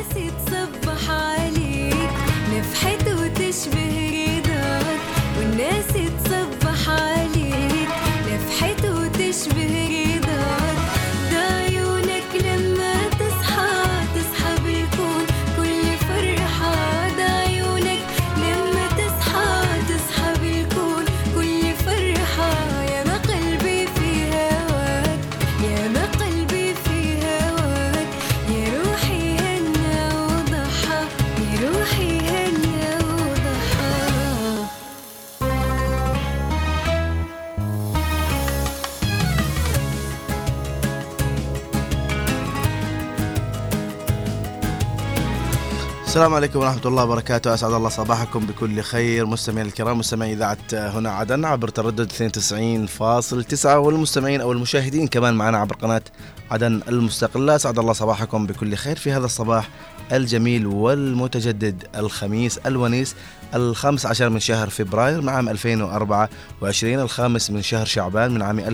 والناس تصبح عليك، نفحت وتشبه رضاك، والناس تصبح عليك، نفحت وتشبه رضاك. ده عيونك لما تصحى تصحى بالكون كل فرحة، ده عيونك لما تصحى تصحى بالكون كل فرحة. يا ما قلبي في هواك، يا ما قلبي في هواك، يا روحي هنا وضحى، يا روحي هنا وضحى. السلام عليكم ورحمة الله وبركاته. أسعد الله صباحكم بكل خير مستمعين الكرام، مستمعي إذاعة هنا عدن عبر تردد 92.9، والمستمعين أو المشاهدين كمان معنا عبر قناة عدن المستقلة. أسعد الله صباحكم بكل خير في هذا الصباح الجميل والمتجدد، الخميس الونيس 15 من شهر فبراير من عام 2024، الخامس من شهر شعبان من عام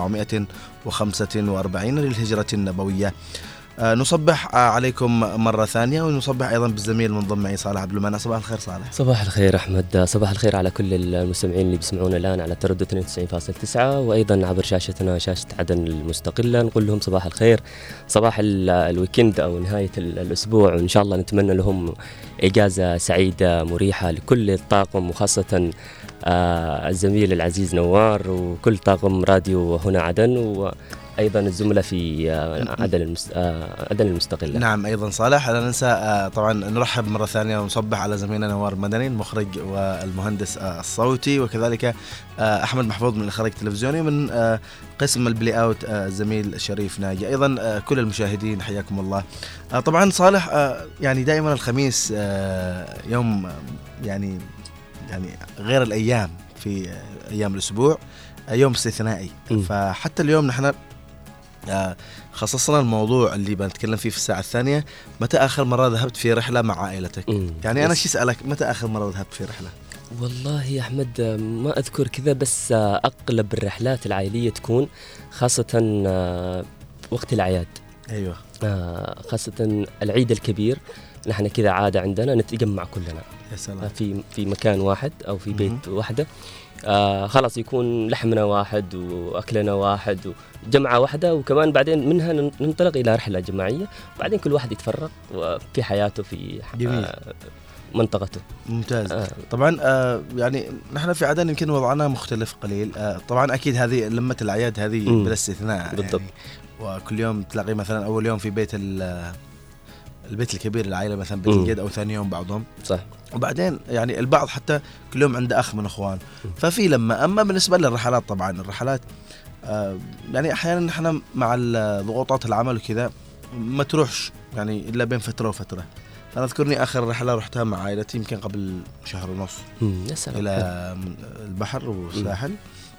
1445 للهجرة النبوية. نصبح عليكم مرة ثانية، ونصبح أيضا بالزميل المنضم معي صالح عبد المنعم. صباح الخير صالح. صباح الخير أحمد، صباح الخير على كل المستمعين اللي بيسمعونا الآن على تردد 92.9، وأيضا عبر شاشتنا شاشة عدن المستقلة. نقول لهم صباح الخير، صباح الويكند أو نهاية الأسبوع، وإن شاء الله نتمنى لهم إجازة سعيدة مريحة لكل الطاقم، وخاصة الزميل العزيز نوار وكل طاقم راديو هنا عدن، وأيضا الزملاء في عدن المستقلة. نعم أيضا صالح، لا ننسى طبعا نرحب مرة ثانية ونصبح على زميلنا نوار مدني المخرج والمهندس الصوتي، وكذلك أحمد محفوظ من الإخراج التلفزيوني، من قسم البلاي أوت الزميل شريف ناجي، أيضا كل المشاهدين حياكم الله. طبعا صالح، يعني دائما الخميس يوم يعني غير الأيام في أيام الأسبوع، يوم استثنائي. فحتى اليوم نحن خصصنا الموضوع اللي بنتكلم فيه في الساعة الثانية، متى آخر مرة ذهبت في رحلة مع عائلتك؟ يعني أنا شي أسألك، متى آخر مرة ذهبت في رحلة؟ والله يا أحمد ما أذكر كذا، بس أغلب الرحلات العائلية تكون خاصة وقت الأعياد. أيوة. خاصة العيد الكبير، نحن كذا عادة عندنا نتجمع كلنا يا سلام. في مكان واحد أو في بيت واحدة. خلاص يكون لحمنا واحد وأكلنا واحد وجمعة واحدة، وكمان بعدين منها ننطلق إلى رحلة جماعية، بعدين كل واحد يتفرق في حياته في منطقته. ممتاز. طبعا يعني نحن في عدن يمكن وضعنا مختلف قليل. طبعا أكيد هذه لمة الأعياد هذه بلا استثناء بالضبط. يعني، وكل يوم تلاقي مثلا أول يوم في بيت البيت الكبير العائلة، مثلا بيت الجد، أو ثاني يوم بعضهم. صح. وبعدين يعني البعض حتى كل يوم عنده أخ من أخوان، ففي لما. أما بالنسبة للرحلات، طبعا الرحلات يعني أحيانا نحن مع ضغوطات العمل وكذا ما تروحش يعني إلا بين فترة وفترة. أنا أذكرني آخر رحلة رحتها مع عائلتي يمكن قبل شهر ونص إلى البحر والساحل.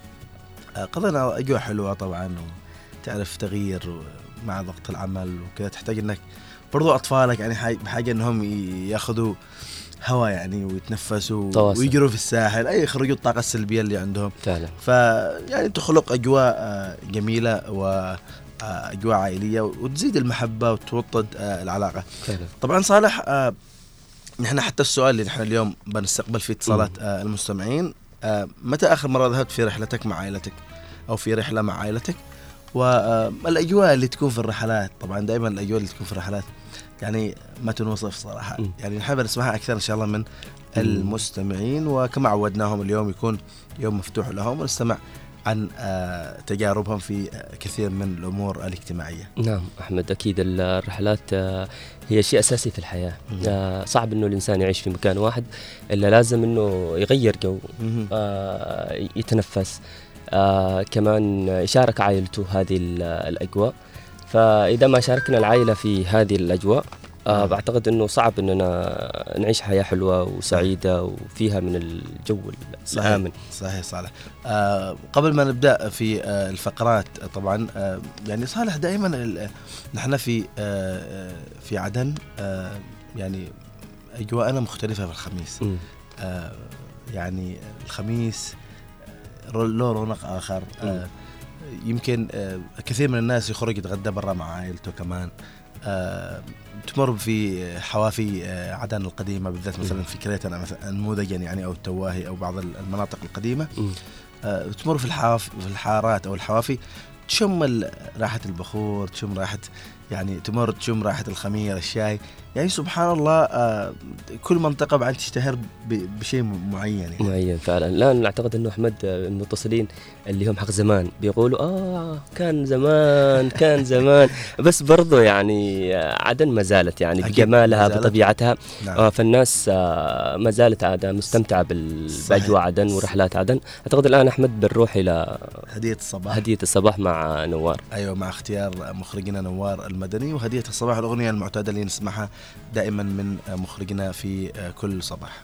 قضينا أجواء حلوة طبعا، وتعرف تغيير مع ضغط العمل وكذا، تحتاج أنك برضو أطفالك يعني بحاجة أنهم يأخذوا هواء يعني ويتنفسوا ويجروا في الساحل، أي يخرجوا الطاقة السلبية اللي عندهم فعلا. فيعني تخلق أجواء جميلة وأجواء عائلية، وتزيد المحبة وتوطد العلاقة فعلا. طبعا صالح، نحن حتى السؤال اللي نحن اليوم بنستقبل فيه اتصالات المستمعين، متى آخر مرة ذهبت في رحلتك مع عائلتك أو في رحلة مع عائلتك؟ والأجواء اللي تكون في الرحلات، طبعا دائما الأجواء اللي تكون في الرحلات يعني ما تنوصف صراحة. يعني نحب نسمعها أكثر إن شاء الله من المستمعين، وكما عودناهم اليوم يكون يوم مفتوح لهم ونستمع عن تجاربهم في كثير من الأمور الاجتماعية. نعم أحمد، أكيد الرحلات هي شيء أساسي في الحياة. صعب إنه الإنسان يعيش في مكان واحد، إلا لازم إنه يغير جو، يتنفس، كمان يشارك عائلته هذه الأجواء. فإذا ما شاركنا العائلة في هذه الأجواء، بعتقد أنه صعب أننا نعيش حياة حلوة وسعيدة وفيها من الجو الآمن. صحيح صالح. قبل ما نبدأ في الفقرات، طبعا يعني صالح دائما نحن في عدن يعني أجواءنا مختلفة في الخميس. يعني الخميس له رونق آخر. يمكن كثير من الناس يخرج يتغدى برا مع عائلته كمان. تمر في حوافي عدن القديمة بالذات، مثلا في كريتنا مثلا نموذجا يعني، أو التواهي أو بعض المناطق القديمة، تمر في الحارات أو الحوافي، تشم رائحة البخور، تشم رائحة يعني تشم رائحة الخمير، الشاي، يعني سبحان الله. كل منطقة بعد تشتهر بشيء معين يعني. معين فعلا. الآن أعتقد أنه أحمد المتصلين اللي هم حق زمان بيقولوا كان زمان بس برضو يعني عدن ما زالت يعني بجمالها بطبيعتها. نعم. فالناس ما زالت عادة مستمتعة بأجواء عدن ورحلات عدن. أعتقد الآن أحمد بنروح إلى هدية الصباح مع نوار. أيوة، مع اختيار مخرجنا نوار المدني، وهدية الصباح الأغنية المعتادة اللي نسمعها دائما من مخرجنا في كل صباح.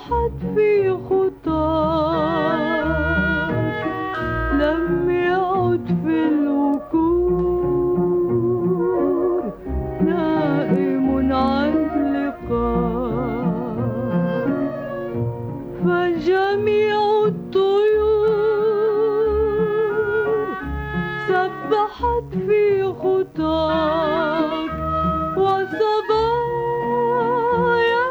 سبحت في خطاك لم يعد في الوكور نائم عن لقاك فجميع الطيور سبحت في خطاك وصبايا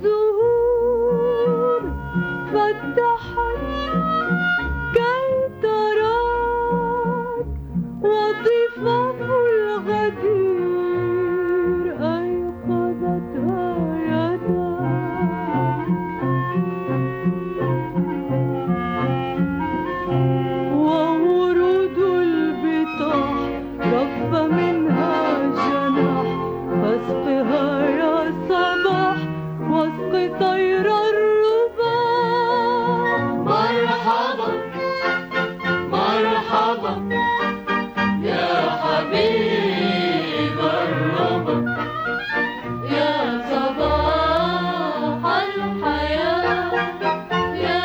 الزهور فتحت كي تراك وضفاف الغدير أيقظتها يداك وورود البطاح رف منها جناح فاسقها يا صباح واسق طير الرباح مرحبا مرحبا يا حبيب الربا يا صباح الحياة يا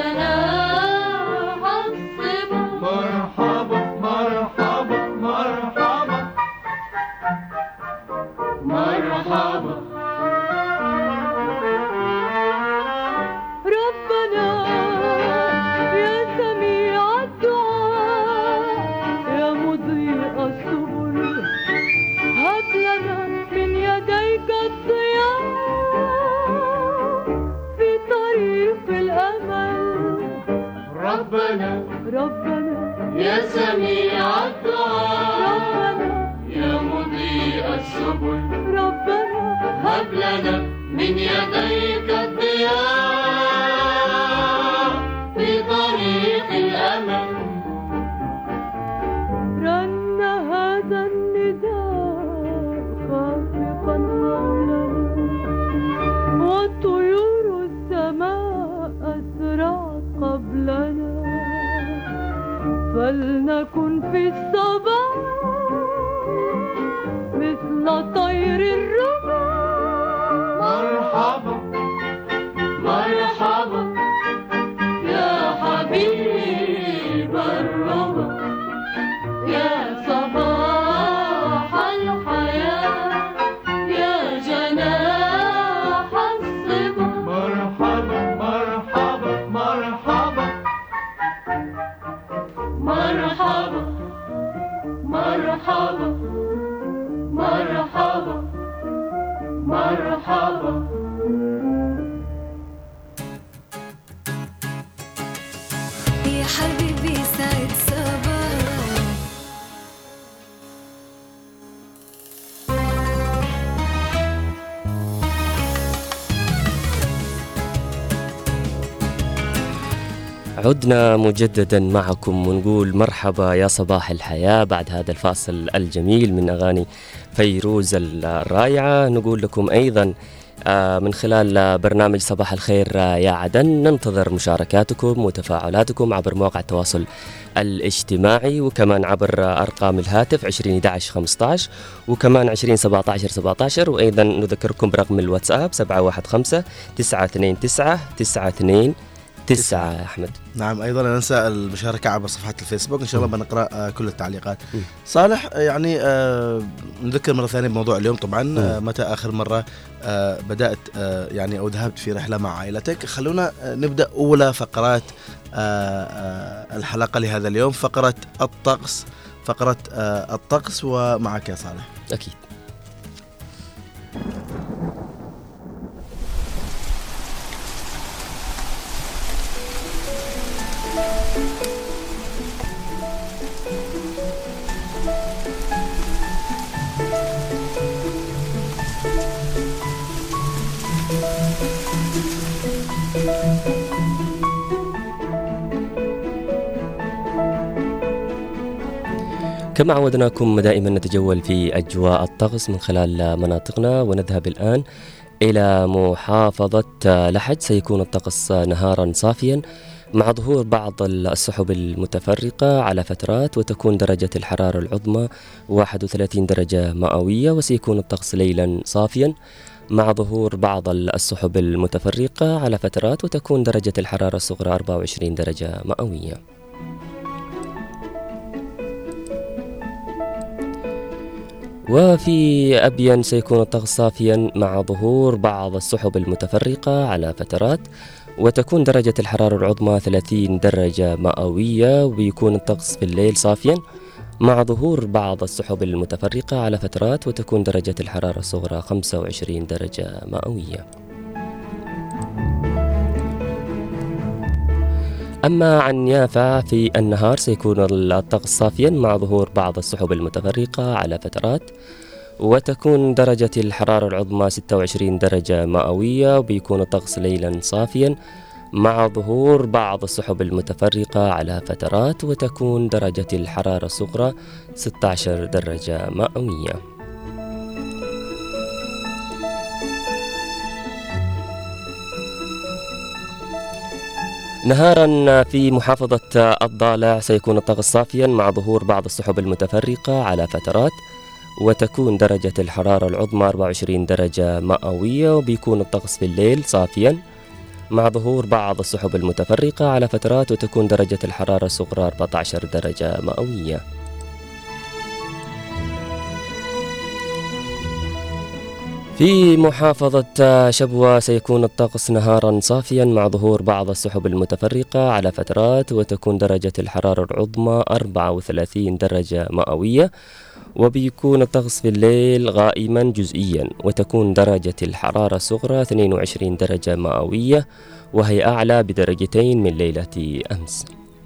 جناح الصبا مرحبا مرحبا مرحبا مرحبا ربنا يا سميع الدعاء يا مضيء السبل هب لنا من يديك الضياء في طريق الأمل ربنا ربنا يا سميع الدعاء ربنا يا مضيء السبل ربنا هب لنا من يديك الضياء في طريق الأمل رن هذا النداء خافقا حولنا وطيور السماء أسرعت قبلنا فلنكن في الصباح مثل طير الرباح مرحبا مرحبا يا حبيب الربا يا صباح الحياة يا جناح الصبا مرحبا مرحبا مرحبا مرحبا مرحبا مرحبا مرحبا يا حبيبي سعد صباح عدنا مجددا معكم ونقول مرحبا يا صباح الحياة بعد هذا الفاصل الجميل من أغاني فيروز الرائعة. نقول لكم أيضا من خلال برنامج صباح الخير يا عدن ننتظر مشاركاتكم وتفاعلاتكم عبر مواقع التواصل الاجتماعي وكمان عبر أرقام الهاتف 2011 15 وكمان 2017 17 وأيضا نذكركم برقم الواتساب 715 929 929 9 أحمد. نعم، أيضا لا ننسى المشاركة عبر صفحات الفيسبوك، إن شاء الله بنقرأ كل التعليقات. صالح، يعني نذكر مرة ثانية بموضوع اليوم طبعا. متى آخر مرة بدأت يعني أو ذهبت في رحلة مع عائلتك؟ خلونا نبدأ أولى فقرات الحلقة لهذا اليوم، فقرة الطقس ومعك يا صالح. أكيد. كما عودناكم دائما نتجول في أجواء الطقس من خلال مناطقنا، ونذهب الآن إلى محافظة لحج. سيكون الطقس نهارا صافيا مع ظهور بعض السحب المتفرقة على فترات، وتكون درجة الحرارة العظمى 31 درجة مئوية، وسيكون الطقس ليلا صافيا مع ظهور بعض السحب المتفرقة على فترات، وتكون درجة الحرارة الصغرى 24 درجة مئوية. وفي أبين سيكون الطقس صافيا مع ظهور بعض السحب المتفرقة على فترات، وتكون درجة الحرارة العظمى 30 درجة مئوية، وبيكون الطقس في الليل صافيا مع ظهور بعض السحب المتفرقة على فترات، وتكون درجة الحرارة الصغرى 25 درجة مئوية. أما عن يافع في النهار سيكون الطقس صافيا مع ظهور بعض السحب المتفرقة على فترات، وتكون درجة الحرارة العظمى 26 درجة مئوية، وبيكون الطقس ليلا صافيا مع ظهور بعض السحب المتفرقة على فترات، وتكون درجة الحرارة الصغرى 16 درجة مئوية. نهارا في محافظة الضالع سيكون الطقس صافيا مع ظهور بعض السحب المتفرقة على فترات، وتكون درجة الحرارة العظمى 24 درجة مئوية، وبيكون الطقس في الليل صافيا مع ظهور بعض السحب المتفرقة على فترات، وتكون درجة الحرارة الصغرى 14 درجة مئوية. في محافظة شبوة سيكون الطقس نهارا صافيا مع ظهور بعض السحب المتفرقة على فترات، وتكون درجة الحرارة العظمى 34 درجة مئوية، وبيكون الطقس في الليل غائما جزئيا، وتكون درجة الحرارة الصغرى 22 درجة مئوية، وهي أعلى بدرجتين من ليلة أمس.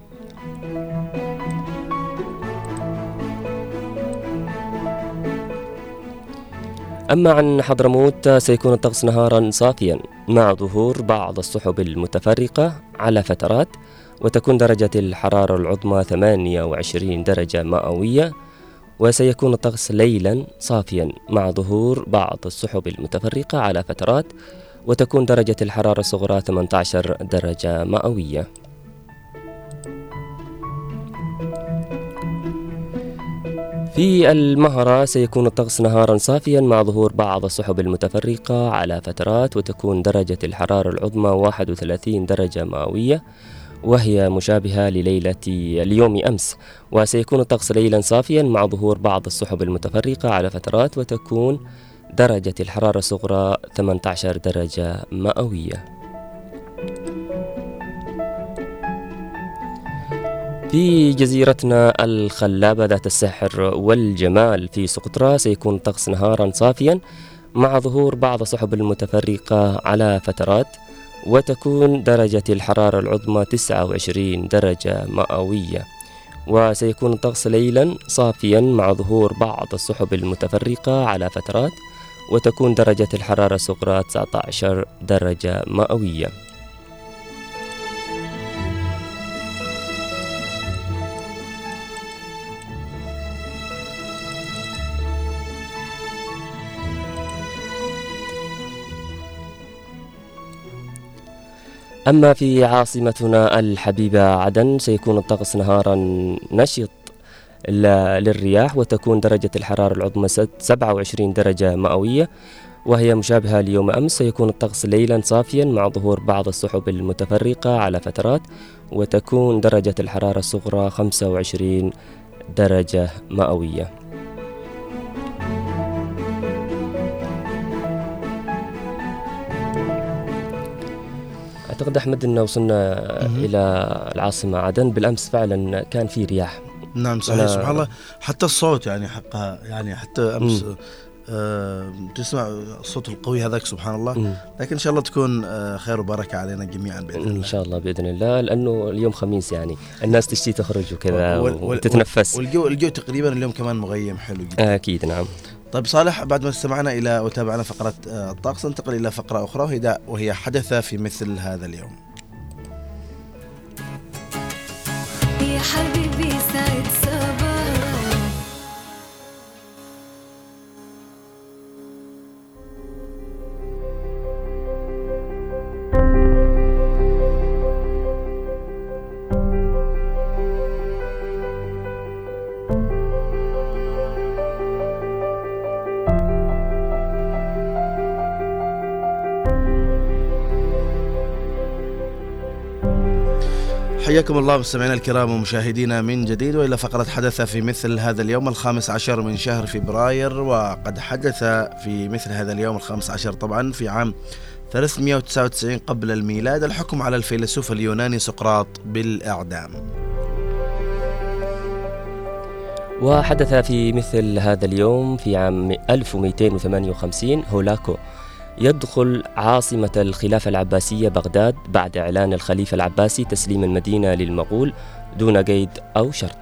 أما عن حضرموت سيكون الطقس نهارا صافيا مع ظهور بعض السحب المتفرقة على فترات، وتكون درجة الحرارة العظمى 28 درجة مئوية، وسيكون الطقس ليلا صافيا مع ظهور بعض السحب المتفرقة على فترات، وتكون درجة الحرارة الصغرى 18 درجة مئوية. في المهرة سيكون الطقس نهارا صافيا مع ظهور بعض السحب المتفرقة على فترات، وتكون درجة الحرارة العظمى 31 درجة مئوية، وهي مشابهة لليلة اليوم أمس. وسيكون الطقس ليلا صافيا مع ظهور بعض السحب المتفرقة على فترات، وتكون درجة الحرارة الصغرى 18 درجة مئوية. في جزيرتنا الخلابة ذات السحر والجمال في سقطرى سيكون الطقس نهارا صافيا مع ظهور بعض السحب المتفرقة على فترات، وتكون درجة الحرارة العظمى 29 درجة مئوية، وسيكون الطقس ليلا صافيا مع ظهور بعض السحب المتفرقة على فترات، وتكون درجة الحرارة الصغرى 19 درجة مئوية. أما في عاصمتنا الحبيبة عدن سيكون الطقس نهارا نشط للرياح، وتكون درجة الحرارة العظمى 27 درجة مئوية، وهي مشابهة ليوم أمس. سيكون الطقس ليلا صافيا مع ظهور بعض السحب المتفرقة على فترات، وتكون درجة الحرارة الصغرى 25 درجة مئوية. أعتقد أحمد أنه وصلنا إلى العاصمة عدن. بالأمس فعلا كان في رياح. نعم صحيح، سبحان الله. حتى الصوت يعني حقها، يعني حتى أمس تسمع الصوت القوي هذاك، سبحان الله. لكن إن شاء الله تكون خير وبركة علينا جميعا بإذن الله. إن شاء الله بإذن الله، لأنه اليوم خميس يعني الناس تشتي تخرج وكذا وتتنفس، والجو تقريبا اليوم كمان مغيم حلو جدا. أكيد نعم. طيب صالح، بعد ما استمعنا إلى وتابعنا فقرة الطقس، ننتقل إلى فقرة أخرى وهي حدث في مثل هذا اليوم. يا حبيبي سعد صباح. حياكم الله مستمعينا الكرام ومشاهدينا من جديد وإلى فقرة حدث في مثل هذا اليوم 15 من شهر فبراير. وقد حدث في مثل هذا اليوم 15 طبعا في عام 399 قبل الميلاد الحكم على الفيلسوف اليوناني سقراط بالإعدام. وحدث في مثل هذا اليوم في عام 1258 هولاكو يدخل عاصمة الخلافة العباسية بغداد بعد إعلان الخليفة العباسي تسليم المدينة للمغول دون قيد أو شرط.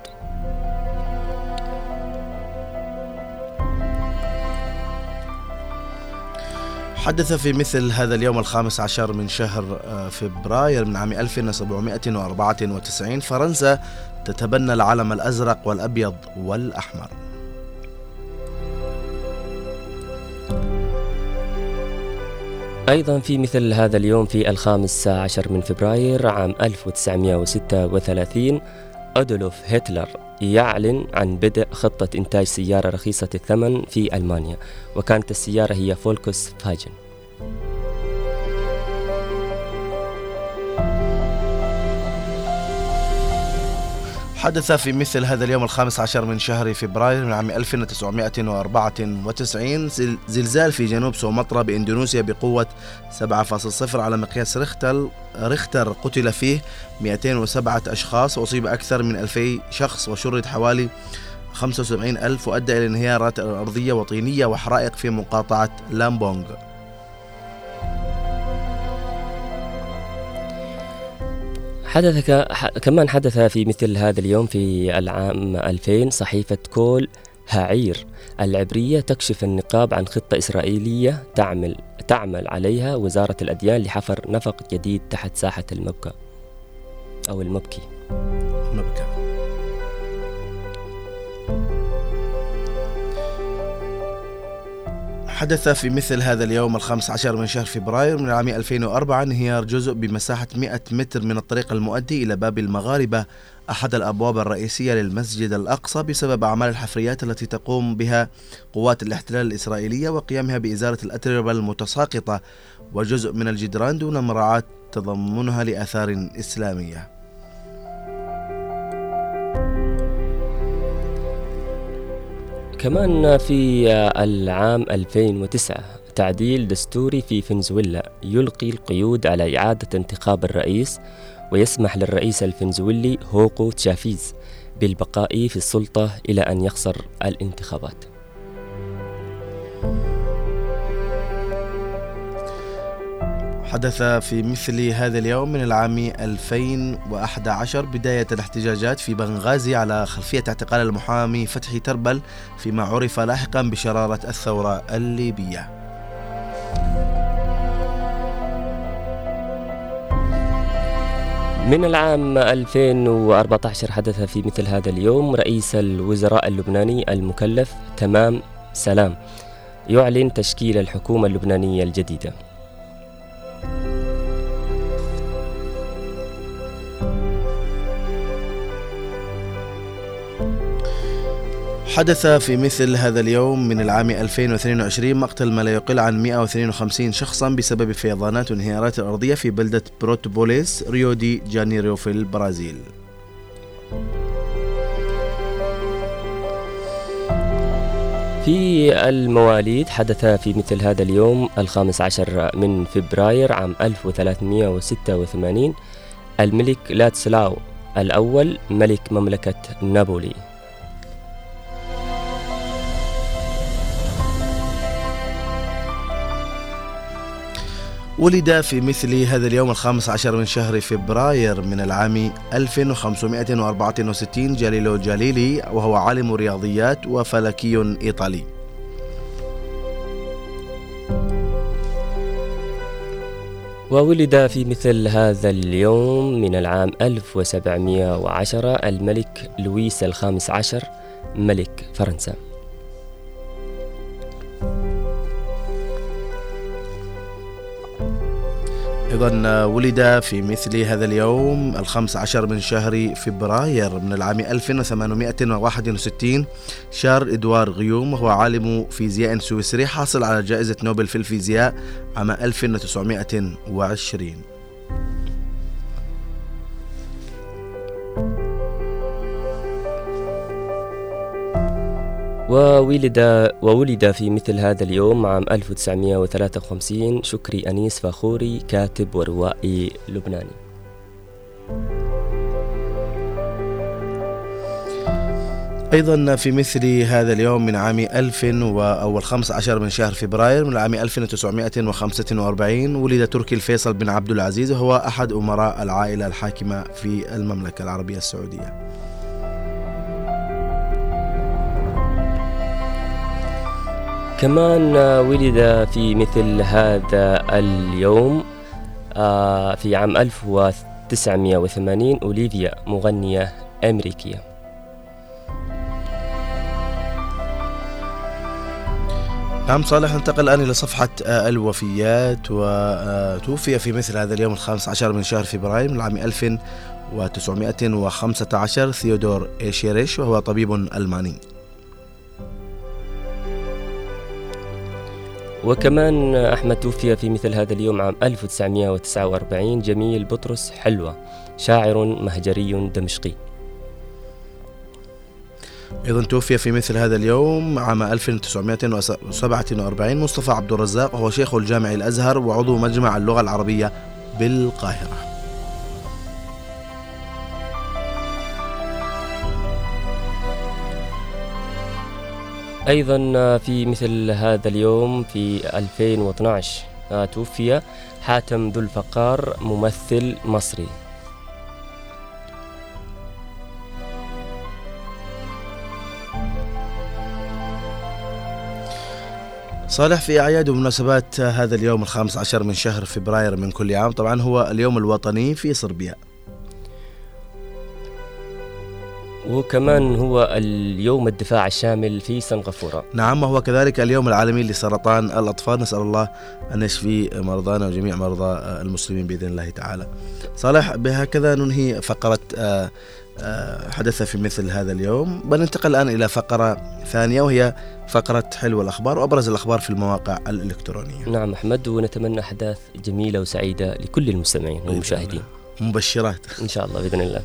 حدث في مثل هذا اليوم 15 من شهر فبراير من عام 1794 فرنسا تتبنى العلم الأزرق والأبيض والأحمر. أيضا في مثل هذا اليوم في 15 من فبراير عام 1936 أدولف هتلر يعلن عن بدء خطة إنتاج سيارة رخيصة الثمن في ألمانيا، وكانت السيارة هي فولكس فاجن. حدث في مثل هذا اليوم 15 من شهر فبراير من عام 1994 زلزال في جنوب سومطرة بإندونيسيا بقوة 7.0 على مقياس ريختر قتل فيه 207 أشخاص وأصيب أكثر من 2000 شخص وشرد حوالي 75,000 وأدى إلى انهيارات أرضية وطينية وحرائق في مقاطعة لامبونغ. كمان حدث في مثل هذا اليوم في العام 2000 صحيفة كول هاعير العبرية تكشف النقاب عن خطة إسرائيلية تعمل عليها وزارة الأديان لحفر نفق جديد تحت ساحة المبكى أو المبكي. حدث في مثل هذا اليوم 15 من شهر فبراير من عام 2004 انهيار جزء بمساحة 100 متر من الطريق المؤدي إلى باب المغاربة أحد الأبواب الرئيسية للمسجد الأقصى بسبب أعمال الحفريات التي تقوم بها قوات الاحتلال الإسرائيلية وقيامها بإزالة الأتربة المتساقطة وجزء من الجدران دون مراعاة تضمنها لآثار إسلامية. كمان في العام 2009 تعديل دستوري في فنزويلا يلقي القيود على إعادة انتخاب الرئيس ويسمح للرئيس الفنزويلي هوغو تشافيز بالبقاء في السلطة إلى أن يخسر الانتخابات. حدث في مثل هذا اليوم من العام 2011 بداية الاحتجاجات في بنغازي على خلفية اعتقال المحامي فتحي تربل فيما عرف لاحقا بشرارة الثورة الليبية. من العام 2014 حدث في مثل هذا اليوم رئيس الوزراء اللبناني المكلف تمام سلام يعلن تشكيل الحكومة اللبنانية الجديدة. حدث في مثل هذا اليوم من العام 2022 مقتل ما لا يقل عن 152 شخصا بسبب فيضانات وانهيارات الأرضية في بلدة بروتوبوليس ريو دي جانيرو في البرازيل. في المواليد حدث في مثل هذا اليوم 15 من فبراير عام 1386 الملك لاتسلاو الأول ملك مملكة نابولي. ولد في مثل هذا اليوم 15 من شهر فبراير من العام 1564 جاليليو جاليلي وهو عالم رياضيات وفلكي إيطالي. وولد في مثل هذا اليوم من العام 1710 الملك لويس الخامس عشر ملك فرنسا. أيضا ولد في مثل هذا اليوم 15 من شهر فبراير من العام 1861 شارل إدوار غيوم وهو عالم فيزياء سويسري حاصل على جائزة نوبل في الفيزياء عام 1920. وولد في مثل هذا اليوم عام 1953 شكري أنيس فاخوري، كاتب وروائي لبناني. أيضا في مثل هذا اليوم من عام 15 من شهر فبراير من العام 1945 ولد تركي الفيصل بن عبد العزيز، وهو أحد أمراء العائلة الحاكمة في المملكة العربية السعودية. كمان ولد في مثل هذا اليوم في عام 1980 أوليفيا، مغنية أمريكية. نعم صالح، ننتقل الآن إلى صفحة الوفيات. وتوفي في مثل هذا اليوم 15 من شهر فبراير من العام 1915 ثيودور إيشيريش، وهو طبيب ألماني. وكمان أحمد توفي في مثل هذا اليوم عام 1949 جميل بطرس حلوة، شاعر مهجري دمشقي. أيضا توفي في مثل هذا اليوم عام 1947 مصطفى عبد الرزاق، وهو شيخ الجامع الأزهر وعضو مجمع اللغة العربية بالقاهرة. أيضا في مثل هذا اليوم في 2012 توفي حاتم ذو الفقار، ممثل مصري. صالح، في أعياد ومناسبات هذا اليوم 15 من شهر فبراير من كل عام، طبعا هو اليوم الوطني في صربيا، وكمان هو اليوم الدفاع الشامل في سنغافورة. نعم، وهو كذلك اليوم العالمي لسرطان الأطفال. نسأل الله أن يشفي مرضانا وجميع مرضى المسلمين بإذن الله تعالى. صالح، بهكذا ننهي فقرة حدث في مثل هذا اليوم. بننتقل الآن إلى فقرة ثانية، وهي فقرة حلو الأخبار وأبرز الأخبار في المواقع الإلكترونية. نعم أحمد، ونتمنى أحداث جميلة وسعيدة لكل المستمعين والمشاهدين. مبشرات إن شاء الله بإذن الله.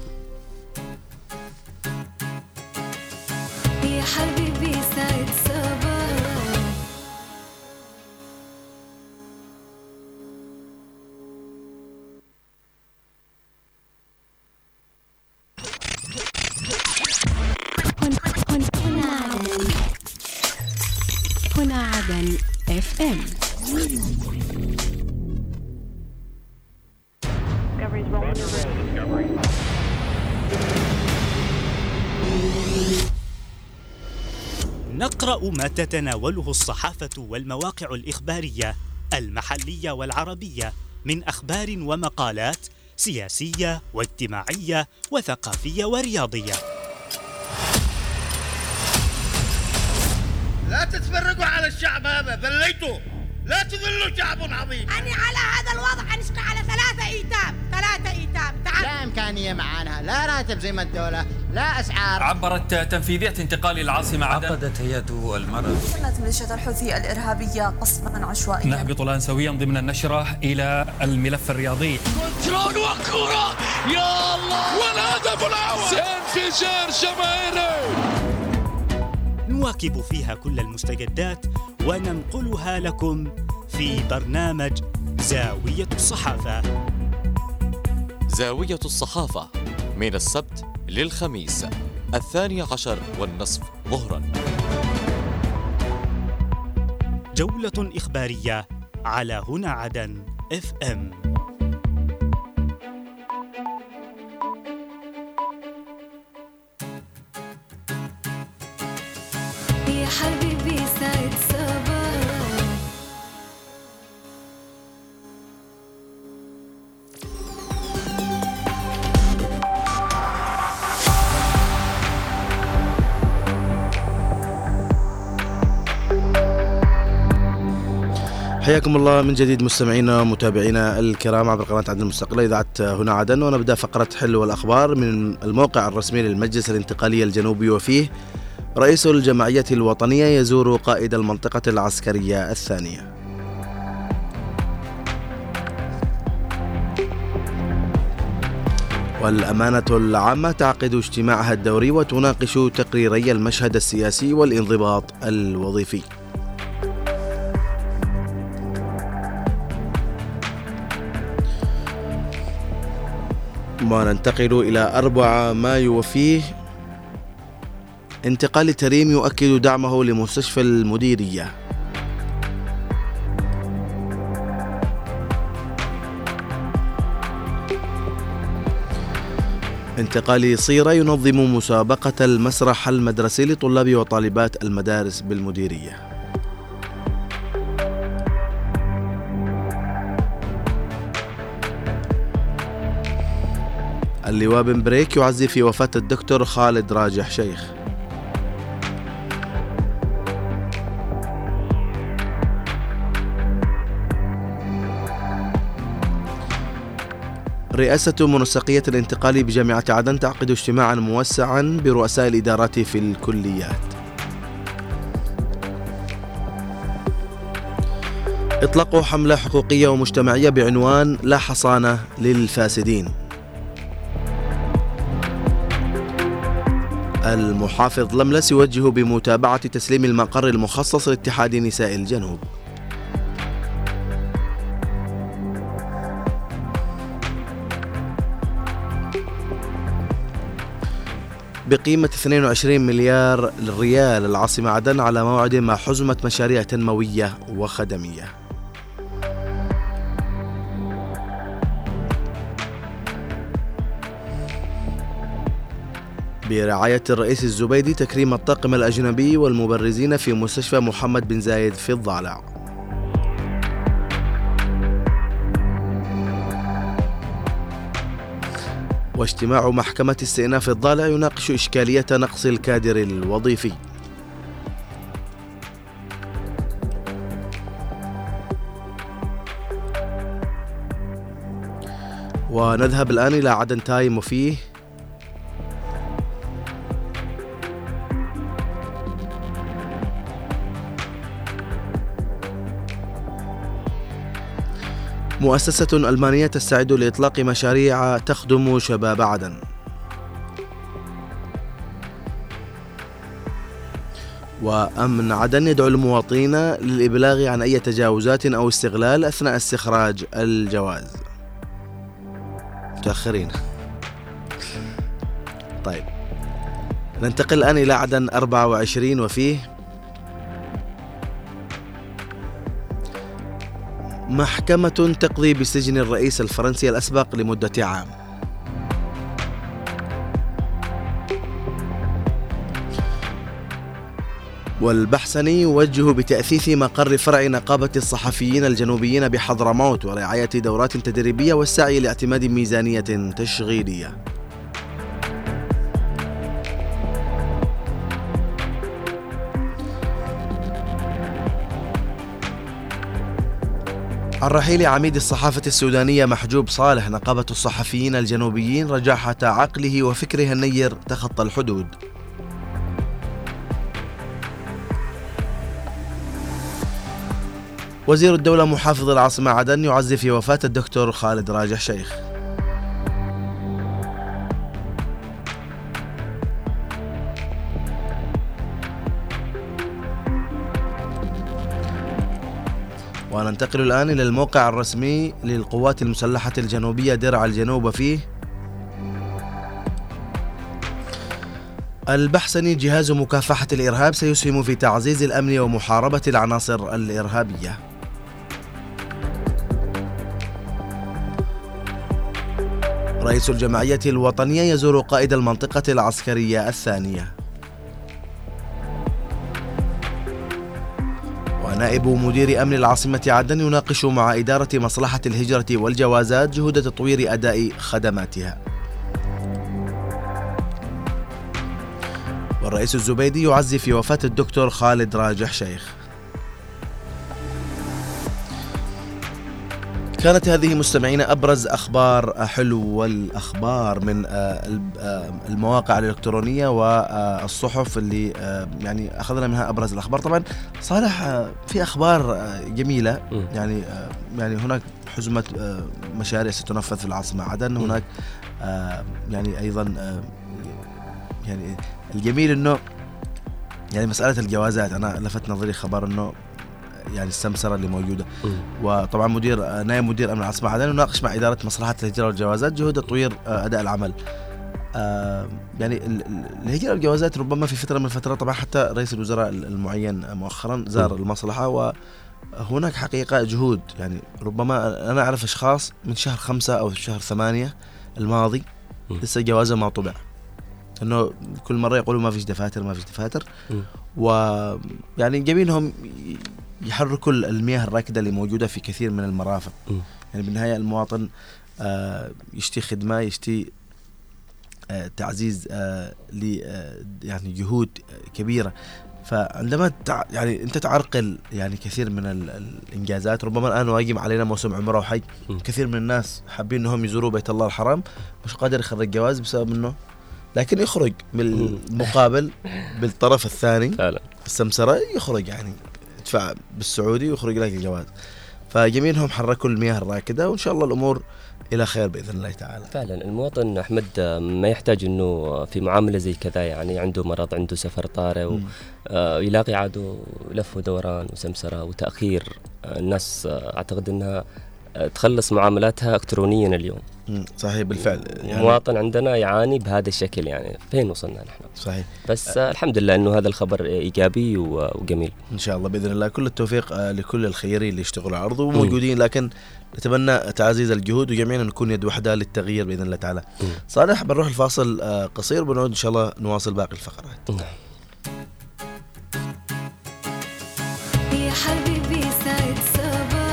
يا حبيبي سعد صباح. هنا عدن FM. نقرأ ما تتناوله الصحافة والمواقع الإخبارية المحلية والعربية من أخبار ومقالات سياسية واجتماعية وثقافية ورياضية. لا تتفرقوا على الشعب هذا، ذليتوا، لا تذلوا شعب عظيم. أنا على هذا الوضع أنشق على 3 إيتام. تعال. لا إمكانية معانا، لا راتب زي ما الدولة، لا أسعار. عبرت تنفيذية انتقال العاصمة عدن. عقدت هيئة المرأة شنت ميليشيا الحوثي الإرهابية قصفا عشوائيا. نهبط الآن سويا ضمن النشرة إلى الملف الرياضي. كنترول وكرة، يا الله، والهدف الأول، انفجار جماهيري. نواكب فيها كل المستجدات وننقلها لكم في برنامج زاوية الصحافة. زاوية الصحافة من السبت للخميس 12:30 ظهرا. جولة إخبارية على هنا عدن FM. يا حبيبي سعد صباح. حياكم الله من جديد مستمعينا ومتابعينا الكرام عبر قناة عدن المستقلة إذاعة هنا عدن، ونبدأ فقرة حلو الأخبار من الموقع الرسمي للمجلس الانتقالي الجنوبي، وفيه رئيس الجمعية الوطنية يزور قائد المنطقة العسكرية الثانية. والأمانة العامة تعقد اجتماعها الدوري وتناقش تقريري المشهد السياسي والانضباط الوظيفي. وننتقل إلى 4 مايو وفيه انتقال تريم يؤكد دعمه لمستشفى المديرية. انتقال صيرة ينظم مسابقة المسرح المدرسي لطلاب وطالبات المدارس بالمديرية. اللواء بن بريك يعزي في وفاة الدكتور خالد راجح شيخ. رئاسة منسقية الانتقال بجامعة عدن تعقد اجتماعا موسعا برؤساء الإدارات في الكليات. اطلقوا حملة حقوقية ومجتمعية بعنوان لا حصانة للفاسدين. المحافظ لملس يوجه بمتابعة تسليم المقر المخصص لاتحاد نساء الجنوب. بقيمة 22 مليار ريال العاصمة عدن على موعد مع حزمة مشاريع تنموية وخدمية. برعاية الرئيس الزبيدي تكريم الطاقم الأجنبي والمبرزين في مستشفى محمد بن زايد في الضالع. واجتماع محكمة استئناف الضالع يناقش إشكالية نقص الكادر الوظيفي. ونذهب الآن إلى عدن تايم وفيه مؤسسة ألمانية تستعد لإطلاق مشاريع تخدم شباب عدن. وأمن عدن يدعو المواطنين للإبلاغ عن أي تجاوزات أو استغلال أثناء استخراج الجواز. متأخرين. طيب ننتقل الآن إلى عدن 24 وفيه محكمة تقضي بسجن الرئيس الفرنسي الأسبق لمدة عام. والبحسني يوجه بتأثيث مقر فرع نقابة الصحفيين الجنوبيين بحضرموت ورعاية دورات تدريبية والسعي لاعتماد ميزانية تشغيلية. عن رحيل عميد الصحافة السودانية محجوب صالح نقابة الصحفيين الجنوبيين رجاحة عقله وفكره النير تخطى الحدود. وزير الدولة محافظ العاصمة عدن يعزي في وفاة الدكتور خالد راجح شيخ. وننتقل الآن إلى الموقع الرسمي للقوات المسلحة الجنوبية درع الجنوب فيه البحسني جهاز مكافحة الإرهاب سيسهم في تعزيز الأمن ومحاربة العناصر الإرهابية. رئيس الجمعية الوطنية يزور قائد المنطقة العسكرية الثانية. ونائب مدير أمن العاصمة عدن يناقش مع إدارة مصلحة الهجرة والجوازات جهود تطوير أداء خدماتها. والرئيس الزبيدي يعزي في وفاة الدكتور خالد راجح شيخ. كانت هذه مستمعينا أبرز أخبار حلو والأخبار من المواقع الإلكترونية والصحف اللي يعني أخذنا منها أبرز الأخبار. طبعا صالح في أخبار جميلة، يعني هناك حزمة مشاريع ستنفذ في العاصمة عدن. هناك يعني أيضا يعني الجميل أنه يعني مسألة الجوازات، أنا لفت نظري خبر أنه يعني السمسرة اللي موجودة، وطبعا نائب مدير أمن العاصمة عدن يناقش مع إدارة مصلحة الهجرة والجوازات جهود تطوير أداء العمل. يعني الهجرة والجوازات ربما في فترة من الفترات، طبعا حتى رئيس الوزراء المعين مؤخرا زار المصلحة، وهناك حقيقة جهود. يعني ربما أنا أعرف أشخاص من شهر 5 أو شهر 8 الماضي لسه جوازه ما طبع، إنه كل مرة يقولوا ما فيش دفاتر. ويعني جميلهم يحركوا المياه الراكدة اللي موجودة في كثير من المرافق. يعني بالنهاية المواطن يشتي خدمة، يشتي تعزيز يعني جهود كبيرة. فعندما يعني أنت تعرقل يعني كثير من الإنجازات. ربما الآن واجب علينا موسم عمره وحج، كثير من الناس حابين أنهم يزوروا بيت الله الحرام، مش قادر يخرج جواز بسبب أنه، لكن يخرج بالمقابل بالطرف الثاني فعلا السمسرة يخرج، يعني يدفع بالسعودي ويخرج لك الجواز. فجميلهم حركوا المياه الراكدة، وإن شاء الله الأمور إلى خير بإذن الله تعالى. فعلا المواطن أحمد ما يحتاج أنه في معاملة زي كذا، يعني عنده مرض، عنده سفر طارئ، يلاقي عاده لف ودوران وسمسرة وتأخير. الناس أعتقد أنها تخلص معاملاتها إلكترونيا اليوم. صحيح بالفعل. يعني المواطن عندنا يعاني بهذا الشكل، يعني فين وصلنا نحن؟ صحيح. بس الحمد لله إنه هذا الخبر إيجابي وجميل. إن شاء الله بإذن الله كل التوفيق لكل الخيرين اللي يشتغلوا على الأرض وموجودين، لكن نتمنى تعزيز الجهود وجميعنا نكون يد واحدة للتغيير بإذن الله تعالى. صالح بنروح الفاصل قصير، بنعود إن شاء الله نواصل باقي الفقرات. يا حبيبي سعد صباح.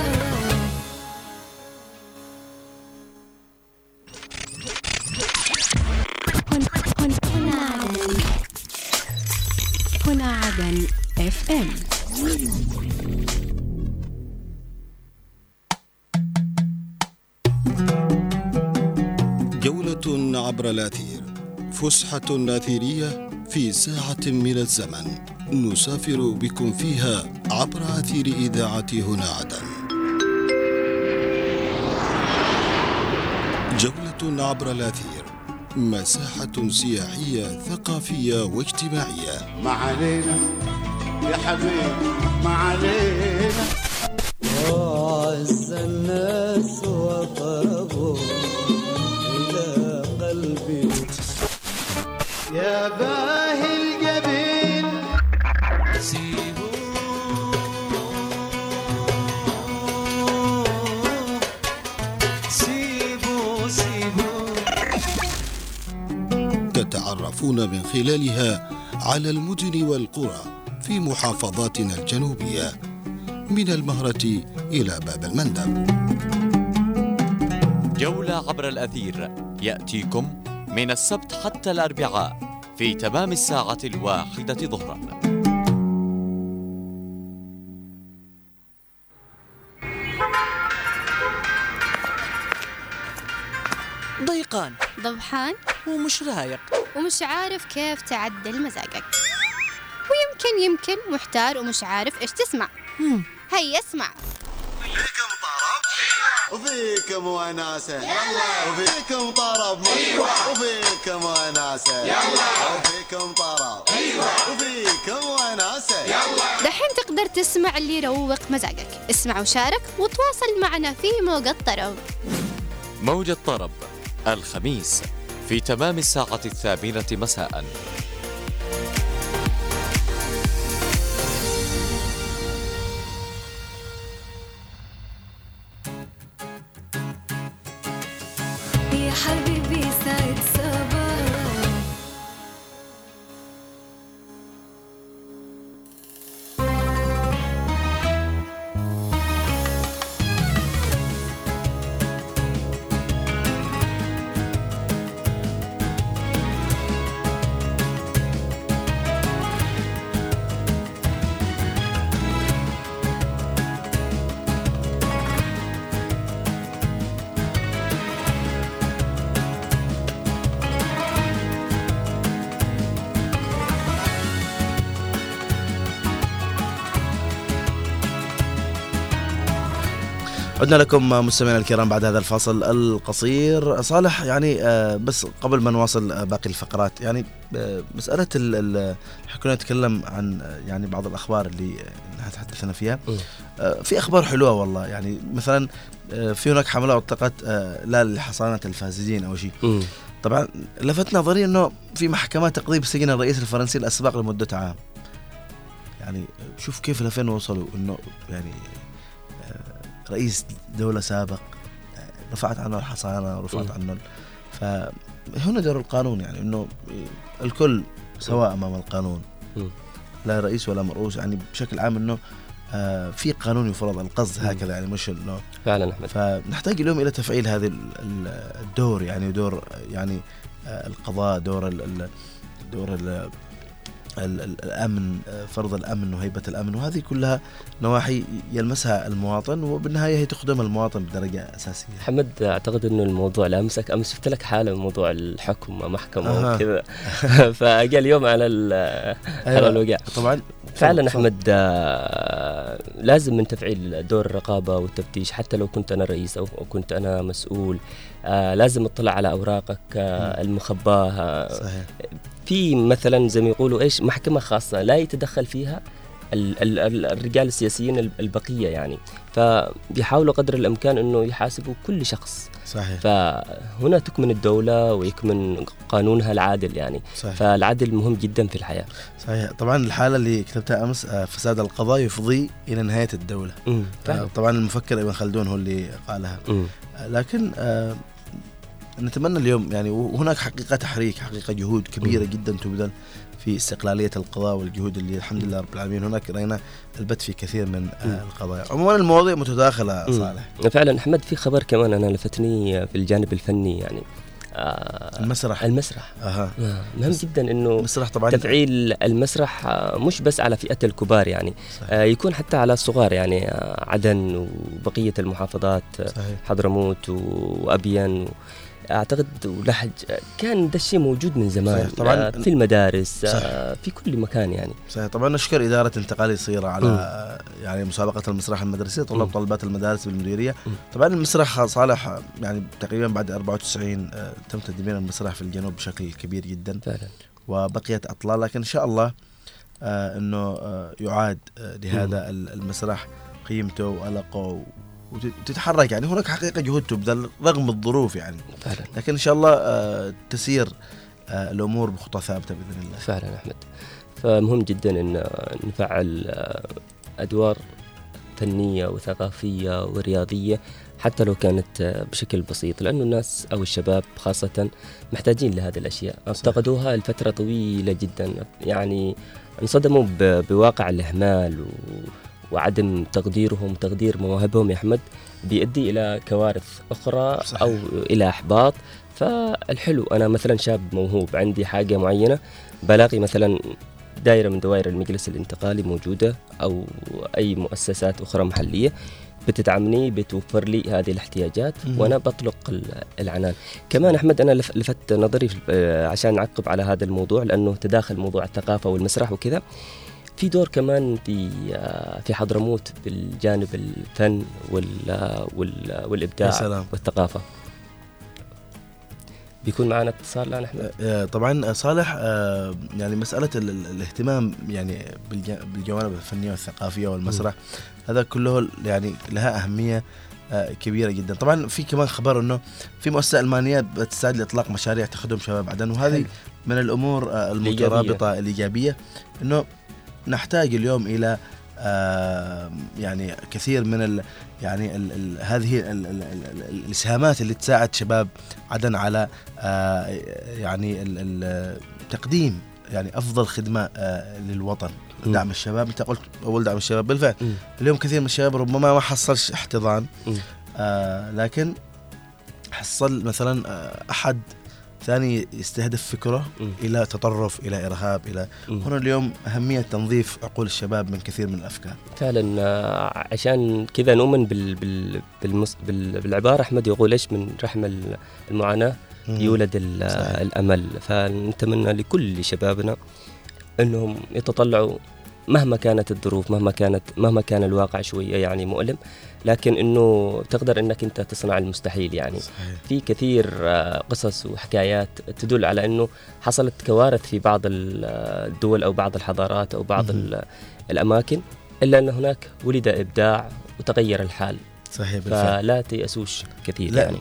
هنا عدن FM. جولة عبر الأثير، فسحة أثيرية في ساعة من الزمن نسافر بكم فيها عبر أثير إذاعة هنا عدن. جولة عبر الأثير، مساحة سياحية ثقافية واجتماعية. ما علينا يا حبيبي ما علينا، وعز الناس وقربوا إلى قلبي يا باهي الجبين. تتعرفون من خلالها على المدن والقرى في محافظاتنا الجنوبية، من المهرة إلى باب المندب. جولة عبر الأثير يأتيكم من السبت حتى الأربعاء في تمام 1:00 ظهرا. ضيقان، ضبحان، ومش رايق، ومش عارف كيف تعدل مزاجك، ويمكن محتار ومش عارف ايش تسمع. هيا اسمع. فيكم طرب وفيكم وناسة، وفيكم طرب وفيكم وناسة، وفيكم طرب وفيكم وناسة. دحين تقدر تسمع اللي يروق مزاجك. اسمع وشارك وتواصل معنا في موجة الطرب. موجة طرب الخميس في تمام 8:00 مساء. يا حبيبي سعد صباح. عدنا لكم مستمعينا الكرام بعد هذا الفاصل القصير. صالح يعني بس قبل ما نواصل باقي الفقرات، يعني مسألة كنا نتكلم عن يعني بعض الأخبار اللي تحدثنا فيها. في أخبار حلوة والله، يعني مثلا في هناك حملة أطلقت لا لحصانة الفاسدين أو شيء. طبعا لفت نظري أنه في محكمة تقضي بسجن الرئيس الفرنسي الأسبق لمدة عام. يعني شوف كيف لفين وصلوا، أنه يعني رئيس دولة سابق رفعت عنه الحصانة ورفعت عنه. فهنا دور القانون، يعني أنه الكل سواء أمام القانون، لا رئيس ولا مرؤوس، يعني بشكل عام أنه في قانون يفرض القصد هكذا، يعني مش أنه فعلا أحمد. فنحتاج اليوم إلى تفعيل هذا الدور، يعني دور يعني القضاء، دور الأمن، فرض الأمن وهيبة الأمن، وهذه كلها نواحي يلمسها المواطن، وبالنهاية هي تخدم المواطن بدرجة أساسية. محمد أعتقد أنه الموضوع لامسك. أمس شفت لك حالة موضوع الحكم محكمة وكذا فأجي اليوم على الوقع. طبعا فعلا أحمد، لازم من تفعيل دور الرقابة والتفتيش. حتى لو كنت أنا رئيس أو كنت أنا مسؤول، لازم اطلع على أوراقك المخباة. صحيح. في مثلا زي ما يقولوا إيش محكمة خاصة لا يتدخل فيها الرجال السياسيين البقية، يعني فبيحاولوا قدر الإمكان أنه يحاسبوا كل شخص. صحيح. فهنا تكمن الدولة ويكمن قانونها العادل، يعني صحيح. فالعدل مهم جدا في الحياة. صحيح. طبعا الحالة اللي كتبتها أمس، فساد القضاء يفضي إلى نهاية الدولة. طبعا المفكر ابن خلدون هو اللي قالها. لكن نتمنى اليوم يعني، وهناك حقيقة تحريك، حقيقة جهود كبيرة جدا تبذل في استقلالية القضاء، والجهود اللي الحمد لله رب العالمين هناك رأينا البت في كثير من القضايا. عموما المواضيع متداخلة صالح. فعلا أحمد، في خبر كمان أنا لفتني في الجانب الفني، يعني المسرح مهم جدا إنه المسرح طبعا تفعيل المسرح مش بس على فئة الكبار، يعني يكون حتى على الصغار، يعني عدن وبقية المحافظات. صحيح. حضرموت وأبين أعتقد ولحج، كان ده الشيء موجود من زمان طبعا في المدارس. في كل مكان يعني. صحيح. طبعا نشكر إدارة انتقال صيرة على يعني مسابقة المسرح المدرسي، طلبات المدارس بالمديرية. طبعا المسرح صالح يعني تقريبا بعد 94 تم تدمير المسرح في الجنوب بشكل كبير جدا فعلا. وبقيت أطلال، لكن إن شاء الله أنه يعاد لهذا المسرح قيمته وألقه وتتحرك. يعني هناك حقيقة جهود تبذل رغم الظروف يعني فعلا. لكن إن شاء الله تسير الأمور بخطى ثابتة بإذن الله. فعلا أحمد، فمهم جدا أن نفعل أدوار فنية وثقافية ورياضية حتى لو كانت بشكل بسيط، لأنه الناس أو الشباب خاصة محتاجين لهذه الأشياء. افتقدوها لفترة طويلة جدا، يعني انصدموا بواقع الإهمال وعدم تقديرهم، تقدير مواهبهم يا أحمد بيؤدي إلى كوارث أخرى. صحيح. أو إلى إحباط. فالحلو أنا مثلا شاب موهوب عندي حاجة معينة، بلاقي مثلا دائرة من دوائر المجلس الانتقالي موجودة أو أي مؤسسات أخرى محلية بتدعمني، بتوفر لي هذه الاحتياجات وأنا بطلق العنان. كمان أحمد أنا لفت نظري عشان نعقب على هذا الموضوع، لأنه تداخل موضوع الثقافة والمسرح وكذا، في دور كمان في حضرموت بالجانب الفن والإبداع والثقافة. بيكون معنا اتصال الآن أحمد. طبعا صالح، يعني مسألة الاهتمام يعني بالجوانب الفنية والثقافية والمسرح هذا كله يعني لها أهمية كبيرة جدا. طبعا في كمان خبر أنه في مؤسسة ألمانية بتساعد لإطلاق مشاريع تخدم شباب عدن، وهذه من الأمور المترابطة الإيجابية، أنه نحتاج اليوم إلى يعني كثير من يعني هذه الإسهامات اللي تساعد شباب عدن على يعني تقديم يعني أفضل خدمة للوطن. دعم الشباب، أنت قلت أول دعم الشباب بالفعل. اليوم كثير من الشباب ربما ما حصلش احتضان، لكن حصل مثلا أحد ثاني يستهدف فكره إلى تطرف، إلى إرهاب، إلى هنا اليوم أهمية تنظيف عقول الشباب من كثير من الأفكار. فعلا، عشان كذا نؤمن بالعبارة أحمد يقول إيش من رحم المعاناة يولد الأمل. فنتمنى لكل شبابنا أنهم يتطلعوا مهما كانت الظروف، مهما كان الواقع شوية يعني مؤلم، لكن إنه تقدر إنك أنت تصنع المستحيل يعني. صحيح. في كثير قصص وحكايات تدل على إنه حصلت كوارث في بعض الدول أو بعض الحضارات أو بعض الأماكن، إلا أن هناك ولد إبداع وتغير الحال. صحيح بالفعل. فلا تيأسوش كثير. لا يعني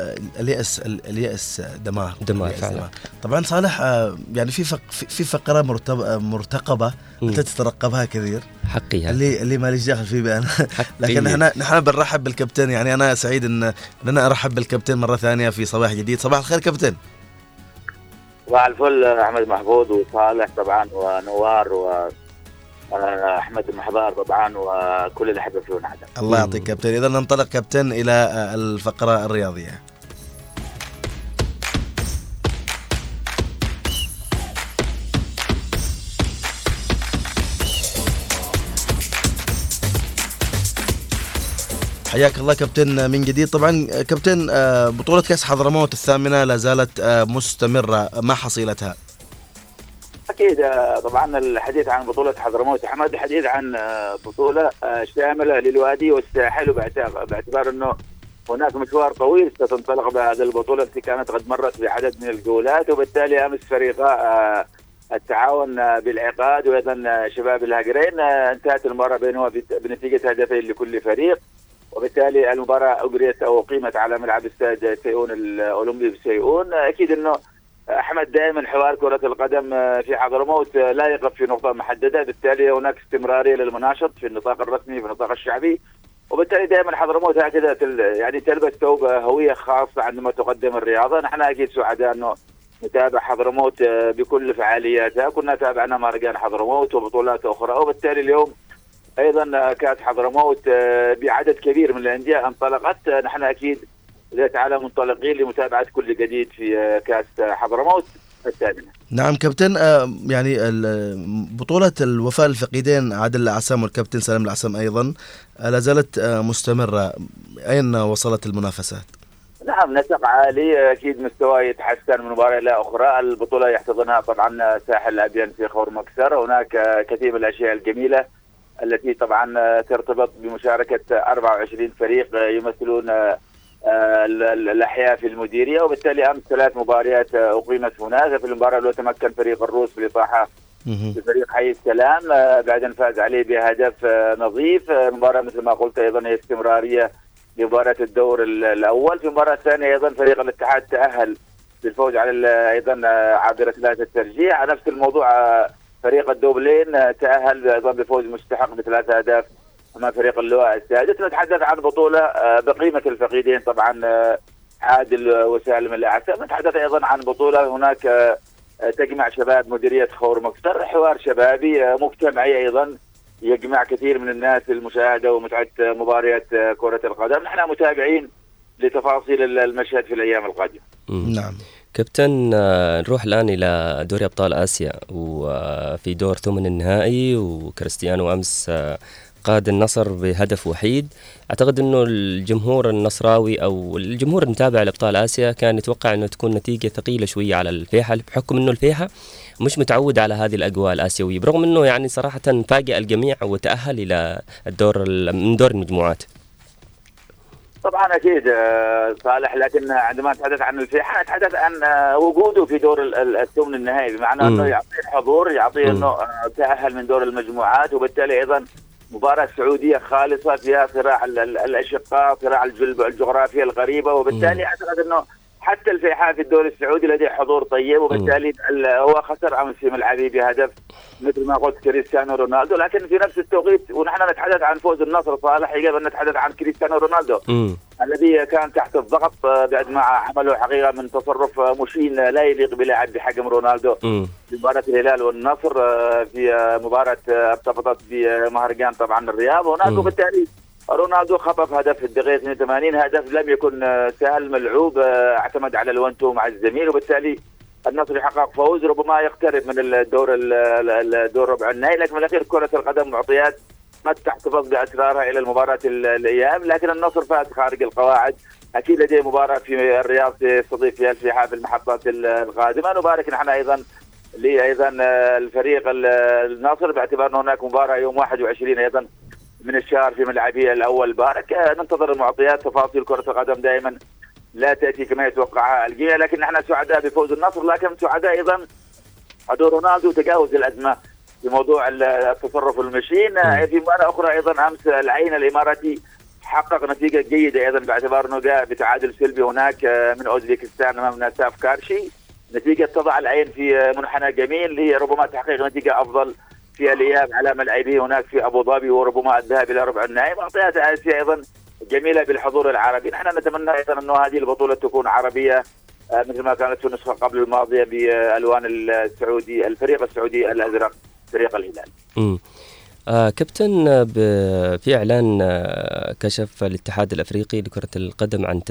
اليأس دمار فعلا. دمار. طبعا صالح يعني في فقرة مرتقبة أنت تترقبها كثير حقيقة اللي ما ليش داخل فيه بأنا لكن نحن بنرحب بالكابتن. يعني أنا سعيد إن أنا أرحب بالكابتن مرة ثانية في صباح جديد. صباح الخير كابتن. صباح الفل أحمد محفوظ وصالح طبعا ونوار أحمد المحضار طبعا وكل اللي حبوا فينا عدد. الله يعطيك كابتن. إذا ننطلق كابتن إلى الفقرة الرياضية. حياك الله كابتن من جديد. طبعا كابتن بطولة كأس حضرموت الثامنة لا زالت مستمرة، ما حصيلتها؟ أكيد طبعا الحديث عن بطولة حضرموت أحمد الحديث عن بطولة شاملة للوادي والساحل، باعتبار أنه هناك مشوار طويل ستنطلق بهذه البطولة التي كانت قد مرت بعدد من الجولات، وبالتالي أمس فريقا التعاون بالعقاد وأيضا شباب الهجرين انتهت المباراة بينهما بنتيجة هدفين لكل فريق، وبالتالي المباراة أجريت أو قيمت على ملعب استاد سيئون الأولمبي بسيئون. أكيد أنه أحمد دائما حوار كرة القدم في حضرموت لا يقف في نقطة محددة، بالتالي هناك استمرارية للمناشط في النطاق الرسمي في النطاق الشعبي، وبالتالي دائما حضرموت هكذا يعني تلبس ثوب هوية خاصة عندما تقدم الرياضة. نحن أكيد سعداء أنه نتابع حضرموت بكل فعالياتها، كنا تابعنا مهرجان حضرموت وبطولات أخرى، وبالتالي اليوم أيضا كأس حضرموت بعدد كبير من الأندية انطلقت. نحن أكيد إذا تعالى منطلقين لمتابعة كل جديد في كأس حضرموت الثامنة. نعم كابتن، يعني بطولة الوفاء الفقيدين عادل العسام والكابتن سالم العسام أيضا لا زالت مستمرة، أين وصلت المنافسات؟ نعم نسق عالي، أكيد مستوى يتحسن من مباراة إلى أخرى. البطولة يحتضنها طبعا ساحل الأبيان في خور مكسر، هناك كثير من الأشياء الجميلة التي طبعا ترتبط بمشاركة 24 فريق يمثلون الأحياء في المديرية، وبالتالي أمس 3 مباريات أقيمت هناك. في المباراة الأولى تمكن فريق الروس بالإطاحة بفريق حي السلام بعد أن فاز عليه بهدف نظيف. المباراة مثل ما قلت أيضا هي استمرارية لمباراة الدور الأول. في المباراة الثانية أيضا فريق الاتحاد تأهل بالفوز على أيضا عابر 3 الترجيح. نفس الموضوع فريق الدوبلين تأهل أيضا بفوز مستحق ب3 أهداف أمام فريق اللواء السادس. نتحدث عن بطولة بقيمة الفقيدين طبعا عادل وسالم الأعسام. نتحدث أيضا عن بطولة هناك تجمع شباب مديرية خور مكسر، حوار شبابي مجتمعي أيضا يجمع كثير من الناس للمشاهدة ومتعة مباريات كرة القدم. نحن متابعين لتفاصيل المشهد في الأيام القادمة. نعم كابتن، نروح الآن إلى دوري أبطال آسيا، وفي دور ثمن النهائي وكريستيانو أمس قاد النصر بهدف وحيد. أعتقد أنه الجمهور النصراوي أو الجمهور المتابع لأبطال آسيا كان يتوقع أنه تكون نتيجة ثقيلة شوية على الفيحة، بحكم أنه الفيحة مش متعود على هذه الأجواء الآسيوية، برغم أنه يعني صراحة فاجأ الجميع وتأهل إلى من دور المجموعات. طبعا أكيد صالح، لكن عندما نتحدث عن الفيحة نتحدث عن وجوده في دور الثمن النهائي، بمعنى أنه يعطيه حضور، يعطيه أنه تأهل من دور المجموعات، وبالتالي أيضا مباراة سعودية خالصة فيها صراع الأشقاء، صراع الجغرافيا الغريبة، وبالتالي أعتقد أنه حتى الفيحاء في الدوري السعودي لديه حضور طيب، وبالتالي هو خسر أمس في ملعبه بهدف مثل ما قلت كريستيانو رونالدو. لكن في نفس التوقيت ونحن نتحدث عن فوز النصر صالح، يجب أن نتحدث عن كريستيانو رونالدو الذي كان تحت الضغط بعد ما عمله حقيقة من تصرف مشين لا يليق بلاعب بحجم رونالدو في مباراة الهلال والنصر في مباراة ارتبطت بمهرجان طبعا الرياض هناك، وبالتالي رونالدو خطف هدف في الدقيقة 82، هدف لم يكن سهل، ملعوب، اعتمد على الونتو مع الزميل، وبالتالي النصر يحقق فوز ربما يقترب من الدور ربع النهائي. لكن من الأخير كرة القدم معطيات ما تحتفظ بأسرارها إلى المباراة الأيام، لكن النصر فاز خارج القواعد. أكيد لديه مباراة في الرياض تستضيف فيها الفيحاء في المحطات القادمة. نبارك نحن أيضا لأيضا الفريق النصر، باعتبار أن هناك مباراة يوم 21 أيضا من الشهر في ملعبها الأول بارك. ننتظر المعطيات. تفاصيل كرة القدم دائما لا تأتي كما يتوقعها الجميع، لكن نحن سعداء بفوز النصر، لكن سعداء أيضا حضور رونالدو تجاوز الأزمة في موضوع التصرف المشين. في مرة أخرى أيضا أمس العين الإماراتي حقق نتيجة جيدة أيضا، باعتبار أنه جاء بتعادل سلبي هناك من أوزبكستان أمام ناساف كارشي. نتيجة تضع العين في منحنى جميل لربما تحقيق نتيجة أفضل في الإياب على ملعبه هناك في أبو ظبي، وربما الذهاب إلى ربع النهائي. معطيات آسيا أيضا جميلة بالحضور العربي. نحن نتمنى أيضا أنه هذه البطولة تكون عربية مثل ما كانت في النسخة قبل الماضية بألوان السعودي، الفريق السعودي الأزرق، فريق الهلال. كابتن، في إعلان كشف الاتحاد الأفريقي لكرة القدم عن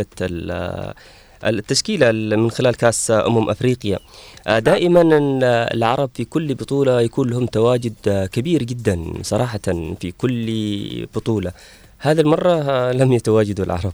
التشكيلة من خلال كأس أفريقيا. دائما العرب في كل بطولة يكون لهم تواجد كبير جدا صراحة في كل بطولة. هذه المرة لم يتواجدوا العرب.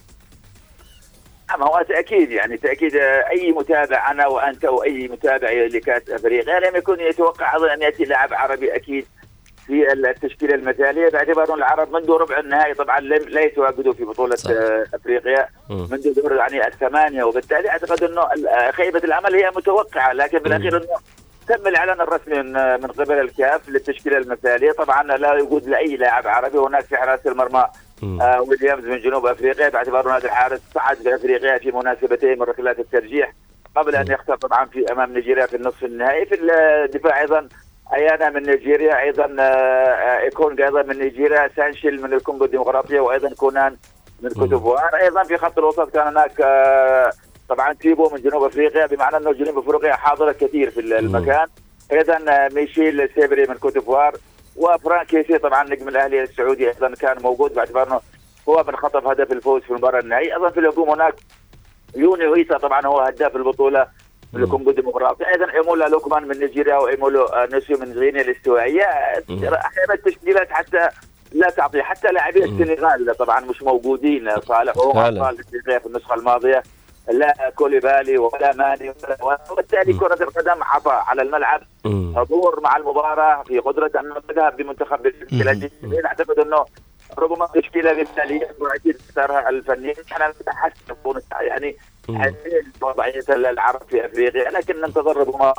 نعم، هو تأكيد يعني تأكيد أي متابع أنا وأنت وأي متابع لكأس أفريقيا لم يكن يتوقع أن يأتي لاعب عربي أكيد في التشكيلة المثالية، باعتبار أن العرب منذ ربع النهائي طبعا لا يتواجدوا في بطولة أفريقيا منذ دور يعني الثمانية، وبالتالي أعتقد أنه خيبة الأمل هي متوقعة، لكن بالأخير أنه تم الإعلان الرسمي من قبل الكاف للتشكيلة المثالية. طبعا لا يوجد لأي لاعب عربي. هناك في حراسة المرمى ويليامز من جنوب أفريقيا، باعتبار أن هذا الحارس صعد بأفريقيا في مناسبتين من ركلات الترجيح قبل أن يخسر طبعا في أمام نيجيريا في النصف النهائي. في الدفاع أيضا أيانا من نيجيريا، أيضا إيكونغ أيضا من نيجيريا، سانشيل من الكونغو الديمقراطية، وأيضا كونان من كوتوفوار. أيضا في خط الوسط كان هناك طبعا تيبو من جنوب أفريقيا، بمعنى أنه جنوب أفريقيا حاضرة كثير في المكان. أيضا ميشيل سيبري من كوتوفوار، وفرانك كيسي طبعا نجم الأهلي السعودي أيضا كان موجود، باعتبار أنه هو من خطف هدف الفوز في المباراة النهائية. أيضا في الهجوم هناك يوني ويسا طبعا هو هداف البطولة من الكونغو الديمقراطي، ايضا ايمولا لوكمان من نيجيريا وايمولو نسيو من غينيا الاستوائيه. احيانا التشكيلات حتى لا تعطي، حتى لاعبي السنغال طبعا مش موجودين. صالح وهو اطفال في النسخه الماضيه، لا كوليبالي ولا ماني، وبالتالي كره القدم عطاء على الملعب، حضور مع المباراه، في قدره ان تذهب بمنتخب الفلبين. اعتقد انه ربما تشكيله مثاليه واكيد اختارها الفنيين. احنا نتحسن يعني وضعية العرب في أفريقيا، لكن ننتظر ربما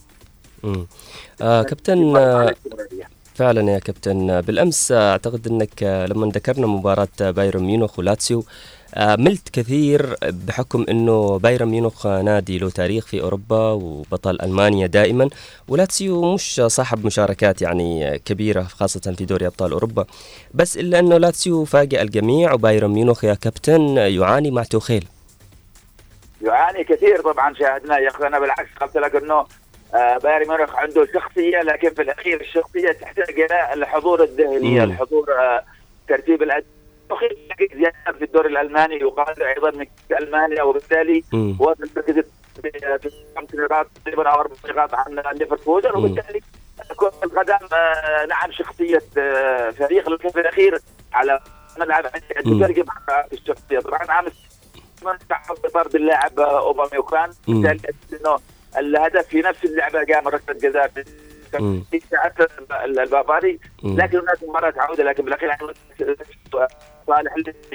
كابتن فعلا يا كابتن. بالأمس أعتقد أنك لما ذكرنا مباراة بايرن ميونخ ولاتسيو ملت كثير، بحكم أنه بايرن ميونخ نادي له تاريخ في أوروبا وبطل ألمانيا دائما، ولاتسيو مش صاحب مشاركات يعني كبيرة خاصة في دوري أبطال أوروبا، بس إلا أنه لاتسيو فاجأ الجميع، وبايرن ميونخ يا كابتن يعاني مع توخيل. يعاني كثير طبعا، شاهدنا يا أخي. أنا بالعكس قلت لك أنه بايرن ميونخ عنده شخصية، لكن في الأخير الشخصية تحتاج إلى الحضور الذهني، الحضور ترتيب الأداء. زيادة في الدوري الألماني يقال أيضا من ألمانيا، وبالتالي هو مركز في 5 نقاط تقريبا أو 4 نقاط عن ليفربول، وبالتالي كرة القدم نعم شخصية فريق، لكن في الأخير على ملعب تترجم في الشخصية. طبعا أمس من تعرض طرد اللاعب أوباميانغ، بالتالي إنه الهدف في نفس اللعبة جاء من ركلة جزاء في تأثر البافاري، لكن هناك مباراة عودة، لكن بالأخير صالح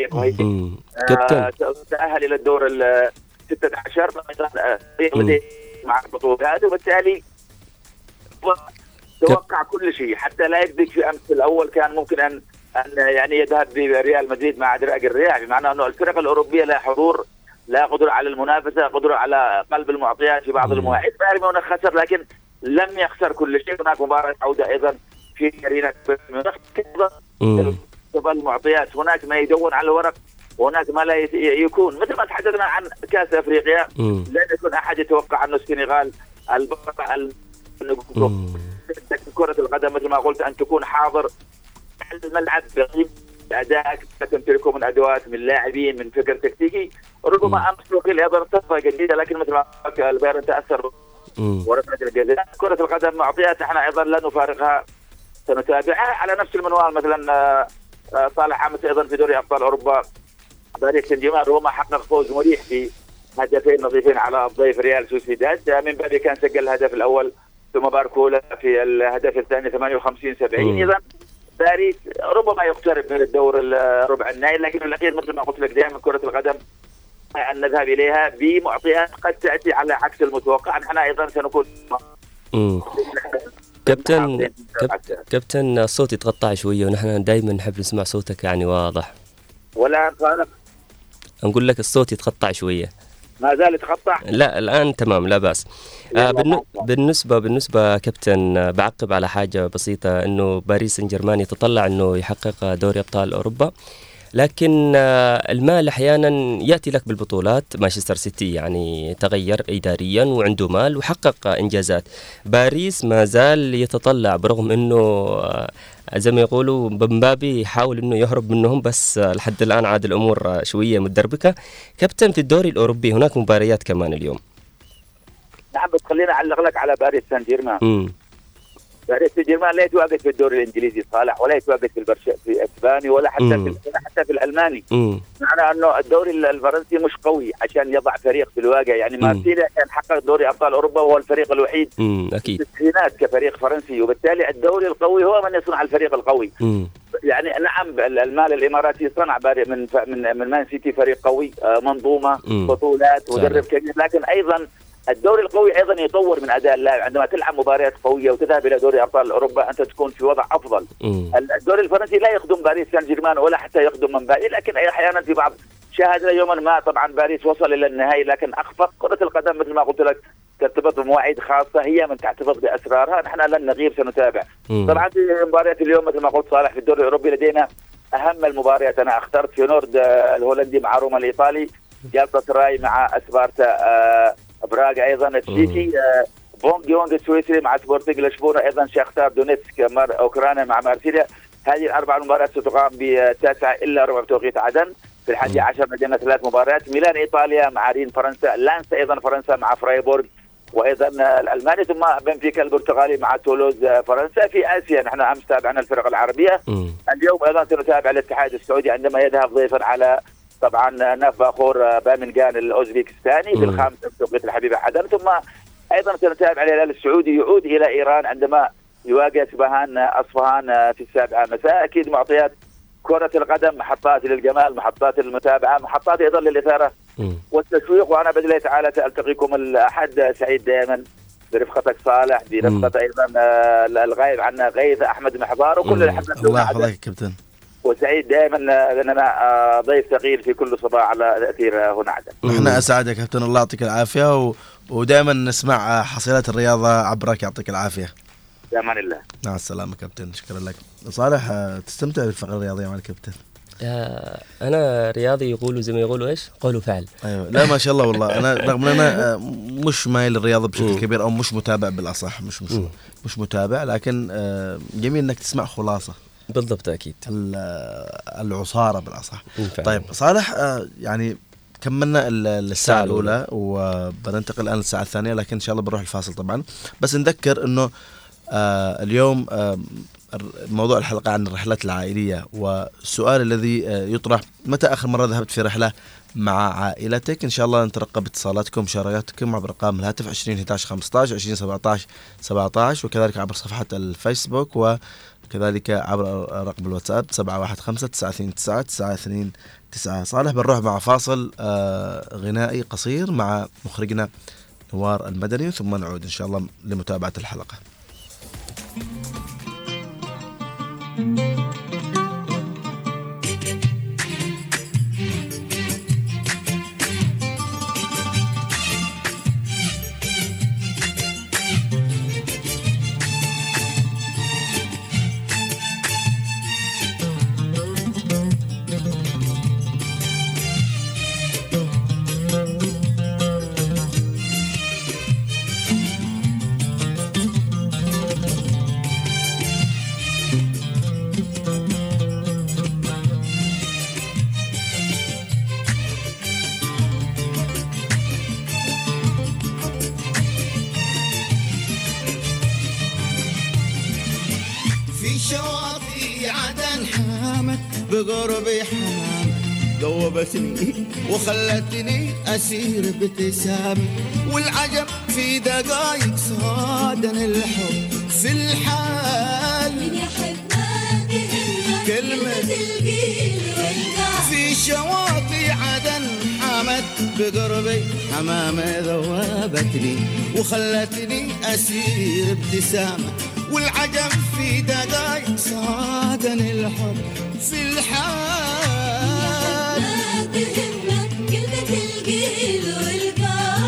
تأهل إلى الدور 16 مع البطولات، وبالتالي توقع كل شيء حتى لا يكذب. في أمس الأول كان ممكن أن يعني يذهب بريال مدريد مع دراج الرياح، بمعنى أنه الفرق الأوروبية لا حضور، لا قدرة على المنافسة، قدرة على قلب المعطيات في بعض المواعيد. بايرن ميونخ خسر لكن لم يخسر كل شيء. هناك مباراة عودة أيضا في أرينا ميونخ، المعطيات هناك ما يدون على الورق وهناك ما لا يكون. مثل ما تحدثنا عن كأس أفريقيا، لن يكون أحد يتوقع أن السنغال كرة القدم مثل ما قلت أن تكون حاضر الملعب بأدائك، تمتلكه من أدوات، من لاعبين، من فكر تكتيكي. ربما أمس توخيل أيضا صفقة جديدة، لكن مثل ما قلت البايرن تأثر وركلة الجزاء. كرة القدم معطيات احنا أيضا لا نفارقها، سنتابعها على نفس المنوال. مثلا صالح أمس أيضا في دوري أبطال أوروبا باريس سان جيرمان ربما حقق فوز مريح في هدفين نظيفين على الضيف ريال سوسيداد. من بعد كان سجل الهدف الاول ثم باركوا له في الهدف الثاني 58-70. اذا باريس ربما يقترب من الدور الربع النهائي، لكن الاخير مثل ما قلت لك دائما كرة القدم أن نذهب إليها بمعطيات قد تأتي على عكس المتوقع. نحن أيضا سنكون كابتن الصوت يتقطع شوية ونحن دائما نحب نسمع صوتك يعني واضح. ولا صالح نقول لك الصوت يتقطع شوية. ما زال يتقطع؟ لا الآن تمام لا بأس. بالنسبة كابتن بعقب على حاجة بسيطة، إنه باريس سان جيرمان يتطلع إنه يحقق دوري أبطال أوروبا، لكن المال أحيانا يأتي لك بالبطولات. مانشستر سيتي يعني تغير إداريا وعنده مال وحقق إنجازات. باريس ما زال يتطلع برغم أنه زي ما يقولوا مبابي يحاول أنه يهرب منهم، بس لحد الآن عاد الأمور شوية متدربكة. كابتن في الدوري الأوروبي هناك مباريات كمان اليوم. نعم، بس خلينا أعلق لك على باريس سان جيرمان. باريس سان جيرمان لا يتواجد في الدوري الانجليزي صالح، ولا يتواجد في الاسباني، ولا حتى في الالماني. معنى انه الدوري الفرنسي مش قوي عشان يضع فريق في الواقع. يعني مارسيليا كان حقق دوري ابطال اوروبا وهو الفريق الوحيد اكيد في التسعينات كفريق فرنسي، وبالتالي الدوري القوي هو من يصنع الفريق القوي. يعني نعم المال الاماراتي صنع من مان سيتي فريق قوي، منظومه، بطولات، مدرب كبير، لكن ايضا الدوري القوي ايضا يطور من اداء اللاعب. عندما تلعب مباريات قويه وتذهب الى دوري ابطال اوروبا انت تكون في وضع افضل. الدوري الفرنسي لا يخدم باريس سان جيرمان ولا حتى يخدم مبابي، لكن احيانا في بعض شاهدنا يوما ما طبعا باريس وصل الى النهائي لكن اخفق. كرة القدم مثل ما قلت لك ترتبط بمواعيد خاصه، هي من تحتفظ باسرارها. نحن لن نغيب، سنتابع. طبعا في مباريات اليوم مثل ما قلت صالح في الدوري الاوروبي لدينا اهم المباريات. انا اخترت فينورد الهولندي مع روما الايطالي، جلطة راي مع اسبارتا براغ ايضا التشيكي، بونج يونغ السويسري مع سبورتنج لشبونه، ايضا شاختار دونيتسك اوكرانيا مع مارسيليا. هذه الاربع مباريات ستقام ب9 إلا ربع بتوقيت عدن. في 11 لدينا 3 مباريات، ميلان ايطاليا مع رين فرنسا، لانس ايضا فرنسا مع فرايبورغ، وايضا الالماني، ثم بنفيكا البرتغالي مع تولوز فرنسا. في اسيا نحن امس تابعنا الفرق العربيه، اليوم ايضا سنتابع الاتحاد السعودي عندما يذهب ضيفا على طبعا نافاخور بامنغان الاوزبكستاني في الخامس بتوقيت الحبيبه عدن. ثم ايضا سنتابع الهلال السعودي يعود الى ايران عندما يواجه سبهان اصفهان في 7 مساء. اكيد معطيات كرة القدم محطات للجمال، محطات للمتابعة، محطات ايضا للاثارة والتشويق. وانا باذن الله تعالى سالتقيكم الاحد سعيد دائما برفقتك صالح، برفقة ايضا الغايب عنا غيث احمد محضار وكل الاحباب. الله يحفظك كابتن، وسعيد دائما لأننا ضيف ثقيل في كل صباح على أثير هنا عدن. نحن أسعدك كابتن، الله يعطيك العافية، ودائما نسمع حصيلات الرياضة عبرك، يعطيك العافية. بأمان الله. مع السلامة كابتن، شكرا لك. صالح تستمتع بالفقرة الرياضية مع الكابتن؟ أنا رياضي يقولوا زي ما يقولوا إيش؟ قولوا فعل. أيوة، لا ما شاء الله والله. أنا رغم أن أنا مش مايل للرياضة بشكل كبير أو مش متابع بالأصح، مش متابع، لكن جميل إنك تسمع خلاصة. بالضبط أكيد. العصارة بالأصح. طيب صالح، يعني كملنا الساعة الأولى وبننتقل الآن للساعة الثانية، لكن إن شاء الله بنروح الفاصل طبعا. بس نذكر إنه اليوم موضوع الحلقة عن الرحلات العائلية، والسؤال الذي يطرح: متى آخر مرة ذهبت في رحلة مع عائلتك؟ إن شاء الله نترقب اتصالاتكم ومشاركاتكم عبر رقم الهاتف 20 11 15 20 17 17، وكذلك عبر صفحة الفيسبوك، وكذلك عبر رقم الواتساب 715 929 929. صالح، بنروح مع فاصل غنائي قصير مع مخرجنا نوار المدني، ثم نعود إن شاء الله لمتابعة الحلقة. في شواطئ عدن حامت بقرب حمامك، ذوبتني وخلتني أسير بابتسامة، والعجب في دقايق صادن الحب في الحال. من يحب ما تهمك كلمة في شواطئ عدن حامت بقربي حمامة ذوبتني وخلتني أسير ابتسامة، والعجب في دقايق صادن الحب في الحال. ما تهمك كلمة القيل والقال.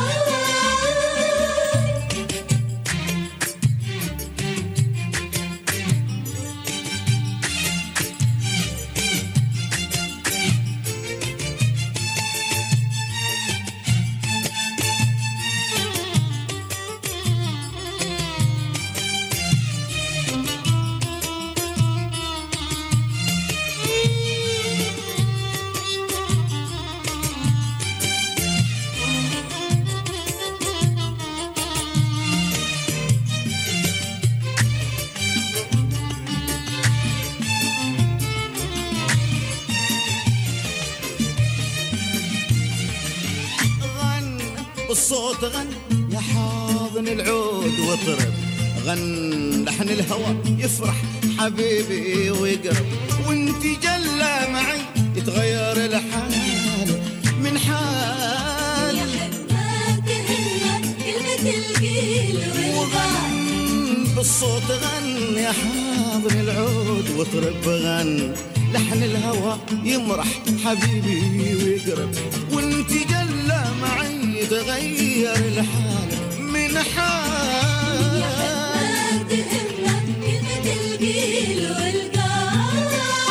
الصوت غن يا حاضن العود واطرب، غن لحن الهوى يفرح حبيبي ويقرب، وانت جلى معي يتغير الحال من حال. يحب ما تهمك كلمة القيل والقال. بالصوت غن يا حاضن العود واطرب، غن لحن الهوى يمرح حبيبي ويقرب، وانت جلى معي يتغير الحال من حال. يحب ما تهمك كلمة القيل والقال.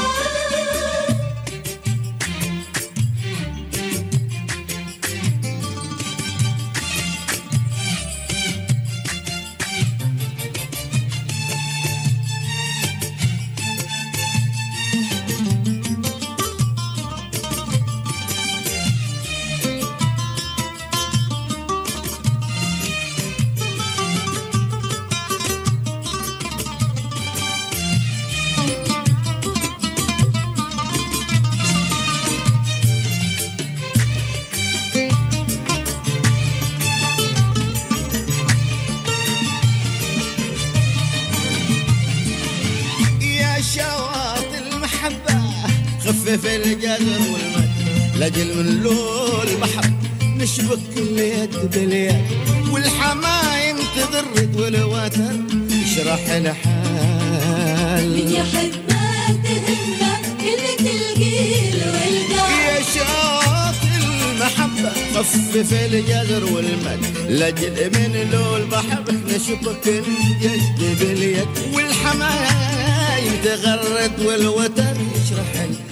خفف الجذر والمد لجل من لول البحر نشبك اليد باليد، والحمايم تغرد والوتر يشرح الحال. من يحب ما تهمك كلمة القيل والقال. يا شاط المحبة خفف الجذر والمد لجل من لول البحر نشبك اليد باليد، والحمايم تغرد والوتر يشرح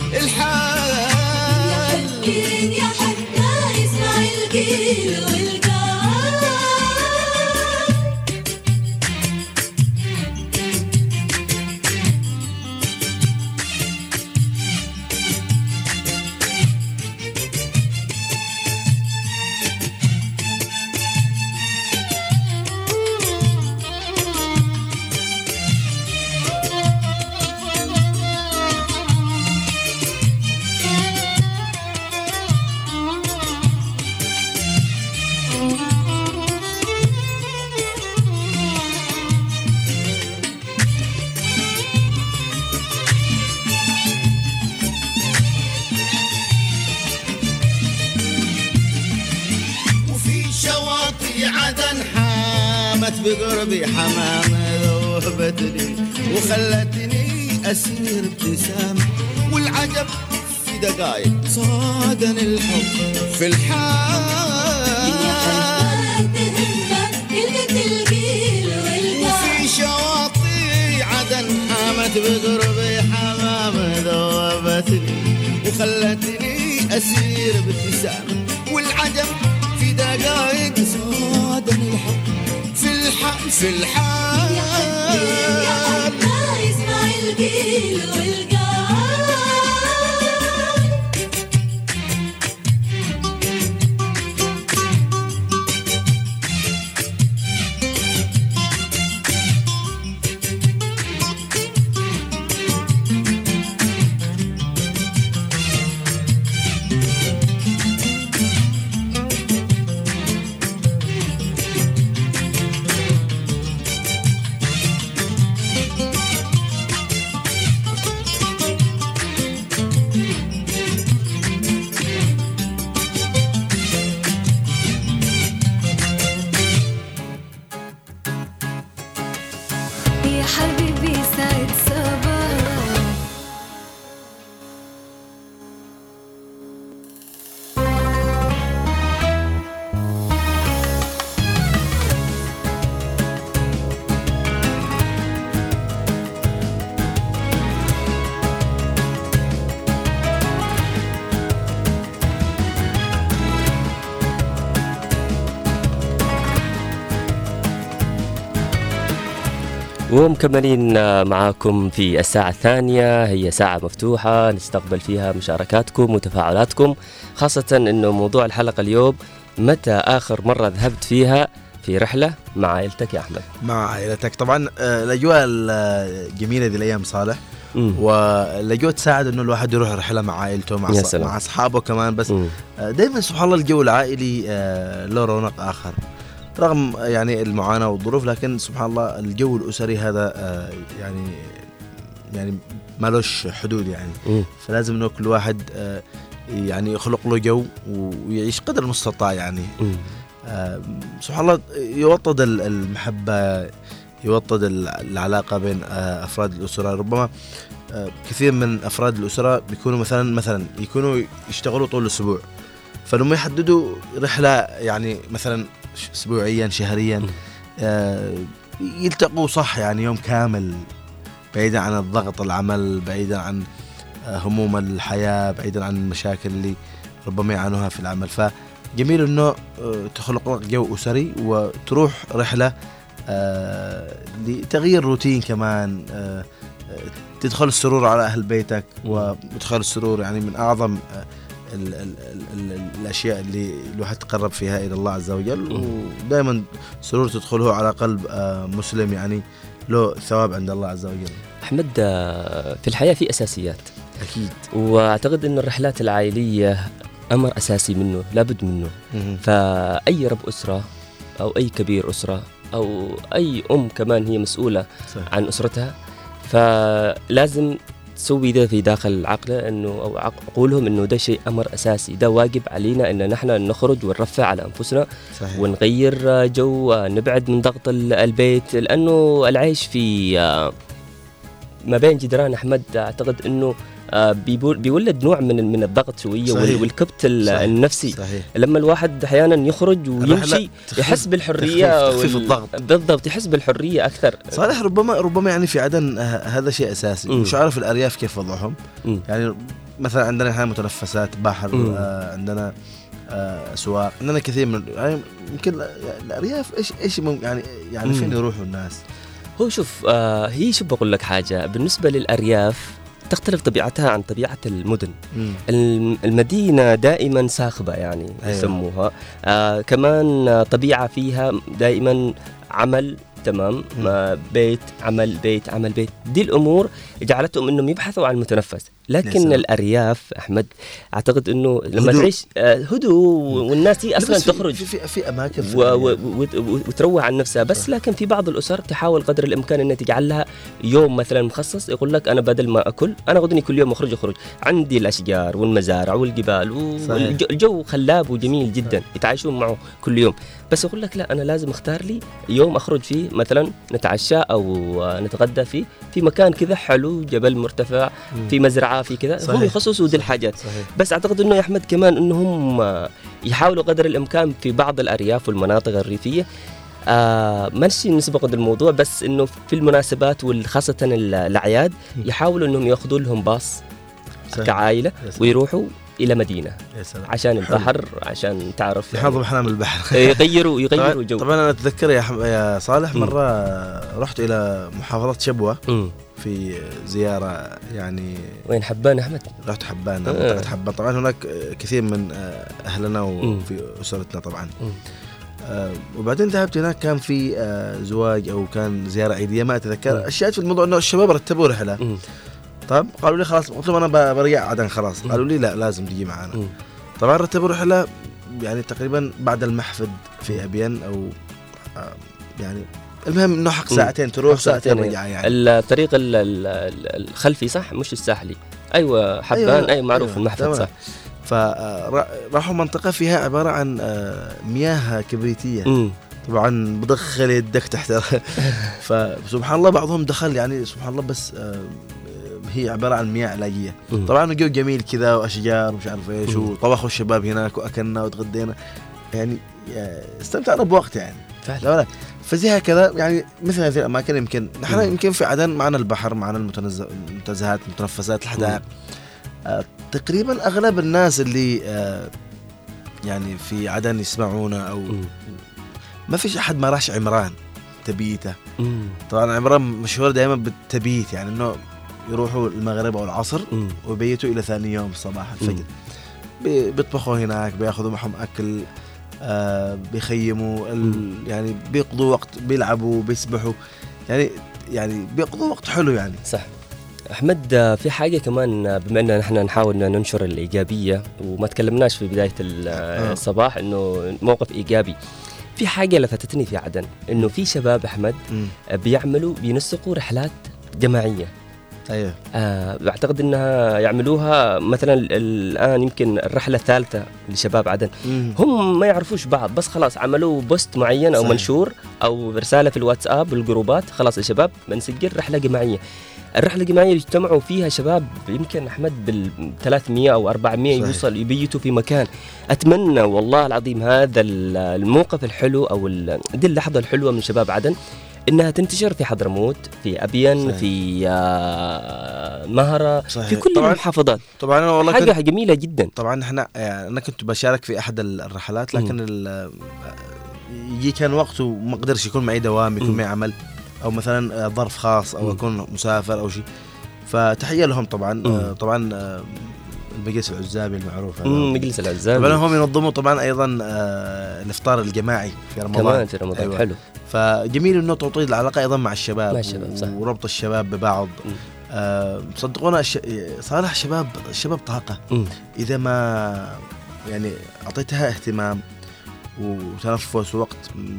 الحال. يا حتى يسمع القيل والقال. بقربي حمامة ذوبتني وخلتني أسير ابتسامة، والعجب في دقايق صادن الحب في الحال. وفي شواطئ عدن حامت بقربي حمامة ذوبتني وخلتني أسير بابتسامة، والعجب في دقايق صادن الحب في الحال. يا حتى يسمع القيل والقال. ومكملين معاكم في الساعة الثانية، هي ساعة مفتوحة نستقبل فيها مشاركاتكم وتفاعلاتكم، خاصة أنه موضوع الحلقة اليوم متى آخر مرة ذهبت فيها في رحلة مع عائلتك يا أحمد؟ مع عائلتك طبعا. الأجواء الجميلة دي الأيام صالح، والأجواء تساعد أنه الواحد يروح رحلة مع عائلته مع أصحابه كمان. بس دايما سبحان الله الجو العائلي له رونق آخر رغم يعني المعاناة والظروف، لكن سبحان الله الجو الأسري هذا يعني ما لوش حدود يعني. فلازم إنه كل واحد يعني يخلق له جو ويعيش قدر المستطاع يعني. سبحان الله يوطد المحبة، يوطد العلاقة بين أفراد الأسرة. ربما كثير من أفراد الأسرة بيكونوا مثلا يكونوا يشتغلوا طول الأسبوع، فلما يحددوا رحلة يعني مثلا أسبوعيا شهريا يلتقوا صح يعني يوم كامل، بعيدا عن الضغط العمل، بعيدا عن هموم الحياة، بعيدا عن المشاكل اللي ربما يعانوها في العمل. فجميل أنه تخلق لك جو أسري وتروح رحلة لتغيير روتين كمان، تدخل السرور على أهل بيتك وتدخل السرور يعني من أعظم الأشياء اللي الواحد تقرب فيها إلى الله عز وجل، ودائما سرور تدخله على قلب مسلم يعني له ثواب عند الله عز وجل. أحمد، في الحياة في أساسيات أكيد، وأعتقد أن الرحلات العائلية أمر أساسي منه لابد منه. فأي رب أسرة أو أي كبير أسرة أو أي كمان هي مسؤولة عن أسرتها، فلازم تسوي ده في داخل عقله انه او عقولهم انه ده شيء امر اساسي، ده واجب علينا ان نحن نخرج ونرفع على انفسنا. صحيح. ونغير جو، نبعد من ضغط البيت، لانه العيش في ما بين جدران احمد اعتقد انه بيولد نوع من الضغط شويه والكبت النفسي. صحيح. لما الواحد احيانا يخرج ويمشي يحس بالحريه تخفيف الضغط. بالضبط، يحس بالحريه اكثر. صحيح. ربما يعني في عدن هذا شيء اساسي. مش عارف الارياف كيف وضعهم. يعني مثلا عندنا احنا متنفسات بحر، عندنا اسواق، عندنا كثير من يعني يمكن الارياف ايش يعني فين يروحوا الناس. هو شوف هي شو بقول لك حاجه، بالنسبه للارياف تختلف طبيعتها عن طبيعة المدن. المدينة دائما ساخبة يعني يسموها. كمان طبيعة فيها دائما عمل، تمام، بيت عمل بيت عمل بيت، دي الأمور جعلتهم أنهم يبحثوا عن المتنفس. لكن الأرياف أحمد أعتقد أنه لما تعيش هدوء والناس هي أصلا تخرج في أماكن وتروح عن نفسها. بس لكن في بعض الأسر تحاول قدر الإمكان أن تجعل لها يوم مثلا مخصص، يقول لك أنا بدل ما أكل أنا غدني كل يوم أخرج عندي الأشجار والمزارع والجبال والجو خلاب وجميل جدا يتعايشون معه كل يوم. بس يقول لك لا، أنا لازم أختار لي يوم أخرج فيه مثلا نتعشى أو نتغدى فيه في مكان كذا حلو، جبل مرتفع، في مزرعة، في كذا، هم يخصصوا دي الحاجات. بس أعتقد أنه يا أحمد كمان أنهم يحاولوا قدر الإمكان في بعض الأرياف والمناطق الريفية ما نسبق الموضوع، بس أنه في المناسبات وخاصة الأعياد يحاولوا أنهم يأخذوا لهم باص كعائلة ويروحوا إلى مدينة عشان البحر، عشان تعرف يحضروا حمام البحر، يغيروا جو. طبعا أنا أتذكر يا صالح مرة رحت إلى محافظة شبوة في زيارة يعني. وين؟ حبان أحمد؟ رحت حبان، منطقة حبان. طبعا هناك كثير من أهلنا وفي أسرتنا طبعا. وبعدين ذهبت هناك، كان في زواج أو كان زيارة عيدية ما أتذكر. أشياء في الموضوع أنه الشباب رتبوا رحلة. طب قالوا لي خلاص، قلت لهم أنا برجع عدن خلاص. قالوا لي لا، لازم تجي معنا. طبعا رتبوا رحلة يعني تقريبا بعد المحفد في أبين أو يعني المهم انه حق ساعتين تروح ساعتين رجع يعني. الطريق الخلفي صح، مش الساحلي. ايوه حبان. ايوه معروف المحفظ صح. فراحوا منطقه فيها عباره عن مياه كبريتيه. طبعا بدخل يدك تحت فسبحان الله بعضهم دخل يعني سبحان الله، بس هي عباره عن مياه علاجيه. طبعا جو جميل كذا واشجار ومش عارف ايش، وطبخوا الشباب هناك واكلنا وتغدينا يعني، استمتعنا بوقت يعني فعلا. فزي هكذا يعني مثل هذه الأماكن يمكن نحن يمكن في عدن معنا البحر، معنا المنتزهات، المتنفسات، الحدائق. تقريبا أغلب الناس اللي يعني في عدن يسمعونا أو ما فيش أحد ما راحش عمران. تبيته. طبعا عمران مشهور دائما بالتبييت، يعني انه يروحوا المغرب او العصر ويبيتوا الى ثاني يوم الصباح الفجر. بيطبخوا هناك، بياخذوا معهم اكل، بيخيموا يعني بيقضوا وقت، بيلعبوا، بيسبحوا، يعني بيقضوا وقت حلو يعني. صح. أحمد، في حاجة كمان، بما أننا نحن نحاول ننشر الإيجابية وما تكلمناش في بداية الصباح إنه موقف إيجابي، في حاجة لفتتني في عدن، إنه في شباب أحمد بينسقوا رحلات جماعية. أيوه. بعتقد إنها يعملوها مثلا الآن يمكن الرحلة الثالثة لشباب عدن. هم ما يعرفوش بعض، بس خلاص عملوا بوست معين أو منشور أو رسالة في الواتساب والجروبات، خلاص يا شباب بنسجل رحلة جماعية. الرحلة الجماعية يجتمعوا فيها شباب يمكن أحمد بال300 أو 400 يوصل يبيتوا في مكان. أتمنى والله العظيم هذا الموقف الحلو أو دي اللحظة الحلوة من شباب عدن إنها تنتشر في حضرموت، في أبين، صحيح. في مهرة، صحيح. في كل المحافظات. طبعا أنا والله حاجة جميلة جدا. طبعا إحنا يعني أنا كنت بشارك في أحد الرحلات، لكن يجي كان وقته ما قدرش يكون معي دوام، يكون معي عمل أو مثلا ظرف خاص أو أكون مسافر أو شيء، فتحية لهم طبعا. طبعا المجلس العزابي المعروف، مجلس العزابي طبعا هم ينظموا طبعا أيضا الإفطار الجماعي في رمضان، كمان في رمضان. أيوة. حلو. فجميل إنه توطيد العلاقة أيضا مع الشباب، صح. وربط الشباب ببعض. صدقونا صالح الشباب طاقة، إذا ما يعني أعطيتها اهتمام وتنفس ووقت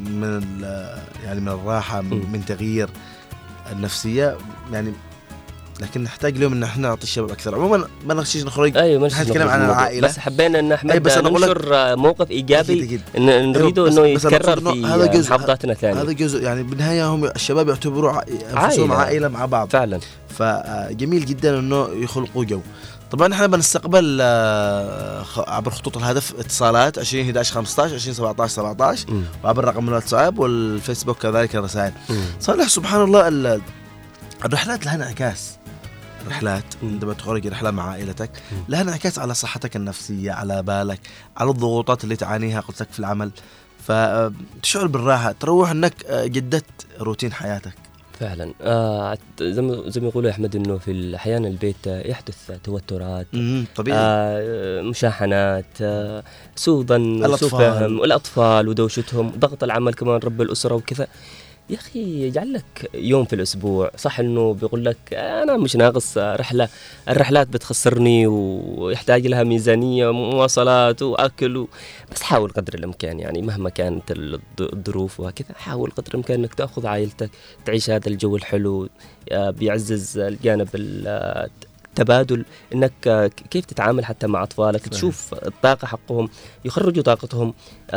من الراحة، من تغيير النفسية يعني. لكن نحتاج اليوم ان احنا نعطي الشباب اكثر. عموما ما نخشيش نخرج، نتكلم عن العائله، بس حبينا ان احنا ننشر موقف ايجابي نريده انه يتكرر في محافظاتنا ثانيه. هذا جزء يعني بالنهايه هم الشباب يعتبروا انفسهم عائله مع بعض فعلا. فجميل جدا انه يخلقوا جو. طبعا احنا بنستقبل عبر خطوط الهدف اتصالات 20 11 15 20 17 17 وعبر رقم الواتساب والفيسبوك كذلك الرسائل. صالح سبحان الله الرحلات لها انعكاس. الرحلات عندما تخرج رحلة مع عائلتك لها انعكاس على صحتك النفسية، على بالك، على الضغوطات اللي تعانيها قلتك في العمل، فتشعر بالراحة، تروح انك جددت روتين حياتك فعلا. زي ما يقولوا يا أحمد إنه في أحيانا البيت يحدث توترات طبيعي، مشاحنات، سوء ظن، سوء فهم، والأطفال ودوشتهم، ضغط العمل كمان، رب الأسرة وكذا. يا أخي يجعل لك يوم في الأسبوع، صح إنه بيقول لك أنا مش ناقص رحلة، الرحلات بتخسرني ويحتاج لها ميزانية ومواصلات وأكل بس حاول قدر الإمكان يعني مهما كانت الظروف وهكذا، حاول قدر الإمكان إنك تأخذ عائلتك تعيش هذا الجو الحلو، بيعزز الجانب التبادل، إنك كيف تتعامل حتى مع أطفالك، تشوف الطاقة حقهم، يخرجوا طاقتهم،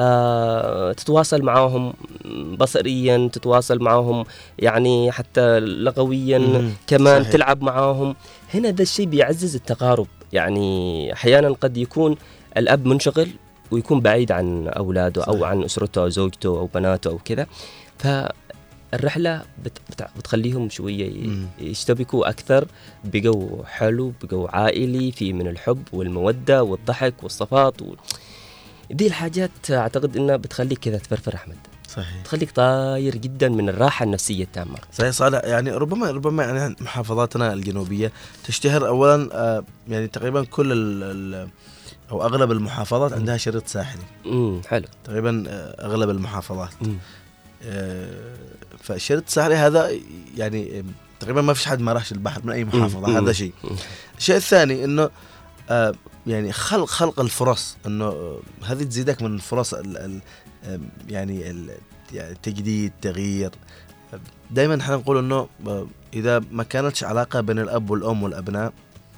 تتواصل معهم بصريا، تتواصل معهم يعني حتى لغويا كمان، صحيح. تلعب معهم. هنا ده الشيء بيعزز التقارب. يعني أحيانا قد يكون الأب منشغل ويكون بعيد عن أولاده، صحيح. أو عن أسرته أو زوجته أو بناته أو كذا، الرحلة بتخليهم شوية يشتبكوا أكثر بجو حلو، بجو عائلي فيه من الحب والمودة والضحك والصفات دي الحاجات أعتقد إنها بتخليك كذا تفرفر أحمد، صحيح، تخليك طاير جدا من الراحة النفسية التامة. صحيح صالح. يعني ربما يعني محافظاتنا الجنوبية تشتهر أولا يعني تقريبا كل أو أغلب المحافظات عندها شريط ساحلي. حلو. تقريبا أغلب المحافظات. فالشريط الساحلي هذا يعني تقريبا ما فيش حد ما راحش البحر من أي محافظة. هذا شيء. الشيء الثاني إنه يعني خلق الفرص، إنه هذه تزيدك من الفرص يعني التجديد، تغيير. دائما احنا نقول إنه إذا ما كانتش علاقة بين الأب والأم والأبناء،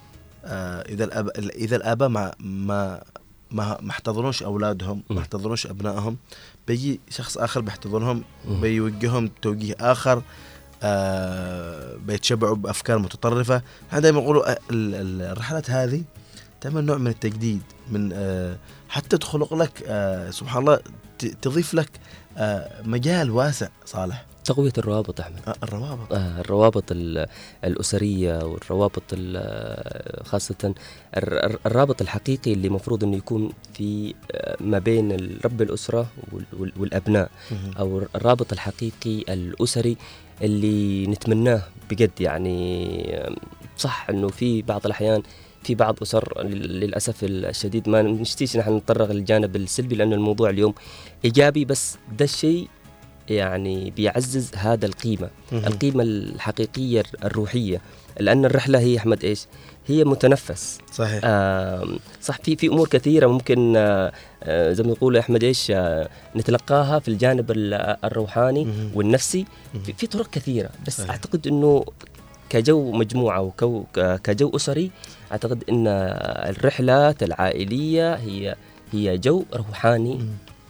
إذا الآباء ما احتضنوش أولادهم، ما احتضنوش أبنائهم، بيجي شخص آخر بيحتضنهم، بيوجههم توجيه آخر، بيتشبعوا بأفكار متطرفة. احنا دائما نقولوا الرحلات هذه تعمل نوع من التجديد، من حتى تخلق لك سبحان الله، تضيف لك مجال واسع. صالح تقوية الروابط أحمد. الروابط الأسرية والروابط خاصة الرابط الحقيقي اللي مفروض أنه يكون في ما بين رب الأسرة والأبناء، أو الرابط الحقيقي الأسري اللي نتمناه بجد. يعني صح أنه في بعض الأحيان في بعض أسر للأسف الشديد ما نشتيش نحن نتطرق للجانب السلبي، لأن الموضوع اليوم إيجابي، بس ده الشيء يعني بيعزز هذا القيمة الحقيقية الروحية. لأن الرحلة هي أحمد إيش؟ هي متنفس. صحيح. صح. في أمور كثيرة ممكن زي ما نقول أحمد إيش نتلقاها في الجانب الروحاني والنفسي في طرق كثيرة، بس صحيح. أعتقد أنه كجو مجموعة وكجو أسري، أعتقد أن الرحلات العائلية هي جو روحاني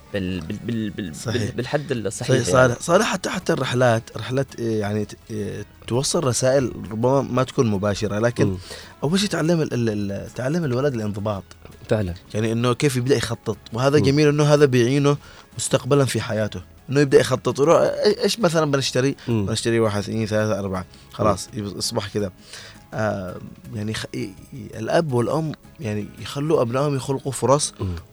بالحد الصحيح. صحيح. حتى الرحلات يعني توصل رسائل ربما ما تكون مباشرة، لكن أول شيء تعلم الولد الانضباط فعلا. يعني إنه كيف يبدأ يخطط، وهذا جميل إنه هذا بيعينه مستقبلا في حياته، إنه يبدأ يخطط ويروح إيش مثلا بنشتري 1 2 3 4 خلاص يصبح كذا. يعني الأب والأم يعني يخلوا أبنائهم يخلقوا فرص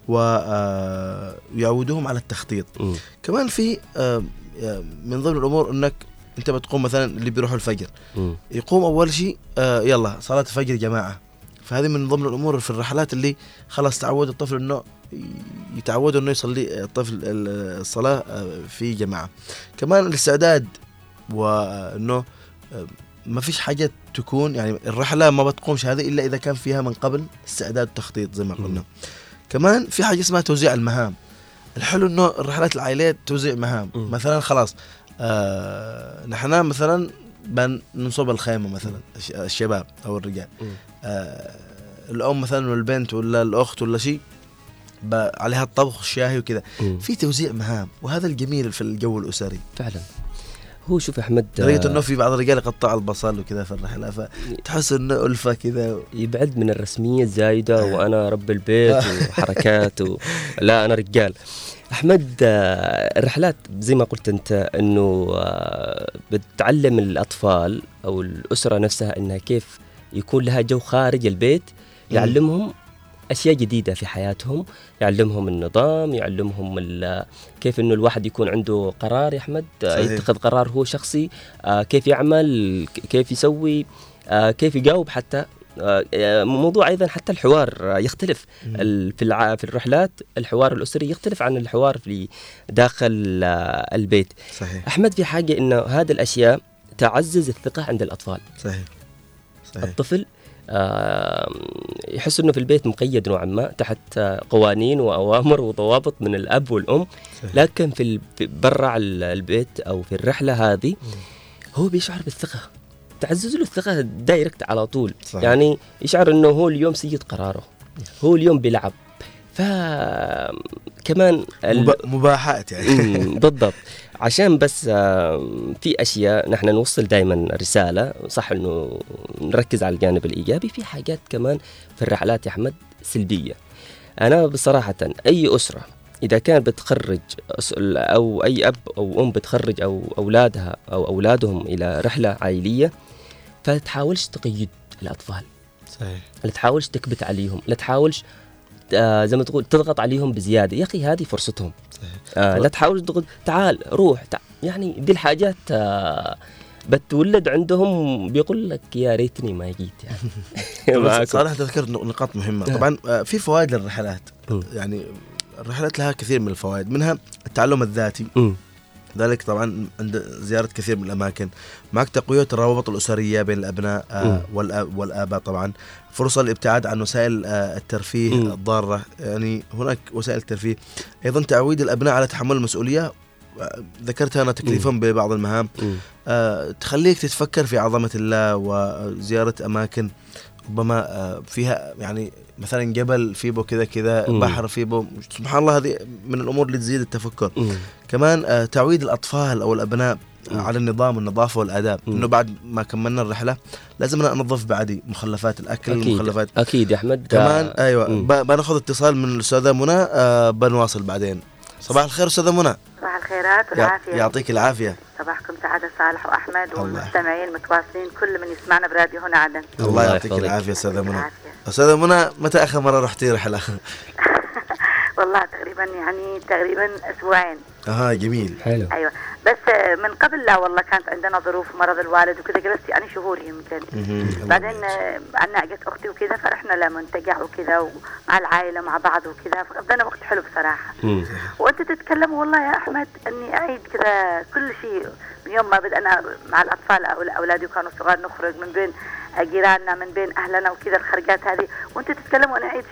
ويعودوهم على التخطيط. كمان في من ضمن الأمور أنك أنت بتقوم مثلا اللي بيروحوا الفجر يقوم أول شيء يلا صلاة الفجر جماعة، فهذه من ضمن الأمور في الرحلات اللي خلاص تعود الطفل أنه يتعود أنه يصلي الطفل الصلاة في جماعة. كمان الاستعداد، وأنه ما فيش حاجة تكون يعني الرحلة ما بتقومش هذه إلا إذا كان فيها من قبل استعداد وتخطيط زي ما قلنا. كمان في حاجة اسمها توزيع المهام. الحلو إنه الرحلات العائلية توزيع مهام. مثلا خلاص نحن مثلا بنصب الخيمة مثلا الشباب أو الرجال، الأم مثلا والبنت ولا الأخت ولا شيء عليها الطبخ الشاهي وكذا. في توزيع مهام، وهذا الجميل في الجو الأسري فعلا. هو شوف أحمد، رأيت إنه في بعض الرجال يقطع البصل وكذا في الرحلة، فتحس إنه ألفة كذا، يبعد من الرسمية الزايدة وأنا رب البيت وحركات لا أنا رجال. أحمد، الرحلات زي ما قلت أنت إنه بتعلم الأطفال أو الأسرة نفسها إنها كيف يكون لها جو خارج البيت، يعلمهم أشياء جديدة في حياتهم، يعلمهم النظام، يعلمهم كيف إنه الواحد يكون عنده قرار يا أحمد، يتخذ قرار هو شخصي، كيف يعمل، كيف يسوي، كيف يجاوب. حتى موضوع أيضا حتى الحوار يختلف في الرحلات. الحوار الأسري يختلف عن الحوار في داخل البيت. صحيح. أحمد، في حاجة إنه هذه الأشياء تعزز الثقة عند الأطفال. صحيح. الطفل يحس إنه في البيت مقيد نوعا ما تحت قوانين وأوامر وضوابط من الأب والأم. صحيح. لكن في برا البيت أو في الرحلة هذه هو بيشعر بالثقة، تعزز له الثقة دايركت على طول. صحيح. يعني يشعر إنه هو اليوم سيد قراره، هو اليوم بيلعب. فكمان مباحات يعني بالضبط. عشان بس في أشياء نحن نوصل دائما رسالة، صح إنه نركز على الجانب الإيجابي. في حاجات كمان في الرحلات يا أحمد سلبية. أنا بصراحة أي أسرة إذا كان بتخرج أو أي أب أو أم بتخرج أو أولادها أو أولادهم إلى رحلة عائلية، فلا تحاولش تقيد الأطفال. صحيح. لا تحاولش تكبت عليهم، لا تحاولش زي ما تقول تضغط عليهم بزيادة. يا أخي هذه فرصتهم. لا تحاول تضغط، تعال روح يعني دي الحاجات بتولد عندهم بيقول لك يا ريتني ما جيت يعني. صراحة تذكرت نقاط مهمة. طبعا في فوائد للرحلات، يعني الرحلات لها كثير من الفوائد، منها التعلم الذاتي. ذلك طبعا عند زيارة كثير من الأماكن، معك تقوية الروابط الأسرية بين الأبناء والآباء. طبعا فرصة الابتعاد عن وسائل الترفيه الضارة، يعني هناك وسائل ترفيه. أيضا تعويد الأبناء على تحمل المسؤولية، ذكرتها أنا تكليفهم ببعض المهام. تخليك تتفكر في عظمة الله، وزيارة أماكن ربما فيها يعني مثلا جبل فيه كذا كذا، بحر فيه سبحان الله. هذه من الأمور اللي تزيد التفكر. كمان تعويد الأطفال أو الأبناء على النظام والنظافة والآداب، إنه بعد ما كملنا الرحلة لازم ننظف بعدي مخلفات الأكل. أكيد. مخلفات أكيد يا أحمد. كمان أيوة. بناخذ اتصال من الأستاذة منى، بنواصل بعدين. صباح الخير أستاذة منى. صباح الخيرات والعافية. يعطيك العافية. صباحكم سعادة صالح وأحمد والمستمعين متواصلين كل من يسمعنا براديو هنا عدن. الله يعطيك العافية أستاذة منى. أستاذة منى، متى آخر مرة رحتي رحلة؟ والله تقريبا أسبوعين. جميل. حلو. أيوة، بس من قبل لا والله كانت عندنا ظروف مرض الوالد وكذا، جلست يعني شهور يمكن. بعدين عنا أجت أختي وكذا فرحنا لمنتجع وكذا ومع العائلة مع بعض وكذا، فقضينا وقت حلو بصراحة. وأنت تتكلم والله يا أحمد أني أعيد كذا كل شيء من يوم ما بدأنا مع الأطفال أو أولادي وكانوا صغار، نخرج من بين جيراننا من بين أهلنا وكذا الخرجات هذه، وأنت تتكلم وأنا أعيد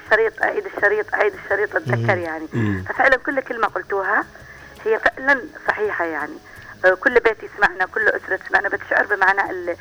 الشريط أتذكر يعني. ففعلا كل كلمة قلتوها هي فعلا صحيحة يعني. كل بيت يسمعنا، كل أسرة تسمعنا بتشعر بمعنى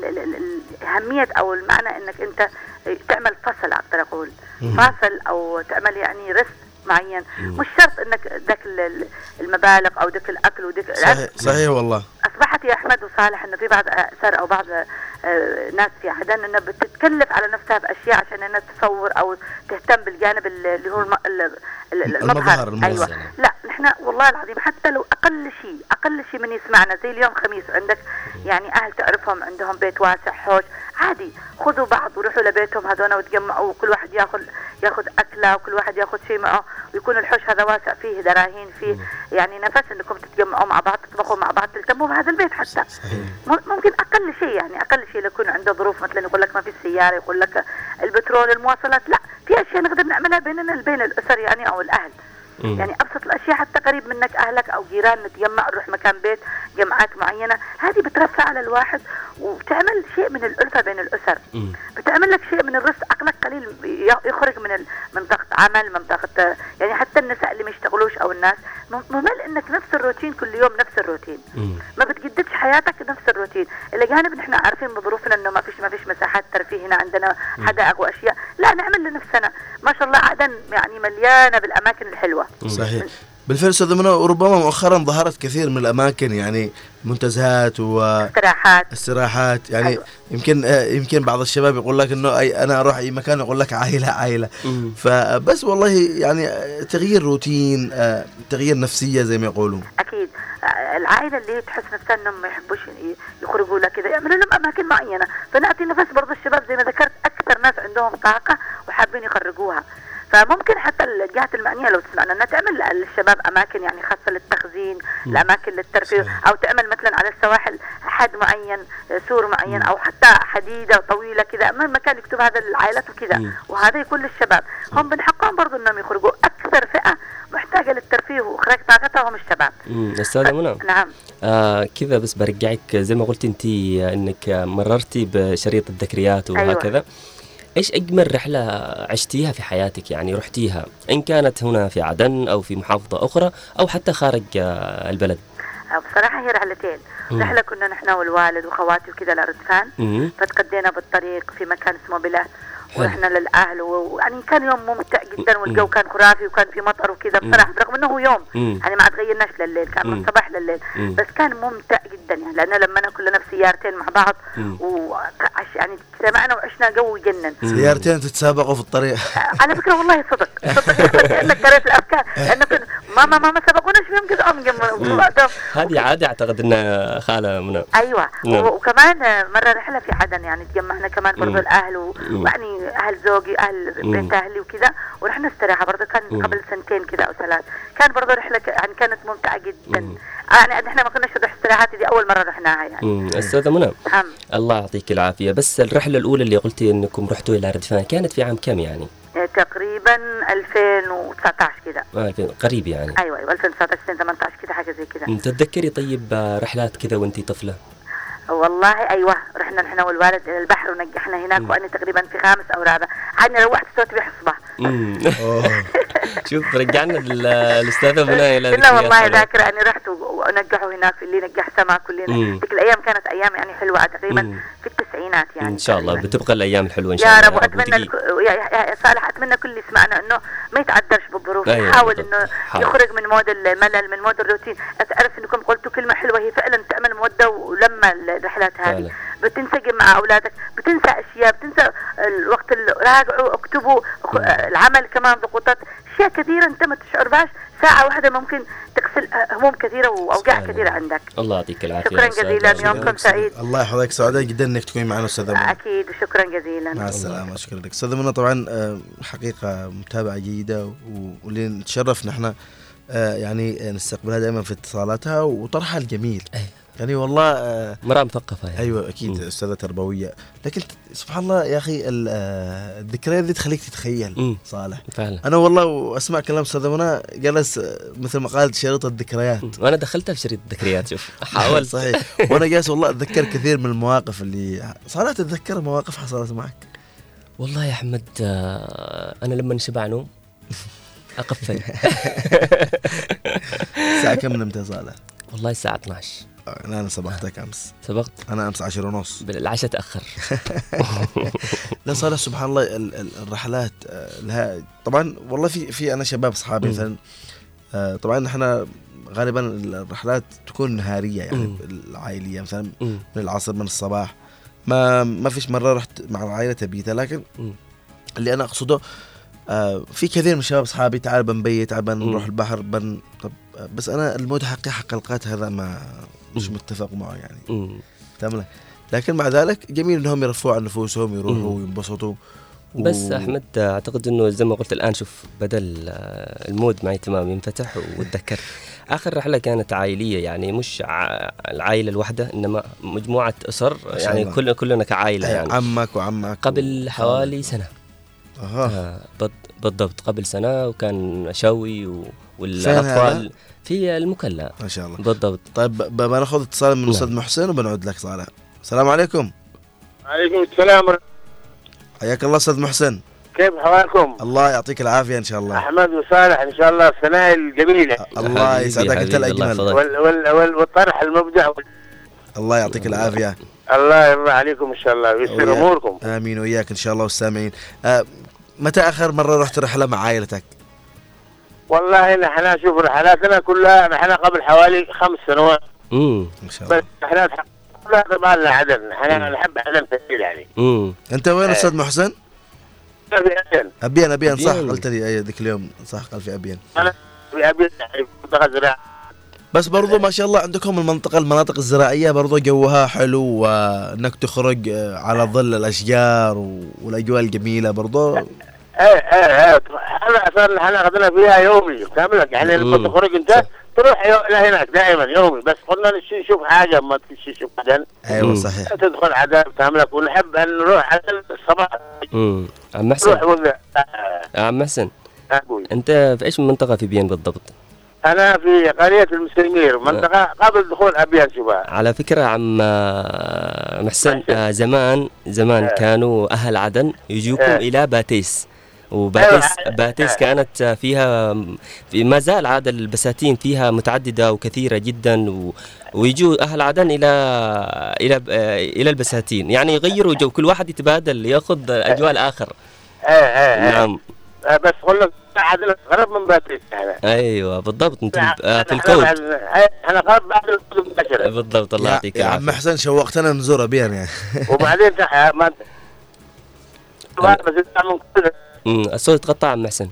الأهمية أو المعنى أنك أنت تعمل فصل، أقدر أقول فاصل أو تعمل يعني رست معين. مش شرط أنك ذاك المبالغ أو ذاك الأكل وذاك صحيح والله. أصبحت يا أحمد وصالح أنه في بعض أسر أو بعض ناس في عدن أنها بتتكلف على نفسها بأشياء عشان أنها تصور أو تهتم بالجانب اللي هو المظهر. أيوة، لا نحن والله العظيم حتى لو أقل شيء من يسمعنا زي اليوم خميس وعندك يعني أهل تعرفهم عندهم بيت واسع حوش، عادي خذوا بعض وروحوا لبيتهم هذونا وتجمعوا، وكل واحد ياخذ أكله وكل واحد ياخذ شيء معه، ويكون الحوش هذا واسع فيه دراهين فيه يعني نفس انكم تتجمعوا مع بعض، تطبخوا مع بعض، تلتموا بهذا البيت حتى. ممكن اقل شيء يكون عنده ظروف، مثلا يقول لك ما في السياره، يقول لك البترول، المواصلات، لا في اشياء نقدر نعملها بين الاسر يعني او الاهل. يعني ابسط الاشياء حتى قريب منك اهلك او جيران نتجمع نروح مكان بيت، جمعات معينه، هذه بترفع على الواحد وبتعمل شيء من الالفه بين الاسر. بتعمل لك شيء من الرزق، عقلك قليل يخرج من ضغط عمل، من ضغط يعني حتى النساء اللي ما يشتغلوش او الناس ممل انك نفس الروتين كل يوم، نفس الروتين، ما بتجددش حياتك نفس الروتين. الى جانب نحن عارفين بظروفنا انه ما فيش مساحات ترفيه هنا عندنا حدائق واشياء، لا نعمل لنفسنا. ما شاء الله عدن يعني مليانه بالاماكن الحلوه. صحيح بالفعل أستاذ منى، وربما مؤخرا ظهرت كثير من الأماكن يعني منتزهات واستراحات يعني. أيوة. يمكن بعض الشباب يقول لك إنه أنا أروح أي مكان يقول لك عائلة فبس والله يعني تغيير روتين، تغيير نفسية زي ما يقولون. أكيد العائلة اللي تحس نفسها إنهم ما يحبوش يخرجوا لها كذا، يعملوا لهم أماكن معينة، فنعطي نفس برضو الشباب زي ما ذكرت، أكثر ناس عندهم طاقة وحابين يخرجوها. فممكن حتى الجهات المعنية لو تسمعنا أنها تعمل للشباب أماكن يعني خاصة للتخزين، الأماكن للترفيه، أو تعمل مثلا على السواحل حد معين، سور معين، أو حتى حديدة طويلة كذا، مكان يكتب هذا للعائلات وكذا، وهذا يكون للشباب. هم بنحقهم برضو أنهم يخرجوا. أكثر فئة محتاجة للترفيه وإخراج طاقتها هم الشباب. أستاذة منى، نعم. كذا بس برجعك زي ما قلت أنت أنك مررتي بشريط الذكريات وهكذا. أيوة. إيش أجمل رحلة عشتيها في حياتك يعني رحتيها، إن كانت هنا في عدن أو في محافظة أخرى أو حتى خارج البلد؟ بصراحة هي رحلتين. رحلة كنا نحن والوالد وخواتي وكذا لردفان، فتقدينا بالطريق في مكان اسمه بله، ورحنا للأهل ويعني كان يوم ممتع جدا، والجو كان خرافي وكان في مطر وكذا بصراحة، برغم أنه هو يوم يعني ما تغيرناش لليل، كان من الصباح لليل، بس كان ممتع جدا يعني، لأننا لما كلنا في سيارتين مع بعض يعني سمعنا وعشنا جو يجنن. سيارتين تتسابقوا في الطريق. على فكرة والله صدق لأنك قريت الأفكار، لأنه ما سبقوناش فيهم كذا. هذه عادة أعتقد أنها خالة منى. أيوة. وكمان مرة رحلة في عدن يعني تجمعنا كمان برضو الأهل ويعني أهل زوجي، أهل بنت أهلي وكذا، ورحنا استراحة برضو كان قبل سنتين كذا أو 3. كان برضو رحلة يعني كانت ممتعة جدا. يعني احنا ما كناش نروح استراحات، دي أول مرة رحناها يعني. أستاذة منى، الله يعطيك العافية. بس الرحلة الأولى اللي قلتي إنكم رحتوا إلى ردفان كانت في عام كم يعني؟ تقريبا 2019 كذا. قريب يعني. أيوة 2019 2018 كذا حاجة زي كذا. تتذكري طيب رحلات كذا وأنتي طفلة؟ والله أيوة، رحنا نحن والوالد إلى البحر ونجحنا هناك، وأنا تقريبا في 5 أو 4 عادنا روحت صوتي بحصبة. شوف رجعنا الأستاذة منى إلى لا والله ذاكرة أني رحت ونجحوا هناك، اللي نجح سمك كلنا. تلك الأيام كانت أيام يعني حلوة تقريبا في التسعينات يعني. إن شاء الله بتبقى الأيام الحلوة إن شاء الله يا رب. وأتمنى يا صالح أتمنى كل اللي يسمعنا إنه ما يتعذرش بالظروف، يحاول إنه يخرج من مود الملل، من مود الروتين. أعرف إنكم قلتوا كلمة حلوة، هي فعلا تعمل مودة ولما الرحلات هذه بتنسجم مع أولادك، بتنسى أشياء، بتنسى الوقت اللي راجعوا اكتبوا العمل كمان ضغوطات أشياء كثيرة أنت ما تشعر بهاش ساعة واحدة ممكن تغسل هموم كثيرة وأوجاع كثيرة عندك. الله يعطيك العافية. شكرا جزيلا، يومكم سعيد. الله يحفظك، سعداء جدا انك تكوني معنا استاذة منى. أكيد، وشكرا جزيلا. مع السلامة. شكرا لك استاذة منى. طبعا حقيقة متابعة جيدة، واللي نتشرف نحن يعني نستقبلها دائما في اتصالاتها وطرحها الجميل. يعني والله مرأة مثقفة يعني. ايوه اكيد استاذة تربوية، لكن سبحان الله يا اخي الذكريات دي تخليك تتخيل. صالح فعلا. انا والله واسمع كلام استاذة منى جلس مثل ما قالت شريط الذكريات، وانا دخلتها في شريط الذكريات. شوف حاولت صحيح. وانا جالس والله اتذكر كثير من المواقف اللي صالح تتذكر مواقف حصلت معك. والله يا احمد انا لما نشبع نوم اقفل. الساعة كم نمت يا صالح؟ والله الساعة 12. أنا سبقتك أمس. سبقت؟ أنا أمس 10:30. العشاء تأخر. لا صالح سبحان الله الرحلات لها طبعا والله في أنا شباب أصحابي مثلا طبعا إحنا غالبا الرحلات تكون نهارية يعني العائلية مثلا من العصر من الصباح، ما فيش مرة رحت مع العائلة تبيتها، لكن اللي أنا أقصده في كثير من شباب أصحابي تعال بنبيت، تعال بنروح البحر طب بس أنا المود حق القات هذا ما مش متفق معه يعني. تمام. لكن مع ذلك جميل انهم يرفعوا عن نفوسهم، يروحوا وينبسطوا بس احمد اعتقد انه زي ما قلت الان، شوف بدل المود معي تمام ينفتح. واتذكر اخر رحله كانت عائليه، يعني مش العائله الواحده انما مجموعه اسر يعني كلنا كعائله يعني. عمك وعمك قبل حوالي سنه. بالضبط قبل سنه، وكان شوي والاطفال في المكلا ما شاء الله. بالضبط. طيب بناخذ اتصال من الاستاذ محسن وبنعود لك صالح. السلام عليكم. عليكم السلام. حياك الله استاذ محسن. كيف حوالكم؟ الله يعطيك العافيه ان شاء الله. احمد وصالح ان شاء الله الثناء الجميله. الله يسعدك انت الاجمل. والطرح المبدع. الله يعطيك العافيه. الله يرضى عليكم ان شاء الله ويسر اموركم. امين وياك ان شاء الله والسامعين. متى اخر مره رحت رحله مع عائلتك؟ والله نحن شوف رحلاتنا كلها نحن قبل حوالي 5 سنوات. ما شاء الله. بس رحلات كلها طبعا عدن، نحن نحب عدن كثير يعني. انت وين استاذ محسن؟ في ابيان صح قلت لي ذيك اليوم صح قال في ابيان. انا في ابيان يعني منطقه زراعيه. بس برضو ما شاء الله عندكم المناطق الزراعيه برضو جوها حلو، وانك تخرج على ظل الاشجار والاجواء الجميله برضو. هذا صار نحن اخذنا فيها يومي كامل يعني. لما تخرج انت تروح لهناك دائما يومي، بس قلنا نشوف حاجه ما تشوف عدن. ايوه صحيح. تدخل عدن كاملك، ونحب ان نروح عدن الصباح. عم محسن. عم محسن انت في ايش منطقه في بيان بالضبط؟ انا في قريه المسلمير، منطقه قبل دخول ابيان شباب. على فكره عم محسن زمان كانوا اهل عدن يجوكم الى باتيس، وباتيس كانت فيها ما زال عاد البساتين فيها متعدده وكثيره جدا، ويجوا اهل عدن الى البساتين، يعني يغيروا جو، كل واحد يتبادل ياخذ اجواء الاخر. نعم. بس قلنا عدن قرب من باتيس يعني. ايوه بالضبط. انت في الكود. احنا قرب بعد الكود مباشره. بالضبط. الله يعطيك العافيه. يا عم حسن شوقتنا نزور ابيان يعني. وبعدين ما الصوت تقطع عم محسن.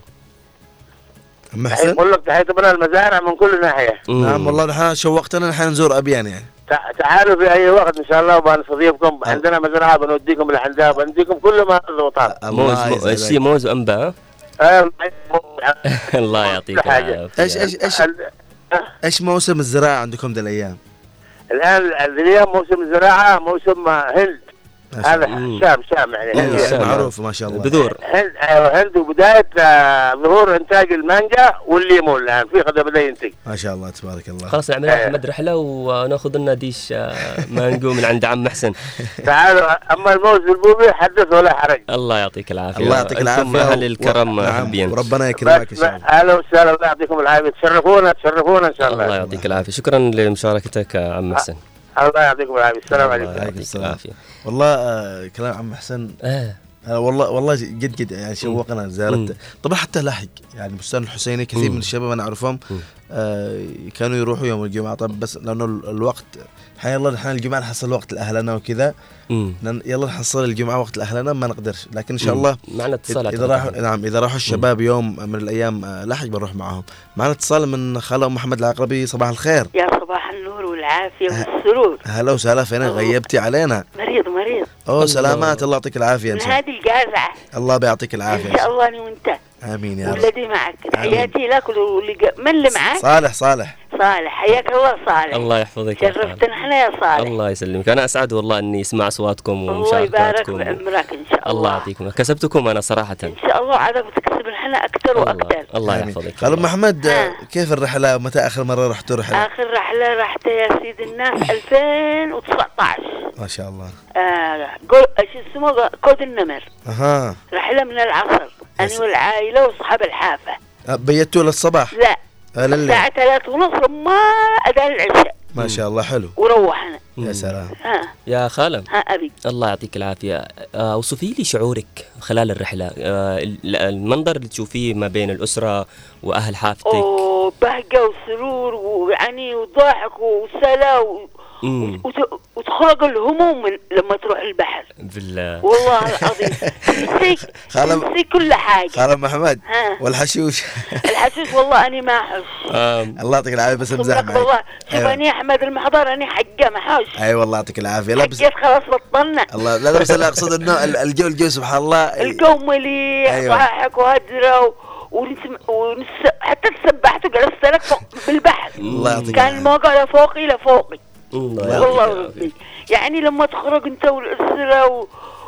يقول لك تحية بنا المزارع من كل ناحية. نعم والله نحن شوقتنا نحن نزور أبيان يعني. تعالوا في أي وقت إن شاء الله وبنستضيفكم. عندنا مزرعة بنوديكم لحندها، بنديكم كل ما الوطن. موز وأنبا. الله يعطيك العافية. إيش موسم الزراعة عندكم ذا الأيام؟ الآن اليوم موسم الزراعة موسم هند. هذا شام يعني معروف ما شاء الله. بذور هند وبداية ظهور إنتاج المانجا والليمون الآن في قد بدأ ينتج ما شاء الله تبارك الله. خلاص نعمل أحمد رحلة ونأخذ لنا ديش مانجو من عند عم محسن. تعالوا. أما الموز بالبوبي حدث ولا حرج. الله يعطيك العافية. الله يعطيك العافية. أهل الكرم حبيبين. وربنا يكرمك إن شاء الله. أهلا وسهلا. الله يعطيكم العافية. تشرفونا إن شاء الله. الله يعطيك العافية. شكرا لمشاركتك عم محسن. الله يعطيكم العافية. السلام عليكم. الله يعطيك العافية. والله كلام عم حسن والله جد يعني شوقنا زيارته. طبعا حتى لاحق يعني بستان الحسيني كثير من الشباب انا اعرفهم كانوا يروحوا يوم الجمعة. طب بس لأنه الوقت يلا نحن الجمعة نحصل وقت لأهلنا وكذا، يلا نحصل الجمعة وقت لأهلنا ما نقدرش، لكن إن شاء الله معنا اتصال إذا راحوا نعم إذا راحوا الشباب يوم من الأيام لحج بنروح معهم. معنا اتصال من خالة محمد العقربي. صباح الخير. يا صباح النور والعافية والسرور. هلا وسهلا. فين غيبتي علينا؟ مريض. أوه سلامات، الله يعطيك العافية. من هذه الجازعة. الله بيعطيك العافية إن شاء الله. أنا وأنت. آمين يا رب. والذي معك. تحياتي لك من اللي معك؟ صالح. حياك الله صالح. الله يحفظك. شرفتنا احنا يا صالح. الله يسلمك. أنا أسعد والله إني أسمع أصواتكم ومشاركاتكم. الله يبارك بعمرك إن شاء الله. الله يعطيكم. كسبتكم أنا صراحة. إن شاء الله عادك بتكسب احنا أكثر وأكثر. الله يحفظك. خالو محمد كيف الرحلة؟ متى آخر مرة رحتوا رحلة؟ آخر رحلة رحت يا سيد الناس 2019. ما شاء الله. شو اسمه كود النمر. رحلة من العصر أنا والعائلة وصحاب الحافة. بيتوا للصباح؟ لا الساعة 3:30 ما أذان العشاء. ما شاء الله حلو. وروحنا. يا سلام. يا خالة. أبي. الله يعطيك العافية. وصفي لي شعورك خلال الرحلة، المنظر اللي تشوفيه ما بين الأسرة وأهل حافتك. بهجة وسرور ويعني وضحك وسلا وتخرج الهموم لما تروح البحر. بالله والله العظيم تنسي كل حاجة. خالة محمد والحشوش. الحشوش والله أنا ما أحش. الله يعطيك العافية. بس امزح معك والله. شوف أنا أحمد المحضر أنا حقة ما أحش. أي والله يعطيك العافية. لا بس خلاص بطلنا. الله لا بس لا أقصد إنه الجو سبحان الله الجو مليح ضحك وهدرة حتى تسبحت وجلست لك فوق بالبحر. الله يعطيك. كان الموقع لفوقي والله ربي. يعني لما تخرج انت والأسرة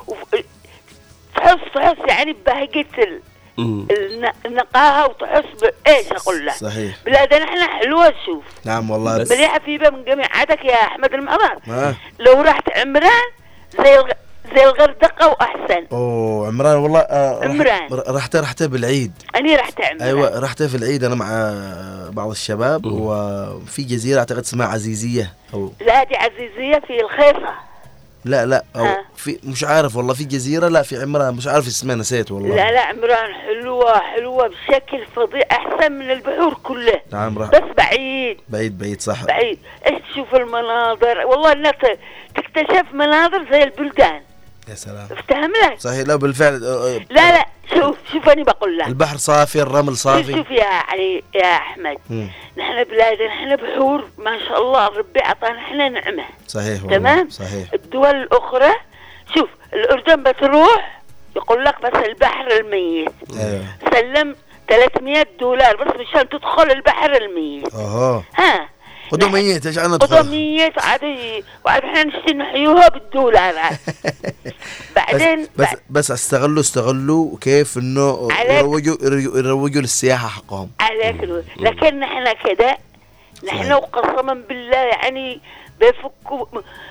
تحس يعني ببهجة النقاهة وتحس بإيش أقول لك. صحيح. بلادنا احنا حلوة تشوف. نعم والله. مليحة فيها من جميع عادك يا أحمد المعمر. لو رحت عمران زي الغردقة وأحسن. عمران والله. عمران رحت بالعيد. أنا رحت عمران. أيوة رحت في العيد أنا مع بعض الشباب. وفي جزيرة أعتقد اسمها عزيزية لا دي عزيزية في الخيصة. لا أو في مش عارف والله. في جزيرة لا في عمران مش عارف اسمها نسيت والله. لا عمران حلوة بشكل فظيع أحسن من البحور كلها. نعم بس بعيد صح. بعيد. إيش تشوف المناظر والله الناس تكتشف مناظر زي البلدان. يا سلام. افتهم لك. صحيح. لا بالفعل. لا شوف أنا بقول لك. البحر صافي الرمل صافي. شوف يا علي يا أحمد. نحن بلادنا نحن بحور ما شاء الله ربي عطانا احنا نعمة. صحيح والله. تمام. صحيح. الدول الأخرى شوف الأردن بتروح يقول لك بس البحر الميت. أيوه. سلم $300 بس مشان تدخل البحر الميت. قدو ميت ايش عنا قدو ميت وعاد احنا نشتي نحيوها $1. بعدين بس استغلوا كيف انه يروجوا للسياحة حقهم. عليك. لكن نحن كده نحن وقسما بالله يعني بيفكوا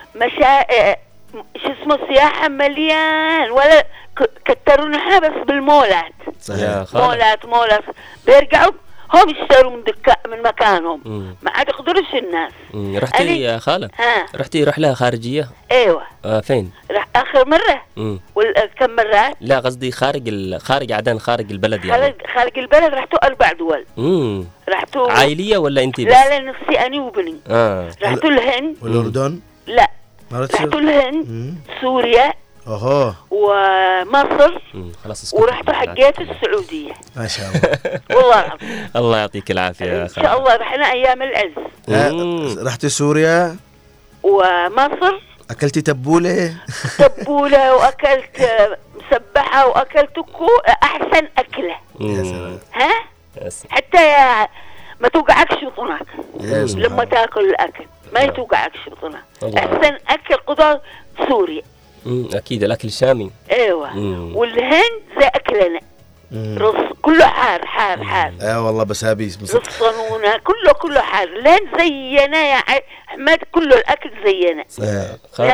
شو اسمه سياحة مليان ولا كتروا نحن بس بالمولات. صحيح. مولات بيرجعوا هم يشتروا من مكانهم. ما عاد يقدروش الناس. رحتي يا خالة؟ رحتي رحلة خارجية؟ ايوه. فين؟ آخر مرة. كم مرات؟ لا قصدي خارج عدن خارج البلد يعني. خارج البلد رحتوا 4 دول. رحتوا عائلية ولا انتي بس؟ لا نفسي أنا وبني. رحتوا الهند. والأردن؟ لا رحتوا الهند سوريا ومصر. ورحتوا حقيت السعودية. ما شاء الله. والله الله يعطيك العافية. إن شاء الله رحنا أيام العز. رحتي سوريا ومصر. أكلتي تبولة وأكلت مسبحة وأكلت أحسن أكلة. يا سلام. حتى ما توقعكش بطنك لما تاكل الأكل ما توقعكش بطنك. أحسن أكل قضاء سوريا. أكيد الأكل الشامي. أيوة. والهند زي أكلنا رص كله حار. والله بس هابيس رصنونا كله حار. الهند زينا يا أحمد كله الأكل زينا.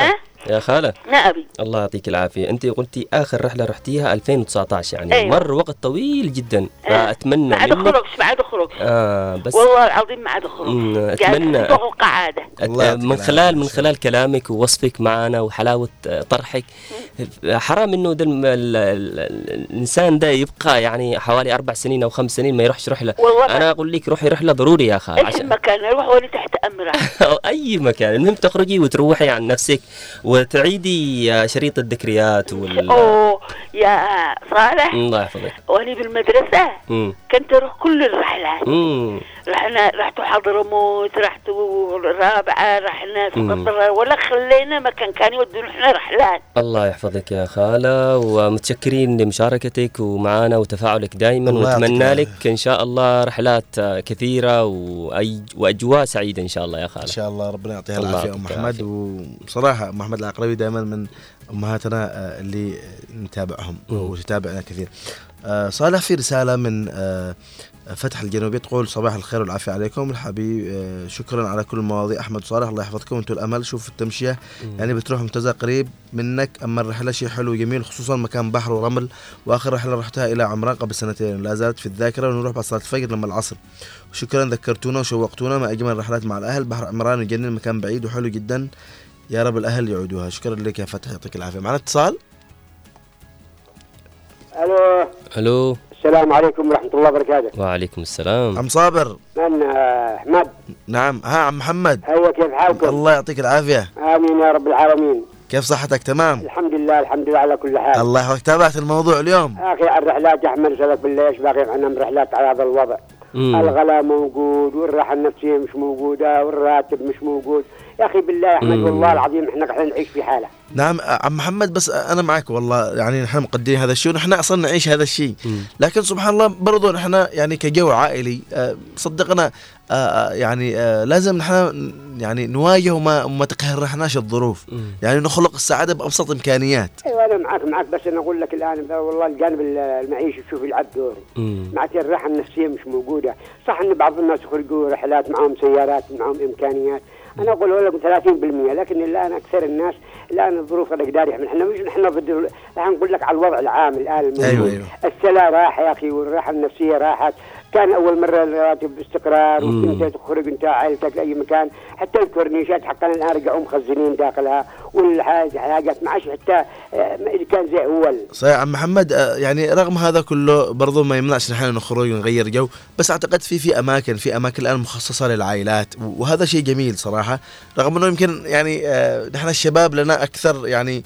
يا خالة نعم. الله يعطيك العافية. أنت قلتي آخر رحلة رحتيها 2019 يعني أيوة. مر وقت طويل جدا. فأتمنى ما عاد أخرج بس والله العظيم ما عاد أخرج. أتمنى فوق القعادة. من خلال كلامك ووصفك معنا وحلاوة طرحك حرام إنه الإنسان ده يبقى يعني حوالي 4 سنين أو 5 سنين ما يروحش رحلة. أنا أقول لك روحي رحلة ضروري يا خالة. أي مكان أروح ولا تحت أمره. أي مكان المهم تخرجي وتروحي عن نفسك وتعيدي شريط الذكريات أوه يا صالح الله يحفظك. وأنا بالمدرسة كنت أروح كل الرحلات. رحت حضرموت، رحت الرابعة، رحنا سقطرى ولا خلينا مكان كان يودون احنا رحلات. الله يحفظك يا خالة ومتشكرين لمشاركتك ومعانا وتفاعلك دائما ونتمنى لك إن شاء الله رحلات كثيرة وأجواء سعيدة إن شاء الله يا خالة. إن شاء الله ربنا يعطيها العافية أم محمد. وصراحة أم محمد العقربي دائما من أمهاتنا اللي نتابعهم وتتابعنا كثير. صالح في رسالة من فتح الجنوبية تقول صباح الخير والعافية عليكم الحبيب، شكرا على كل المواضيع أحمد وصالح الله يحفظكم انتوا الأمل. شوف التمشية يعني بتروح منتزه قريب منك، أما الرحلة شيء حلو وجميل خصوصا مكان بحر ورمل. وآخر رحلة رحتها إلى عمران قبل 2 لا زالت في الذاكرة، ونروح بعد صلاة الفجر لما العصر. شكرا ذكرتونا وشوقتونا، ما أجمل الرحلات مع الأهل. بحر عمران يجنن، مكان بعيد وحلو جدا، يا رب الأهل يعودوها. شكرا لك يا فتح يعطيك العافية. معنا اتصال. الو السلام عليكم ورحمة الله وبركاته. وعليكم السلام. عم صابر. من أحمد. نعم. عم محمد. أيوة كيف حالكم؟ الله يعطيك العافية. آمين يا رب العالمين. كيف صحتك؟ تمام الحمد لله على كل حال. الله يحفظك. تابعت الموضوع اليوم؟ أخي الرحلات يا أحمد سألك بالله إيش باقي عنا من رحلات على هذا الوضع. الغلاء موجود والراحة النفسية مش موجودة والراتب مش موجود يا أخي بالله يا أحمد والله العظيم إحنا قاعدين نعيش في حالة. نعم عم محمد، بس أنا معك والله يعني نحن مقدرين هذا الشيء ونحن أصلا نعيش هذا الشيء. لكن سبحان الله برضو نحن يعني كجو عائلي صدقنا يعني لازم نحن يعني نواجه وما تقهرناش الظروف. يعني نخلق السعادة بأبسط إمكانيات. أيوة أنا معك بس أنا أقول لك الآن والله الجانب المعيشي شوف يلعب دوري. معناته الراحة النفسية مش موجودة. صح إن بعض الناس يخرجوا رحلات معهم سيارات معهم إمكانيات، أنا أقول لكم 30%، لكن الآن أكثر الناس الآن الظروف الإقدار نحن ضد. نقول لك على الوضع العام الآن. أيوة. السلا راح يا أخي والراحة النفسية راحت. كان أول مرة الراتب باستقرار وأنت تخرج أنت عائلتك أي مكان، حتى الكورنيشات حقنا الآن رجعوا مخزنين داخلها والحاجات ما عادش حتى كان زي أول. صحيح عم محمد. يعني رغم هذا كله برضو ما يمنعش نحن نخرج ونغير جو، بس أعتقد في أماكن الآن مخصصة للعائلات، وهذا شيء جميل صراحة. رغم أنه يمكن يعني نحن الشباب لنا أكثر يعني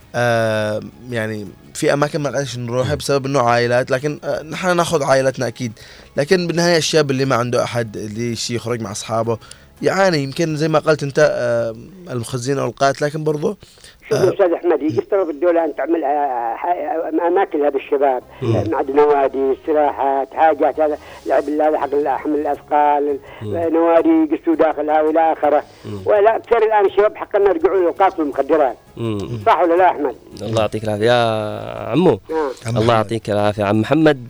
يعني في أماكن ما قدرش نروحها بسبب إنه عائلات، لكن نحن نأخذ عائلتنا أكيد. لكن بالنهاية الشاب اللي ما عنده أحد اللي شيء يخرج مع أصحابه يعاني. يمكن زي ما قلت أنت المخزين أو القات، لكن برضو شوف أستاذ أحمد يفترض الدولة أن تعمل أماكن هذا الشباب مع نوادي استراحات حاجات هذا لعب الله حق حمل الأثقال نوادي يقصوا داخلها وإلى آخره. ولا أكثر الآن الشباب حقنا يرجعوا للقاط والمخدرات. صح ولا لا أحمد؟ الله يعطيك العافية يا عمو. الله يعطيك العافية عم محمد.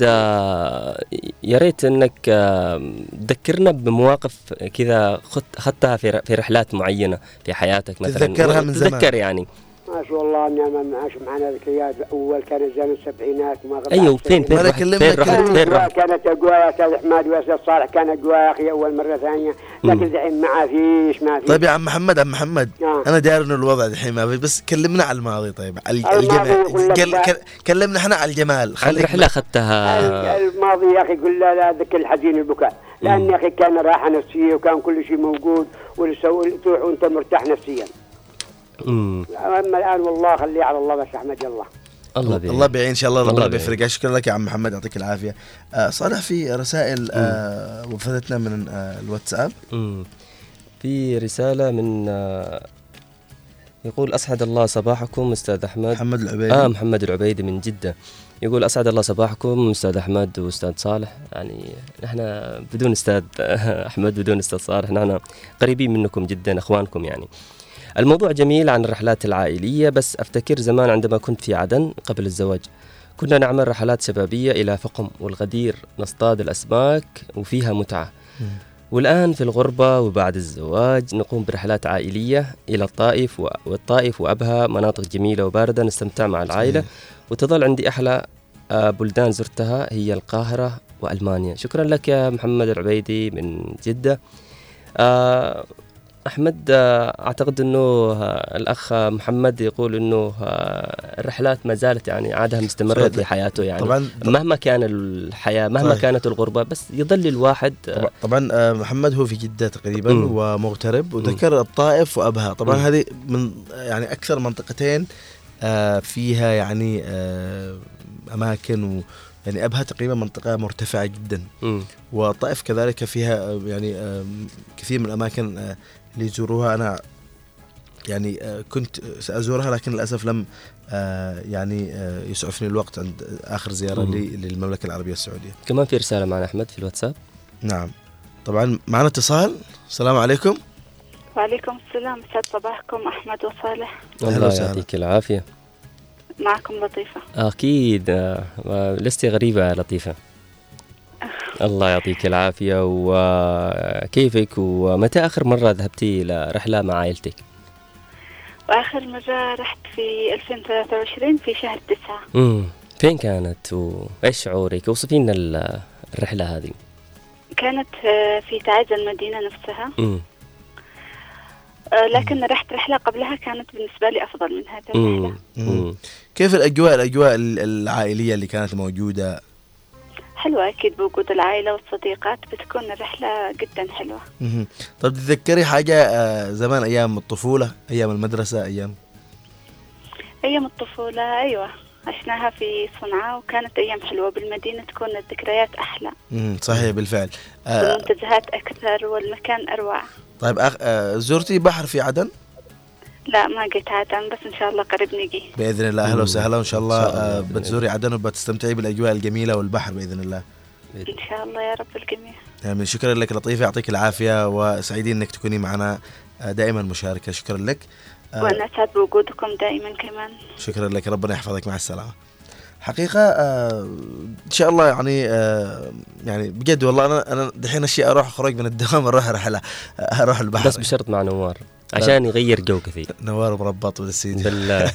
يا ريت أنك تذكرنا بمواقف كذا أخذتها في رحلات معينة في حياتك مثلا تذكرها من زمان. تذكر يعني ما شاء الله نعم معاش معنا ذكريات. أول كان زمان السبعينات ما أيوه فين رحت كانت أجواء يا أستاذ أحمد وأستاذ صالح كان أجواء يا أخي أول مرة ثانية، لكن الحين ما فيش. طيب يا عم محمد أنا داير إنه الوضع الحين ما في، بس كلمنا على الماضي. طيب الجمال كلمنا إحنا على الجمال. الرحلة أخذتها الماضي يا أخي قل لا ذكر الحزين البكاء، لأن يا أخي كان راحة نفسية وكان كل شيء موجود تروح وأنت مرتاح نفسيا. أما الآن والله خليه على الله بس أحمد. الله بيعين إن شاء الله ربنا بيفرق. شكرا لك يا عم محمد يعطيك العافية. صالح في رسائل وفدتنا من الواتساب. في رسالة من يقول أسعد الله صباحكم أستاذ أحمد. محمد العبيدي. محمد العبيدي من جدة يقول أسعد الله صباحكم أستاذ أحمد وأستاذ صالح. يعني نحن بدون أستاذ أحمد بدون أستاذ صالح نحن قريبين منكم جدا أخوانكم. يعني الموضوع جميل عن الرحلات العائلية، بس أفتكر زمان عندما كنت في عدن قبل الزواج كنا نعمل رحلات شبابية إلى فقم والغدير نصطاد الأسماك وفيها متعة. والآن في الغربة وبعد الزواج نقوم برحلات عائلية إلى الطائف والطائف وأبها، مناطق جميلة وباردة نستمتع مع العائلة. وتظل عندي أحلى بلدان زرتها هي القاهرة وألمانيا. شكرا لك يا محمد العبيدي من جدة. أحمد، أعتقد أنه الأخ محمد يقول أنه الرحلات ما زالت يعني عادها مستمرة في حياته، يعني طبعاً مهما كان الحياة مهما كانت الغربة، بس يظل الواحد. طبعا محمد هو في جدة تقريبا ومغترب، وذكر الطائف وأبها. طبعا هذه من يعني أكثر منطقتين فيها يعني أماكن، يعني أبها تقريبا منطقة مرتفعة جدا، والطائف كذلك فيها يعني كثير من الأماكن اللي يزوروها. أنا يعني كنت سأزورها لكن للأسف لم يعني يسعفني الوقت عند آخر زيارة لي للمملكة العربية السعودية. كمان في رسالة معنا أحمد في الواتساب. نعم طبعا معنا اتصال. السلام عليكم. وعليكم السلام، يسعد صباحكم أحمد وصالح. الله يعطيك العافية. معكم لطيفة. أكيد لستي غريبة يا لطيفة. الله يعطيك العافية. وكيفك؟ ومتى آخر مرة ذهبتي إلى رحلة مع عائلتك؟ وآخر مرة رحت في 2023 في شهر 9. فين كانت وإيش شعورك؟ وصفي لنا الرحلة هذه. كانت في تعز المدينة نفسها. لكن رحت رحلة قبلها كانت بالنسبة لي أفضل من هذه الرحلة. كيف الأجواء العائلية اللي كانت موجودة؟ حلوة أكيد، بوجود العائلة والصديقات بتكون الرحلة جدا حلوة. طب تتذكري حاجة زمان، أيام الطفولة، أيام المدرسة، أيام الطفولة؟ أيوة عشناها في صنعاء وكانت أيام حلوة. بالمدينة تكون الذكريات أحلى. صحيح بالفعل. المنتزهات أكثر والمكان أروع. طيب زرتي بحر في عدن؟ لا ما جيت عدن، بس إن شاء الله قريب نجي بإذن الله. أهلا وسهلا، وإن شاء الله بتزوري عدن وبتستمتعي بالأجواء الجميلة والبحر بإذن الله. إن شاء الله يا رب الجميع. يعني شكرا لك لطيفة، يعطيك العافية، وسعيدين إنك تكوني معنا دائما مشاركة. شكرا لك. وأنا أسعد بوجودكم دائما كمان. شكرا لك، ربنا يحفظك، مع السلامة. حقيقة إن شاء الله يعني بجد والله أنا دحين أشياء أروح خروج من الدوام، أروح رحلة، أروح البحر، بس بشرط مع نوار عشان يغير جو كثير. نوار مربط بالسيد بالله.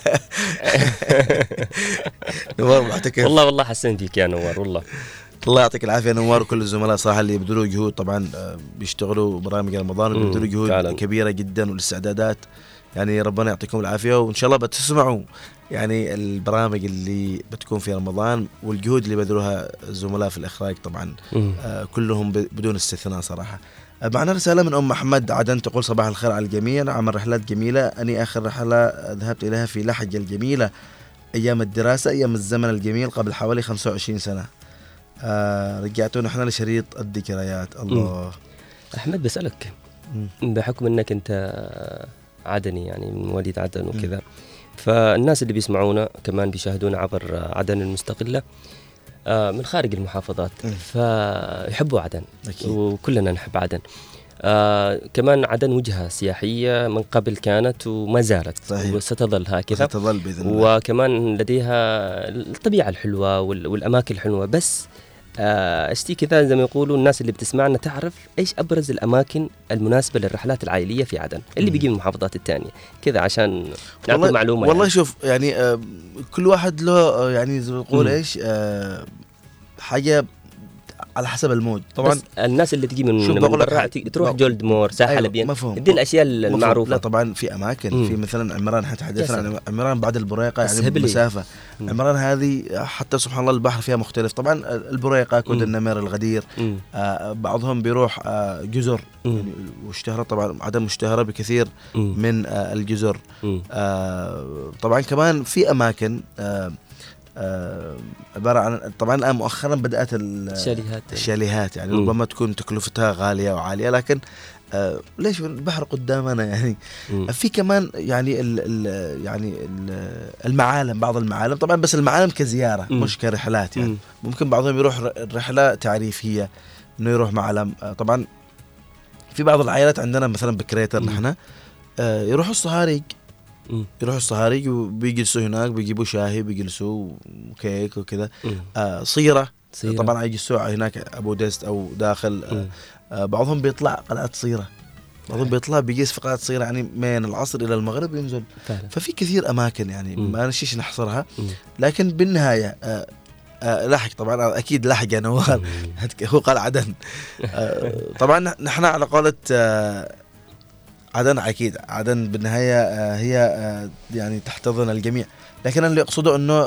نوار معتكف. والله حسين فيك يا نوار والله. الله يعطيك العافية نوار، وكل الزملاء صراحة اللي يبذلوا جهود. طبعا بيشتغلوا برامج رمضان وبيبذلوا جهود كبيرة جدا والاستعدادات. يعني ربنا يعطيكم العافية، وإن شاء الله بتسمعوا يعني البرامج اللي بتكون في رمضان والجهود اللي بذلوها الزملاء في الإخراج طبعا كلهم بدون استثناء صراحة. معنا رسالة من أم محمد عدن تقول: صباح الخير على الجميع، نعم رحلات جميلة. أني آخر رحلة ذهبت إليها في لحج الجميلة أيام الدراسة، أيام الزمن الجميل قبل حوالي 25 سنة. رجعتونا احنا لشريط الذكريات. الله. أحمد بسألك بحكم أنك أنت عدني، يعني من مواليد عدن وكذا، فالناس اللي بيسمعونا كمان بيشاهدونا عبر عدن المستقلة من خارج المحافظات فيحبوا عدن أكيد. وكلنا نحب عدن. كمان عدن وجهة سياحية من قبل كانت وما زالت صحيح. وستظل هكذا بإذن الله. وكمان لديها الطبيعة الحلوة والأماكن الحلوة. بس اشتي كذا زي ما يقولوا الناس اللي بتسمعنا تعرف ايش ابرز الاماكن المناسبه للرحلات العائليه في عدن اللي بيجي من المحافظات الثانيه كذا عشان نعطي معلومه. والله يعني. شوف يعني كل واحد له يعني زي ما يقول ايش حاجه على حسب المود طبعا. بس الناس اللي تجي من برا تروح جولد مور، ساحل لبيان، دي الاشياء المعروفه. لا طبعا في اماكن في مثلا عمران، حتحدثنا عن عمران بعد البريقه يعني المسافه. عمران هذه حتى سبحان الله البحر فيها مختلف طبعا. البريقه، كود النمر، الغدير، بعضهم بيروح جزر يعني واشتهرت طبعا. عدن مشتهره بكثير من الجزر. طبعا كمان في اماكن عبارة عن طبعا الآن مؤخرا بدأت الشاليهات يعني ربما تكون تكلفتها غالية وعالية، لكن ليش البحر قدامنا يعني. في كمان يعني المعالم، بعض المعالم طبعا، بس المعالم كزيارة مش كرحلات يعني. ممكن بعضهم يروح رحلة تعريفية إنه يروح معلم. طبعا في بعض العائلات عندنا مثلا بكريتر نحن يروحوا الصهاريج وبيجلسوا هناك، بيجيبوا شاهي، بيجلسوا وكيك وكذا. صيرة طبعا يجلسوا هناك أبو دست أو داخل بعضهم بيطلع قلعة صيرة، بعضهم بيطلع بيقيس في قلعة صيرة يعني من العصر إلى المغرب ينزل. ففي كثير أماكن يعني ما نشيش نحصرها، لكن بالنهاية لحق طبعا أكيد لحق يا نوال هو قال عدن. طبعا نحن على قولة عدن أكيد عدن بالنهاية هي يعني تحتضن الجميع، لكن أنا اللي أقصده أنه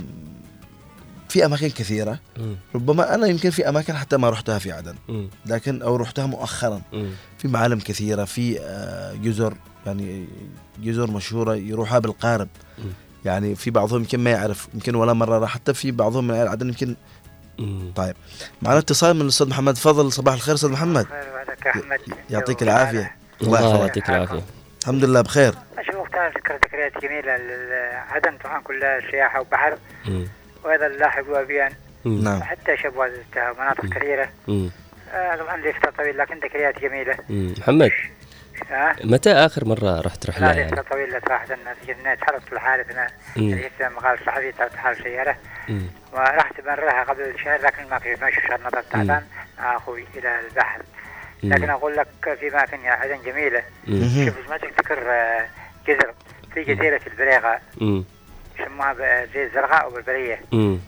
في أماكن كثيرة ربما أنا يمكن في أماكن حتى ما رحتها في عدن، لكن أو رحتها مؤخرا. في معالم كثيرة، في جزر يعني جزر مشهورة يروحها بالقارب، يعني في بعضهم يمكن ما يعرف يمكن ولا مرة راح، حتى في بعضهم من عدن يمكن. طيب معنا اتصال من الأستاذ محمد، تفضل. صباح الخير أستاذ محمد. يعطيك العافية. الله يعطيك العافية. الحمد لله بخير. أشوف أختار ذكريات جميلة. عدن طبعا كلها سياحة وبحر، وهذا اللاحق وأبيان نعم، حتى شبوة مناطق كثيرة. طبعا لي فترة طويلة لكن ذكريات جميلة. محمد متى آخر مرة رحت رحلة؟ لا فترة طويلة صراحة، تحركت لحالي أنا جبت مقال صحفي تحال سيارة ورحت مرة قبل شهر، لكن ما في ماشي شهر نظرت تعبان مع أخوي إلى البحر. لكن أقول لك في أماكن عدن جميلة. شوف ما تذكر جزر في جزيرة البريغة يسموها زي الزرقاء أو بربرية.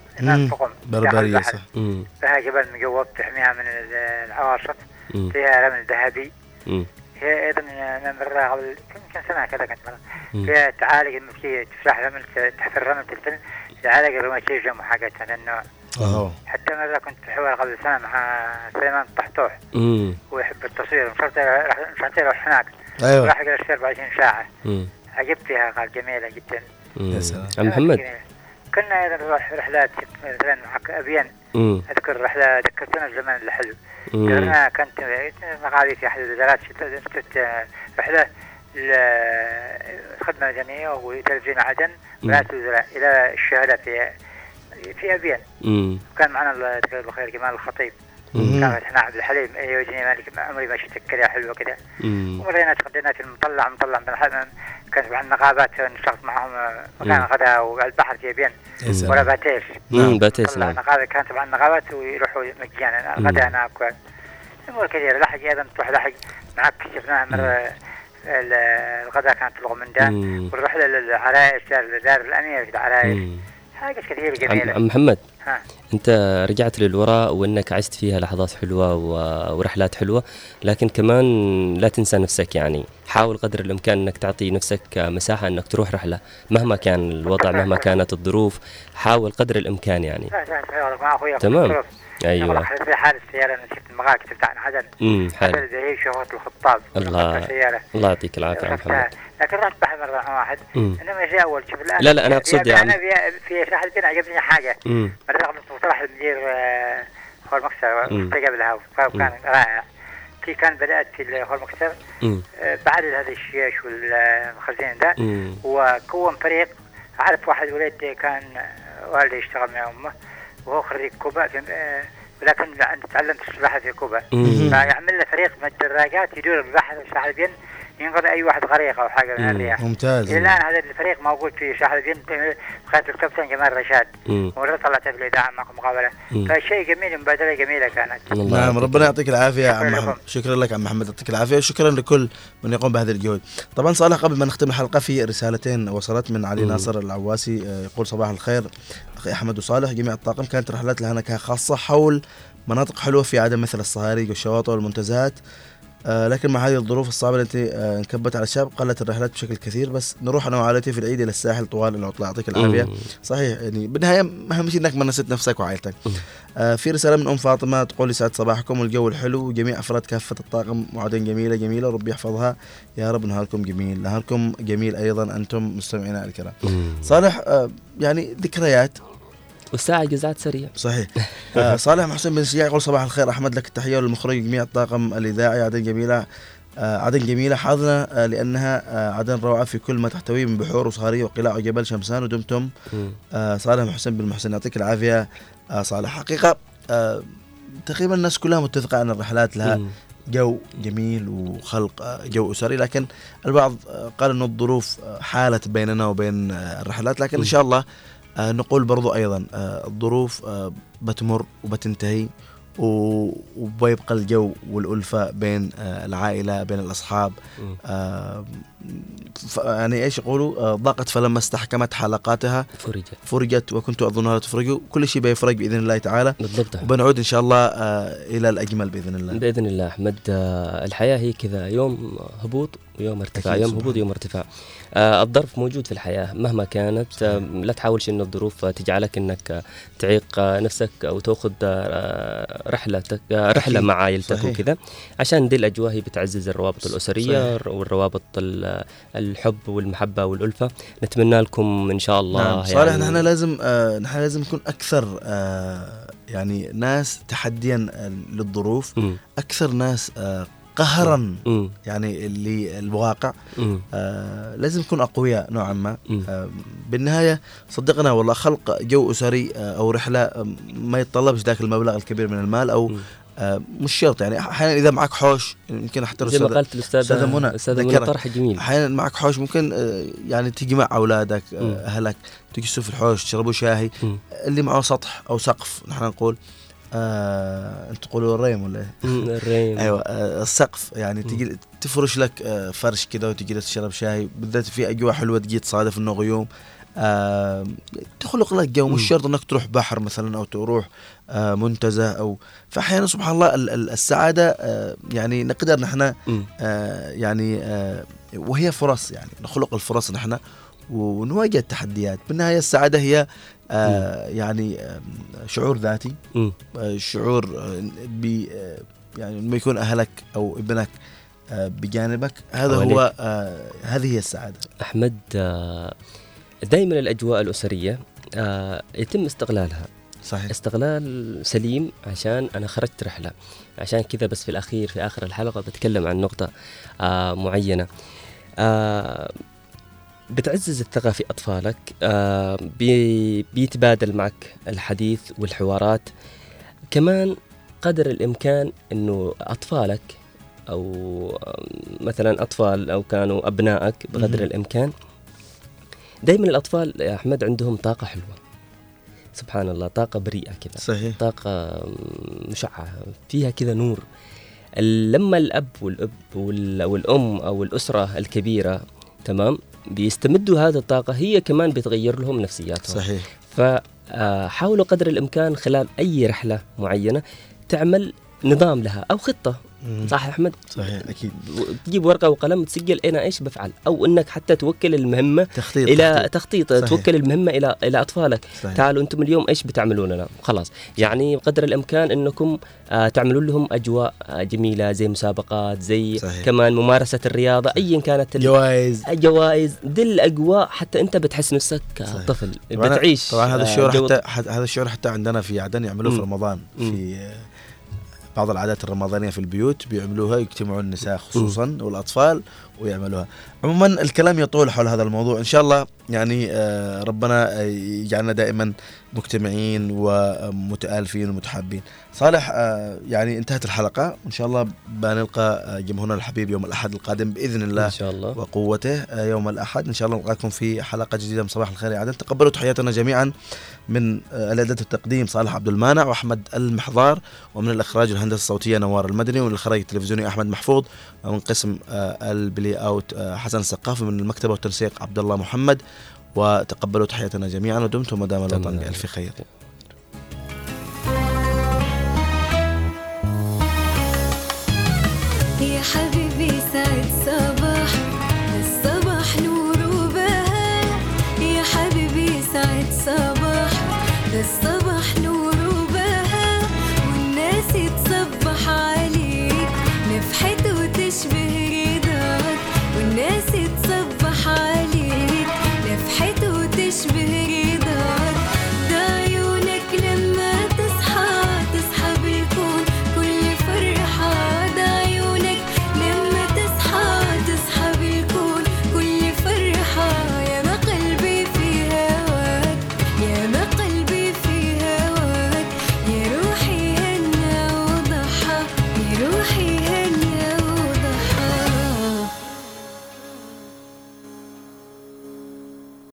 بربرية صح. فيها جبل مجوب تحميها من العواصف، فيها رمل ذهبي. هي أيضا مرة قبل يمكن سنة كذا كنت مرة فيها تعالق المسكية تفتح رمل تحت الرمل تلفن تعالق الروماتيزم وحاجات هذا النوع. حتى مرة كنت في حوار قبل سنة مع سليمان الطحطوح ويحب التصوير، مشرت له هناك. أيوة. راح جلست 24 ساعة. عجبت فيها، قال جميلة جدا. عم محمد كنا أيضا نروح رحلات مثلا مع أبيان. أذكر رحلة ذكرتنا الزمن الحلو. أنا كنت مقالي في أحد الوزارات رحلة الخدمة المدنية وتلفزيون عدن ولاية الوزراء إلى الشهادة في أبيان. كان معنا الله يذكره بالخير جمال الخطيب، كانت احنا عبد الحليم يوجني مالك عمري ما شفت كذا حلوة كذا. ومرينا تقدينا في المطلع بالحمام، كانت مع النقابات نشتغل معهم مكان غدا والبحر في أبيان ولا باتيس. باتيس نعم. النقابة كانت مع النقابات ويروحوا مجانا الغدا هناك. أمور كثيرة. لحق أيضا تروح لحق معك شفناها مرة الغدا كانت لغمندان، والرحلة للعرايس دار الأمير في العرايس. حاجة كثير جميلة. عم محمد أنت رجعت للوراء وأنك عشت فيها لحظات حلوة ورحلات حلوة، لكن كمان لا تنسى نفسك، يعني حاول قدر الإمكان أنك تعطي نفسك مساحة أنك تروح رحلة مهما كان الوضع مهما كانت الظروف، حاول قدر الإمكان يعني. تمام. أيوة. في حال السيارة أنا شفت المقال كتبت عن عدن. عدن زي شهوة الخطاب. الله يعطيك العافية يا محمد. لكن رحت بحر مرة واحد. إنما جاء أول شوف الآن. لا أنا أقصد يعني. أنا في ساحل البين عجبني حاجة. مرة قبل مصطلح المدير هو المكسر قبلها وكان رائع. كان بدأت في هو المكسر بعد هذا الشيش والمخزين ده، وكون فريق. أعرف واحد ولد كان والدي يشتغل مع أمه وهو خريج كوبا، ولكن تعلمت السباحة في كوبا. فيعمل له فريق من الدراجات يدور البحر ساحل البين ينقذ أي واحد غريق أو حاجة من الرياح. ممتاز. إلى الآن هذا الفريق موجود في ساحل البين بقيادة الكابتن جمال رشاد، ومرة طلعت في الإذاعة معكم مقابلة. فشيء جميل، مبادرة جميلة كانت. نعم ربنا يعطيك العافية يا عم محمد. شكرا لك عم محمد، يعطيك العافية، وشكرا لكل من يقوم بهذه الجهود. طبعا صالح قبل ما نختم الحلقة في رسالتين وصلت من علي ناصر العواسي، يقول صباح الخير أخي أحمد وصالح جميع الطاقم، كانت رحلات لها نكهة خاصة حول مناطق حلوة في عدن مثل الصهاريج والشواطئ والمنتزهات، لكن مع هذه الظروف الصعبة التي انكبت على الشعب قلت الرحلات بشكل كثير. بس نروح أنا وعائلتي في العيد إلى الساحل طوال العطلة. يعطيك العافية. صحيح يعني بالنهاية أهم شيء إنك ما نسيت نفسك وعائلتك. في رسالة من أم فاطمة تقول لي سعد صباحكم والجو الحلو وجميع أفراد كافة الطاقم، وعدن جميلة جميلة ربي يحفظها يا رب. نهاركم جميل. نهاركم جميل أيضا أنتم مستمعينا الكرام. صالح يعني ذكريات والساعة جزعت سريع. صحيح. صالح محسن بن سياع يقول صباح الخير أحمد، لك التحية وللمخرج جميع الطاقم الإذاعي. عدن جميلة عدن جميلة حاضنة لأنها عدن روعة في كل ما تحتويه من بحور وصهارية وقلاع وجبل شمسان. ودمتم صالح محسن بن محسن. يعطيك العافية صالح. حقيقة تقريبا الناس كلها متفقة أن الرحلات لها جو جميل وخلق جو أسري، لكن البعض قال أن الظروف حالت بيننا وبين الرحلات، لكن إن شاء الله نقول برضو أيضا الظروف بتمر وبتنتهي وبيبقى الجو والألفة بين العائلة بين الأصحاب. يعني إيش يقولوا ضاقت فلما استحكمت حلقاتها فرجت وكنت أظنها لا تفرج. كل شيء بيفرج بإذن الله تعالى بالضبط. وبنعود إن شاء الله إلى الأجمل بإذن الله. بإذن الله أحمد. الحياة هي كذا، يوم هبوط ويوم ارتفاع، يوم هبوط ويوم ارتفاع. الظرف موجود في الحياة مهما كانت. لا تحاولش إنه الظروف تجعلك إنك تعيق نفسك أو تأخذ رحلة مع عائلتك وكذا، عشان دي الأجواء هي بتعزز الروابط الأسرية والروابط الحب والمحبة والألفة. نتمنى لكم إن شاء الله. نعم. صالح، نحن لازم نكون أكثر يعني ناس تحديا للظروف، أكثر ناس قهرا يعني للواقع. لازم نكون أقوياء نوعا ما. بالنهاية صدقنا والله خلق جو أسري أو رحلة ما يتطلبش ذاك المبلغ الكبير من المال أو مش شرط. يعني أحيانا إذا معك حوش يمكن زي ما قالت الأستاذة منى طرح جميل. أحيانا معك حوش ممكن يعني تيجي مع أولادك أهلك تجلسوا في الحوش تشربوا شاهي. اللي معه سطح أو سقف نحن نقول أنت تقولوا الريم ولا الريم. أيوة السقف. يعني تجي تفرش لك فرش كده وتجي تشرب شاي، بالذات في أجواء حلوة تجي تصادف إنه غيوم تخلق لك جو. مش شرط انك تروح بحر مثلا او تروح منتزه او فاحيانا سبحان الله السعاده يعني نقدر نحن يعني وهي فرص. يعني نخلق الفرص نحن ونواجه التحديات. بالنهايه السعاده هي يعني شعور ذاتي، شعور يعني لما يكون اهلك او ابنك بجانبك، هذا هو هذه هي السعاده. احمد، دائما الأجواء الأسرية يتم استغلالها. صحيح. استغلال سليم. عشان أنا خرجت رحلة، عشان كذا بس في الأخير في آخر الحلقة بتكلم عن نقطة معينة بتعزز الثقة في أطفالك. بيتبادل معك الحديث والحوارات. كمان قدر الإمكان أنه أطفالك أو مثلا أطفال أو كانوا أبنائك بقدر الإمكان دايما الأطفال يا أحمد عندهم طاقة حلوة سبحان الله، طاقة بريئة كذا. صحيح. طاقة مشعة فيها كذا نور. لما الأب والأم أو الأسرة الكبيرة تمام بيستمدوا هذه الطاقة، هي كمان بتغير لهم نفسياتهم. صحيح. فحاولوا قدر الإمكان خلال أي رحلة معينة تعمل نظام لها أو خطة. صح أحمد؟ صحيح أكيد. تجيب ورقة وقلم تسجل أنا إيش بفعل، أو إنك حتى توكل المهمة إلى تخطيط. توكل المهمة إلى أطفالك. صحيح. تعالوا أنتم اليوم إيش بتعملون لنا خلاص. يعني قدر الإمكان إنكم تعملون لهم أجواء جميلة زي مسابقات زي صحيح. كمان ممارسة الرياضة أيا كانت جوائز دي الأجواء حتى أنت بتحس نفسك طفل بتعيش. طبعا هذا الشعور حتى عندنا في عدن يعملوه في رمضان. في بعض العادات الرمضانية في البيوت بيعملوها، يجتمعون النساء خصوصا والأطفال ويعملوها. عموما الكلام يطول حول هذا الموضوع إن شاء الله. يعني ربنا يجعلنا دائما مجتمعين ومتآلفين ومتحابين. صالح، يعني انتهت الحلقة، إن شاء الله بنلقى جمهورنا الحبيب يوم الأحد القادم بإذن الله إن شاء الله وقوته. يوم الأحد إن شاء الله نلقاكم في حلقة جديدة من صباح الخير يا عدن. تقبلوا تحياتنا جميعا من الإعداد التقديم صالح عبد المانع وأحمد المحضار، ومن الإخراج والهندسة الصوتية نوار المدني، ومن الإخراج التلفزيوني أحمد محفوظ، ومن قسم البلاي أوت حسن السقاف، من المكتبة والتنسيق عبد الله محمد. وتقبلوا تحياتنا جميعا ودمتم مدام الوطن بألف خير.